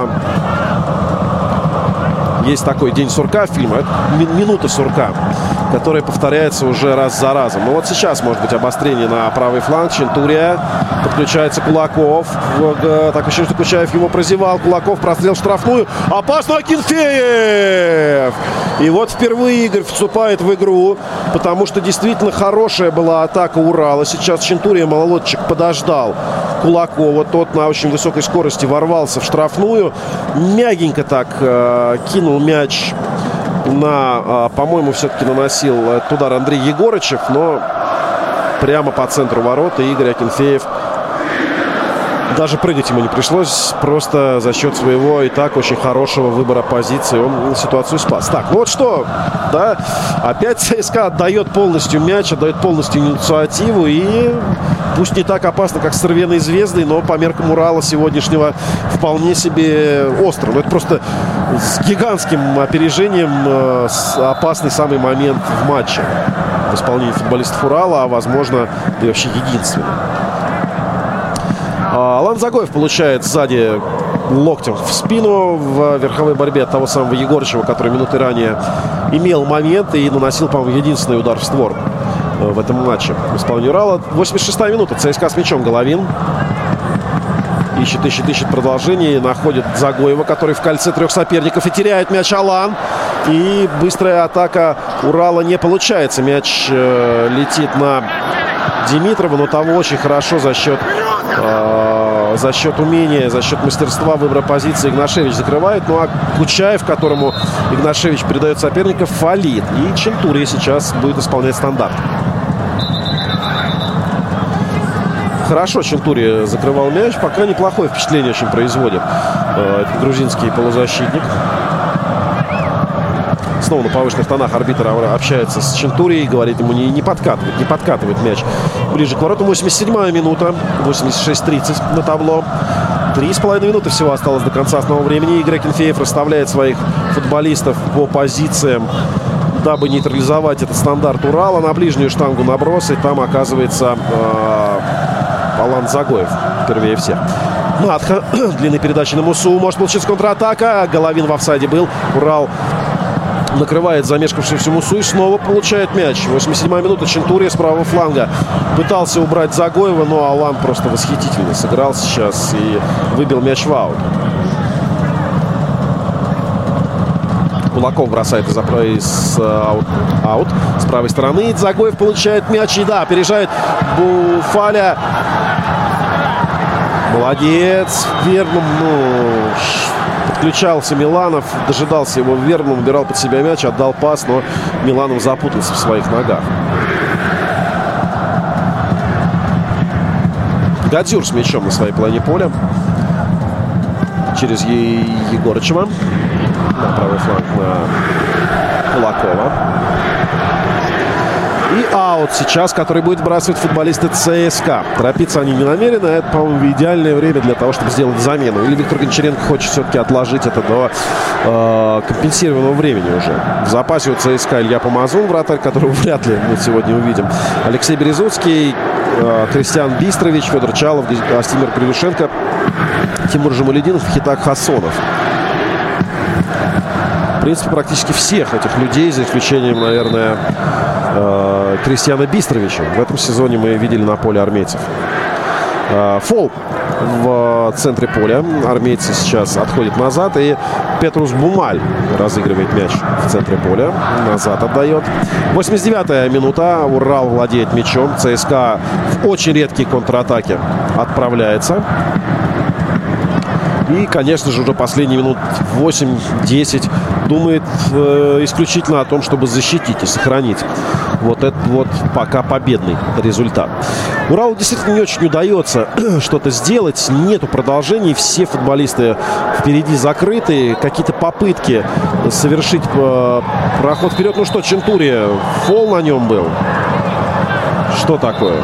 Есть такой день сурка в фильме, минута сурка, которая повторяется уже раз за разом. Но вот сейчас может быть обострение на правый фланг. Чентурия, подключается Кулаков. Так еще что Кучаев его прозевал. Кулаков, прострел в штрафную. Опасно, Акинфеев! И вот впервые Игорь вступает в игру, потому что действительно хорошая была атака Урала. Сейчас Чентурия, молодчик, подождал Кулакова. Тот на очень высокой скорости ворвался в штрафную. Мягенько так э, кинул мяч на, по-моему, все-таки наносил этот удар Андрей Егорычев, но прямо по центру ворот, и Игорь Акинфеев, даже прыгать ему не пришлось, просто за счет своего и так очень хорошего выбора позиции он ситуацию спас. Так, ну вот что, да, опять ЦСКА отдает полностью мяч, отдает полностью инициативу, и пусть не так опасно, как с Цервеной Звездой, но по меркам Урала сегодняшнего вполне себе остро. Но это просто с гигантским опережением э, опасный самый момент в матче в исполнении футболистов Урала, а возможно и вообще единственный. Алан Загоев получает сзади локтем в спину в верховой борьбе от того самого Егорычева, который минуты ранее имел момент и наносил, по-моему, единственный удар в створ в этом матче в исполнении Урала. восемьдесят шестая минута. ЦСКА с мячом. Головин ищет, ищет, ищет продолжение. Находит Загоева, который в кольце трех соперников, и теряет мяч Алан. И быстрая атака Урала не получается. Мяч э, летит на Димитрова, но того очень хорошо за счет э, за счет умения, за счет мастерства выбора позиции Игнашевич закрывает. Ну а Кучаев, которому Игнашевич передает соперника, фалит. И Чентурия сейчас будет исполнять стандарт. Хорошо Чентурия закрывал мяч. Пока неплохое впечатление очень производит э, этот грузинский полузащитник. Снова на повышенных тонах арбитр общается с Чентурией, говорит ему не, не подкатывать, не подкатывает мяч ближе к воротам. восемьдесят седьмая минута, восемьдесят шесть тридцать на табло. Три с половиной минуты всего осталось до конца основного времени. Игорь Акинфеев расставляет своих футболистов по позициям, дабы нейтрализовать этот стандарт Урала. На ближнюю штангу наброс, и там оказывается э, Алан Загоев первее всех. Надха, длинной передачи на Мусу, может получиться контратака. Головин в офсайде был. Урал накрывает замешкавшийся Мусу и снова получает мяч. восемьдесят седьмая минута. Чентурия с правого фланга пытался убрать Загоева, но Алан просто восхитительно сыграл сейчас и выбил мяч в аут. Кулаков бросает из, из аут, аут с правой стороны. Загоев получает мяч и, да, опережает Буфаля. Молодец. Верным, ну... Подключался Миланов, дожидался его в верном, убирал под себя мяч, отдал пас, но Миланов запутался в своих ногах. Гадзюр с мячом на своей половине поля. Через е- Егорычева. На правый фланг на Кулакова. И аут сейчас, который будет выбрасывать футболисты ЦСКА. Торопиться они не намерены. Это, по-моему, идеальное время для того, чтобы сделать замену. Или Виктор Гончаренко хочет все-таки отложить это до э, компенсированного времени уже. В запасе у ЦСКА Илья Помазун, вратарь, которого вряд ли мы сегодня увидим. Алексей Березуцкий, э, Кристиан Бистрович, Федор Чалов, Астемир Прилюшенко, Тимур Жамалединов, Хитак Хасонов. В принципе, практически всех этих людей, за исключением, наверное, э, Кристиана Бистровича, в этом сезоне мы видели на поле армейцев. Э, фол в центре поля. Армейцы сейчас отходят назад, и Петрус Бумаль разыгрывает мяч в центре поля. Назад отдает. восемьдесят девятая минута. Урал владеет мячом. ЦСКА в очень редкие контратаки отправляется. И, конечно же, уже последние минут восемь-десять думает э, исключительно о том, чтобы защитить и сохранить вот этот вот пока победный результат. Уралу действительно не очень удается что-то сделать. Нету продолжений. Все футболисты впереди закрыты. Какие-то попытки совершить э, проход вперед. Ну что, Чентурия, фол на нем был. Что такое?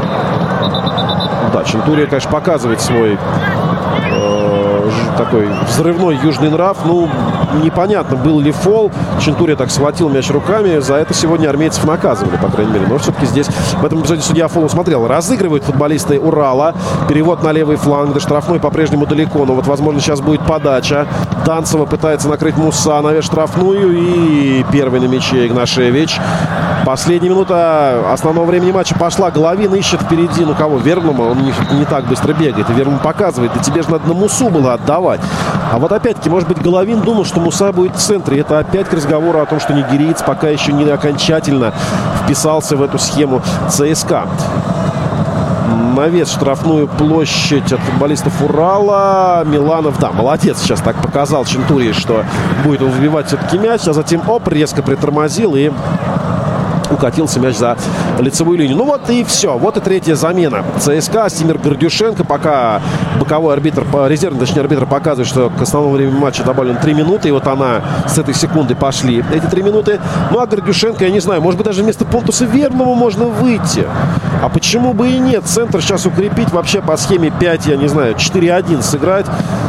Да, Чентурия, конечно, показывает свой э, такой взрывной южный нрав. Ну, непонятно, был ли фол. Чентурия так схватил мяч руками. За это сегодня армейцев наказывали, по крайней мере. Но все-таки здесь, в этом эпизоде судья фол смотрел. Разыгрывают футболисты Урала. Перевод на левый фланг. До штрафной по-прежнему далеко. Но вот, возможно, сейчас будет подача. Данцева пытается накрыть Муса, навес штрафную. И первый на мяче Игнашевич. Последняя минута основного времени матча пошла. Головин ищет впереди, ну кого? Вернума. Он не, не так быстро бегает. И Вернум показывает. Да тебе же надо на Мусу было отдавать. А вот опять-таки, может быть, Головин думал, что Муса будет в центре. Это опять к разговору о том, что нигериец пока еще не окончательно вписался в эту схему ЦСКА. Навес штрафную площадь от футболистов Урала. Миланов, да, молодец. Сейчас так показал Чентурии, что будет он выбивать все-таки мяч. А затем, оп, резко притормозил и укатился мяч за лицевую линию. Ну вот и все. Вот и третья замена ЦСКА. Астемир Гордюшенко. Пока боковой арбитр, резервный, точнее, арбитр показывает, что к основному времени матча добавлено три минуты. И вот она с этой секунды пошли эти три минуты. Ну а Гордюшенко, я не знаю, может быть, даже вместо Понтуса Вернова можно выйти. А почему бы и нет? Центр сейчас укрепить вообще по схеме пять, я не знаю, четыре один сыграть.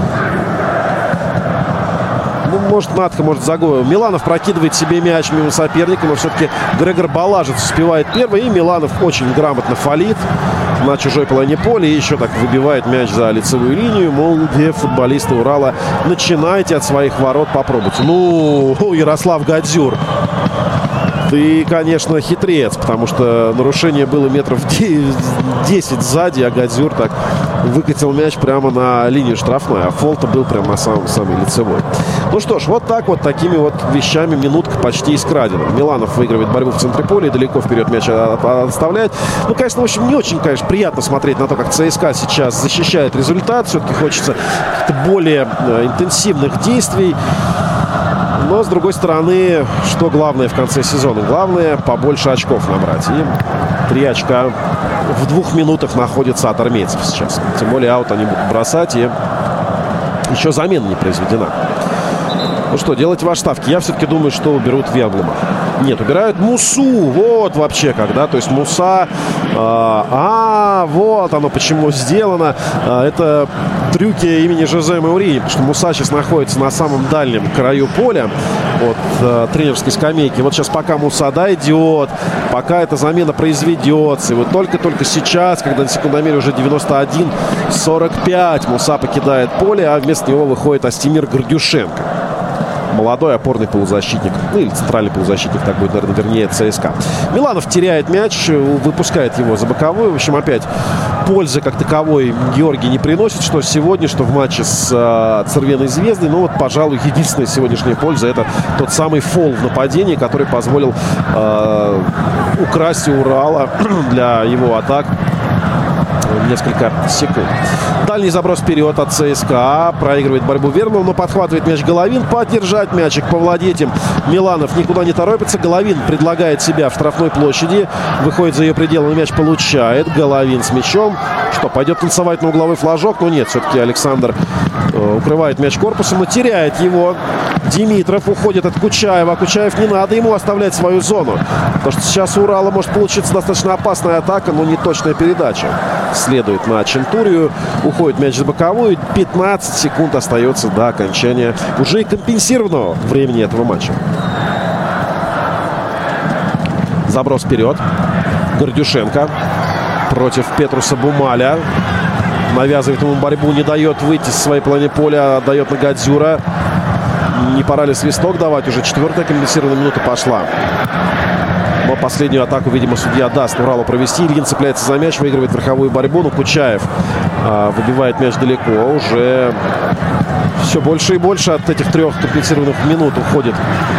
Может, Натха, может, Загоева. Миланов прокидывает себе мяч мимо соперника, но все-таки Грегор Балажец успевает первый. И Миланов очень грамотно фалит на чужой половине поля. И еще так выбивает мяч за лицевую линию. Мол, где футболисты Урала, начинайте от своих ворот, попробуйте. Ну, Ярослав Гадзюр. Ты, конечно, хитрец, потому что нарушение было метров десять сзади, а Гадзюр так выкатил мяч прямо на линию штрафной, а фол-то был прямо на самом самой лицевой. Ну что ж, вот так вот, такими вот вещами минутка почти искрадена. Миланов выигрывает борьбу в центре поля и далеко вперед мяч отставляет. Ну, конечно, в общем, не очень, конечно, приятно смотреть на то, как ЦСКА сейчас защищает результат. Все-таки хочется каких-то более э, интенсивных действий. Но, с другой стороны, что главное в конце сезона? Главное побольше очков набрать. И три очка в двух минутах находятся от армейцев сейчас. Тем более аут они будут бросать, и еще замена не произведена. Ну что, делать ваши ставки? Я все-таки думаю, что уберут Верблума. Нет, убирают Мусу. Вот вообще когда. То есть Муса... Э, а, вот оно почему сделано. Э, это трюки имени Жозе Мауриньо. Потому что Муса сейчас находится на самом дальнем краю поля от э, тренерской скамейки. Вот сейчас пока Муса дойдет, пока эта замена произведется. И вот только-только сейчас, когда на секундомере уже девяносто один сорок пять, Муса покидает поле, а вместо него выходит Астемир Гордюшенко. Молодой опорный полузащитник. Ну или центральный полузащитник, так будет, наверное, вернее, ЦСКА. Миланов теряет мяч, выпускает его за боковую. В общем, опять пользы как таковой Георгий не приносит. Что сегодня, что в матче с э, Цервеной Звездой. Ну вот, пожалуй, единственная сегодняшняя польза — это тот самый фол в нападении, который позволил э, украсть у Урала для его атак несколько секунд. Дальний заброс вперед от ЦСКА. Проигрывает борьбу Вернов, но подхватывает мяч Головин. Поддержать мячик, повладеть им Миланов никуда не торопится. Головин предлагает себя в штрафной площади. Выходит за ее пределы, мяч получает. Головин с мячом. Что, пойдет танцевать на угловой флажок? Но нет, все-таки Александр э, укрывает мяч корпусом, но теряет его. Димитров уходит от Кучаева. А Кучаев не надо ему оставлять свою зону. Потому что сейчас у Урала может получиться достаточно опасная атака, но не точная передача. Следует на Чентурию. Уходит мяч за боковую. пятнадцать секунд остается до окончания уже и компенсированного времени этого матча. Заброс вперед. Гордюшенко против Петруса Бумаля. Навязывает ему борьбу, не дает выйти с своей половины поля. Отдает на Гадзюра. Не пора ли свисток давать? Уже четвертая компенсированная минута пошла. Но последнюю атаку, видимо, судья даст Уралу провести. Ильин цепляется за мяч, выигрывает верховую борьбу. Но Кучаев а, выбивает мяч далеко. Уже все больше и больше от этих трех компенсированных минут уходит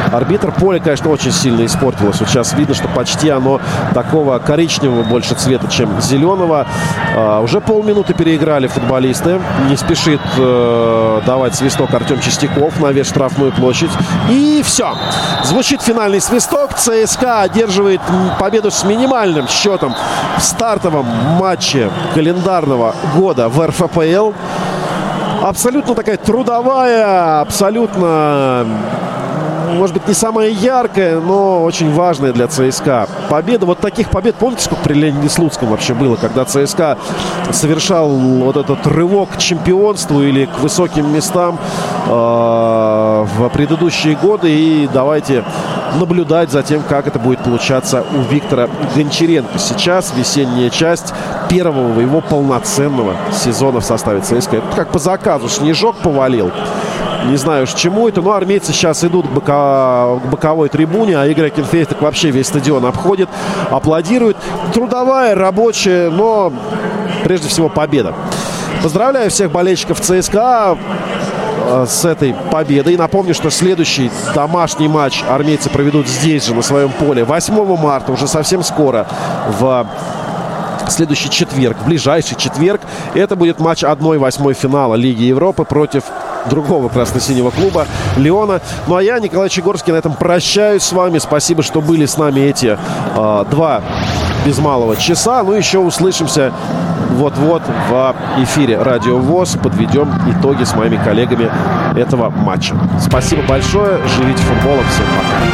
арбитр. Поле, конечно, очень сильно испортилось. Вот сейчас видно, что почти оно такого коричневого больше цвета, чем зеленого. А, уже полминуты переиграли футболисты. Не спешит э, давать свисток Артем Чистяков на весь штрафную площадь. И все. Звучит финальный свисток. ЦСКА одерживает победу с минимальным счетом в стартовом матче календарного года в эр эф пэ эл. Абсолютно такая трудовая, абсолютно, может быть, не самая яркая, но очень важная для ЦСКА победа. Вот таких побед, помните, сколько при Ленине Слуцком вообще было, когда ЦСКА совершал вот этот рывок к чемпионству или к высоким местам э, в предыдущие годы. И давайте наблюдать за тем, как это будет получаться у Виктора Гончаренко. Сейчас весенняя часть первого его полноценного сезона в составе ЦСКА. Это как по заказу снежок повалил. Не знаю уж чему это, но армейцы сейчас идут к, бока... к боковой трибуне, а Игорь Акинфеев так вообще весь стадион обходит, аплодирует. Трудовая, рабочая, но прежде всего победа. Поздравляю всех болельщиков ЦСКА с этой победой. И напомню, что следующий домашний матч армейцы проведут здесь же, на своем поле, восьмого марта, уже совсем скоро, в следующий четверг, в ближайший четверг. Это будет матч одна восьмая финала Лиги Европы против другого красно-синего клуба Лиона. Ну а я, Николай Чегорский, на этом прощаюсь с вами. Спасибо, что были с нами эти э, два без малого часа. Ну еще услышимся вот-вот в эфире Радио ВОС. Подведем итоги с моими коллегами этого матча. Спасибо большое. Живите футболом. Всем пока.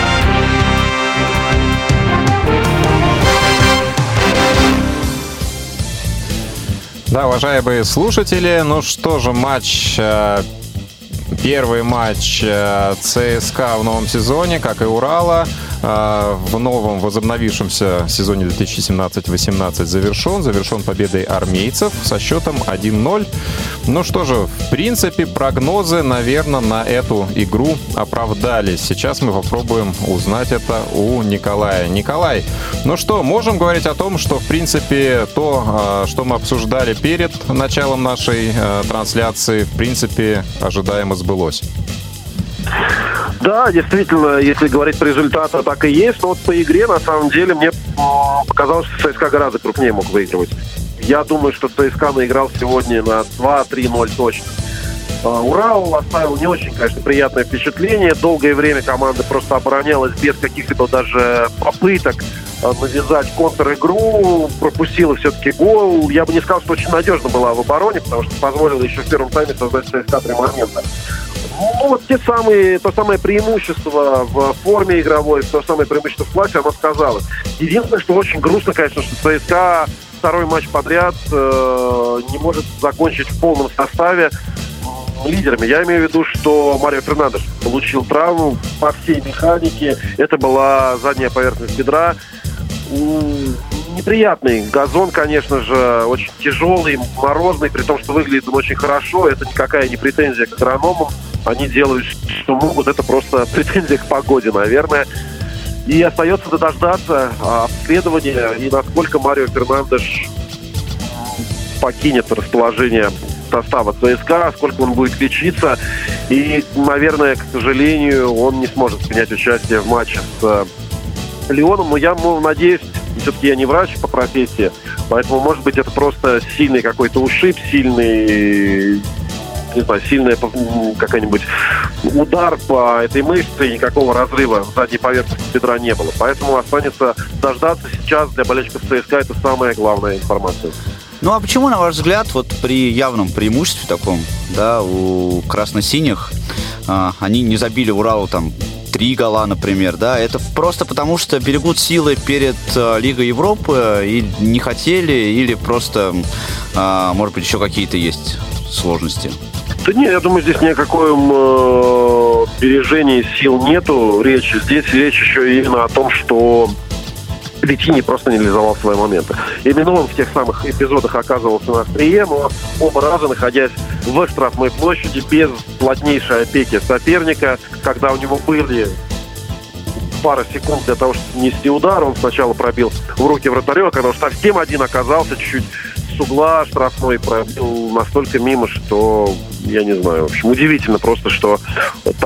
Да, уважаемые слушатели, ну что же, матч, первый матч ЦСКА в новом сезоне, как и Урала, в новом возобновившемся сезоне две тысячи семнадцать восемнадцать завершен. Завершен победой армейцев со счетом один ноль. Ну что же, в принципе, прогнозы, наверное, на эту игру оправдались. Сейчас мы попробуем узнать это у Николая. Николай, ну что, можем говорить о том, что, в принципе, то, что мы обсуждали перед началом нашей трансляции, в принципе, ожидаемо сбылось? Да, действительно, если говорить по результату, так и есть. Но вот по игре, на самом деле, мне показалось, что ЦСКА гораздо крупнее мог выигрывать. Я думаю, что ЦСКА наиграл сегодня на два-три ноль точно. Урал оставил не очень, конечно, приятное впечатление. Долгое время команда просто оборонялась без каких-либо даже попыток навязать контр-игру, пропустила все-таки гол. Я бы не сказал, что очень надежно была в обороне, потому что позволила еще в первом тайме создать ЦСКА три момента. Ну, вот те самые, то самое преимущество в форме игровой, то самое преимущество в классе, оно сказалось. Единственное, что очень грустно, конечно, что ЦСКА второй матч подряд э, не может закончить в полном составе лидерами. Я имею в виду, что Марио Фернандеш получил травму по всей механике. Это была задняя поверхность бедра. Неприятный газон, конечно же, очень тяжелый, морозный, при том, что выглядит он очень хорошо. Это никакая не претензия к агрономам. Они делают, что могут. Это просто претензия к погоде, наверное. И остается дождаться обследования и насколько Марио Фернандеш покинет расположение состава ЦСКА, сколько он будет лечиться. И, наверное, к сожалению, он не сможет принять участие в матче с Лионом. Но я ну, надеюсь, все-таки я не врач по профессии, поэтому, может быть, это просто сильный какой-то ушиб, сильный, не знаю, сильный какой-нибудь удар по этой мышце, и никакого разрыва в задней поверхности бедра не было. Поэтому останется дождаться сейчас. Для болельщиков ЦСКА это самая главная информация. Ну а почему, на ваш взгляд, вот при явном преимуществе таком, да, у красно-синих, э, они не забили Уралу там три гола, например, да, это просто потому, что берегут силы перед э, Лигой Европы и не хотели, или просто, э, может быть, еще какие-то есть сложности? Да нет, я думаю, здесь ни о каком э, бережении сил нету речи. Здесь речь еще именно о том, что Витини просто не реализовал свои моменты. Именно он в тех самых эпизодах оказывался на острие, но оба раза, находясь в штрафной площади, без плотнейшей опеки соперника, когда у него были пара секунд для того, чтобы нести удар, он сначала пробил в руки вратарю, а когда уж совсем один оказался, чуть-чуть с угла штрафной пробил настолько мимо, что, я не знаю, в общем, удивительно просто, что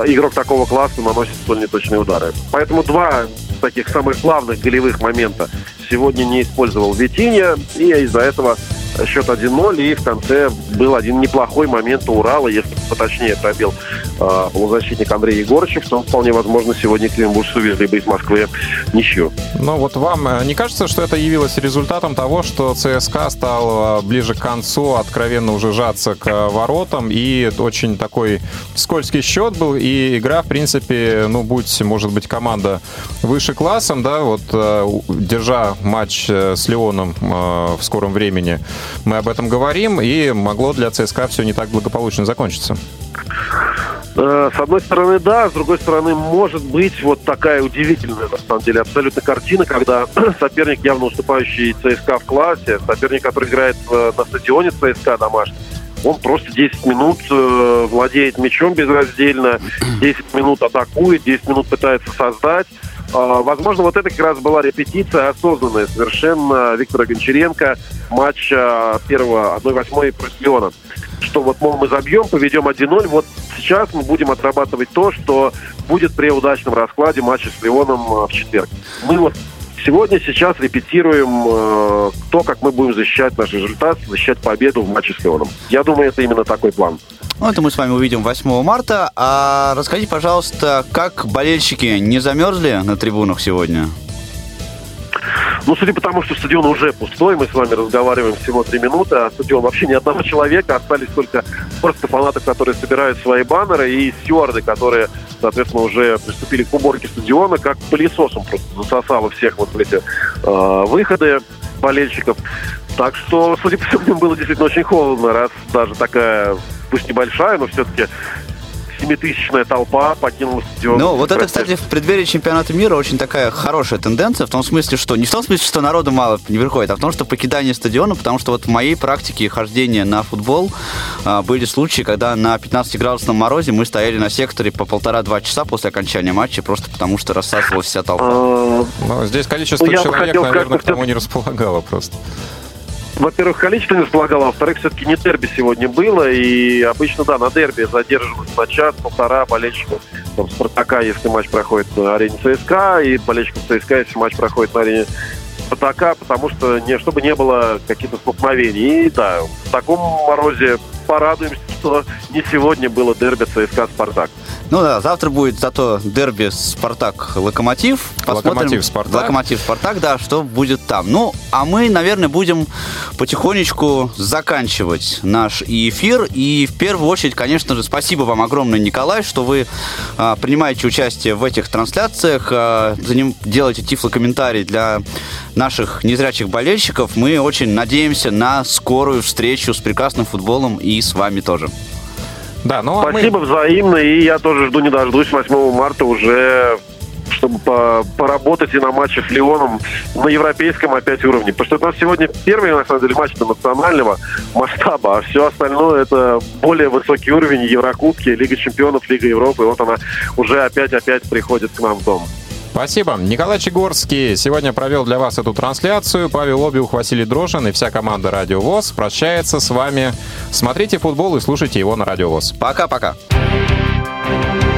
игрок такого класса наносит столь неточные удары. Поэтому два таких самых главных голевых момента сегодня не использовал Витинья, и из-за этого счет один ноль, и в конце был один неплохой момент у Урала, если поточнее пробил э, полузащитник Андрей Егорычев, то вполне возможно сегодня Климбурс увезли бы из Москвы ничью. Но вот вам не кажется, что это явилось результатом того, что ЦСКА стал ближе к концу откровенно уже жаться к воротам, и очень такой скользкий счет был, и игра, в принципе, ну, будь, может быть, команда выше классом, да, вот э, держа матч с Лионом э, в скором времени, мы об этом говорим, и могло для ЦСКА все не так благополучно закончиться. С одной стороны, да, с другой стороны, может быть вот такая удивительная, на самом деле, абсолютно картина, когда соперник, явно уступающий ЦСКА в классе, соперник, который играет на стадионе ЦСКА домашнем, он просто десять минут владеет мячом безраздельно, десять минут атакует, десять минут пытается создать. Возможно, вот это как раз была репетиция осознанная совершенно Виктора Гончаренко матча первого одна восьмая против Лиона. Что вот, мол, мы забьем, поведем один ноль, вот сейчас мы будем отрабатывать то, что будет при удачном раскладе матча с Лионом в четверг. Мы вот сегодня, сейчас репетируем э, то, как мы будем защищать наш результат, защищать победу в матче с Лионом. Я думаю, это именно такой план. Ну, это мы с вами увидим восьмого марта. А расскажите, пожалуйста, как болельщики не замерзли на трибунах сегодня? Ну, судя по тому, что стадион уже пустой, мы с вами разговариваем всего три минуты, а стадион вообще ни одного человека, остались только просто фанаты, которые собирают свои баннеры, и стюарды, которые, соответственно, уже приступили к уборке стадиона, как пылесосом просто засосало всех вот эти э, выходы болельщиков. Так что, судя по всему, было действительно очень холодно, раз даже такая, пусть небольшая, но все-таки семитысячная толпа покинула стадион. Ну, вот это, кстати, в преддверии чемпионата мира очень такая хорошая тенденция, в том смысле, что не в том смысле, что народу мало не приходит, а в том, что покидание стадиона, потому что вот в моей практике хождения на футбол а, были случаи, когда на пятнадцатиградусном морозе мы стояли на секторе по полтора-два часа после окончания матча, просто потому что рассасывалась вся толпа. Ну, здесь количество ну, человек, наверное, к тому не располагало просто. Во-первых, количество не располагало, а во-вторых, все-таки не дерби сегодня было, и обычно, да, на дерби задерживаются на час-полтора болельщиков там, Спартака, если матч проходит на арене ЦСКА, и болельщиков ЦСКА, если матч проходит на арене Спартака, потому что, не, чтобы не было каких-то столкновений. И да, в таком морозе порадуемся, что не сегодня было дерби ЦСКА-Спартак. Ну да, завтра будет зато дерби Спартак-Локомотив. Локомотив-Спартак. Локомотив-Спартак, да, что будет там. Ну, а мы, наверное, будем потихонечку заканчивать наш эфир. И в первую очередь, конечно же, спасибо вам огромное, Николай, что вы а, принимаете участие в этих трансляциях, а, за ним делаете тифлокомментарий для наших незрячих болельщиков. Мы очень надеемся на скорую встречу с прекрасным футболом и с вами тоже. Да, ну, а Спасибо мы... взаимно, и я тоже жду не дождусь восьмого марта уже, чтобы по- поработать и на матче с Лионом на европейском опять уровне. Потому что у нас сегодня первый, на самом деле, матч национального масштаба, а все остальное это более высокий уровень, Еврокубки, Лига чемпионов, Лига Европы. И вот она уже опять-опять приходит к нам в дом. Спасибо. Николай Чегорский сегодня провел для вас эту трансляцию. Павел Обиух, Василий Дрожжин и вся команда Радио ВОС прощается с вами. Смотрите футбол и слушайте его на Радио ВОС. Пока-пока.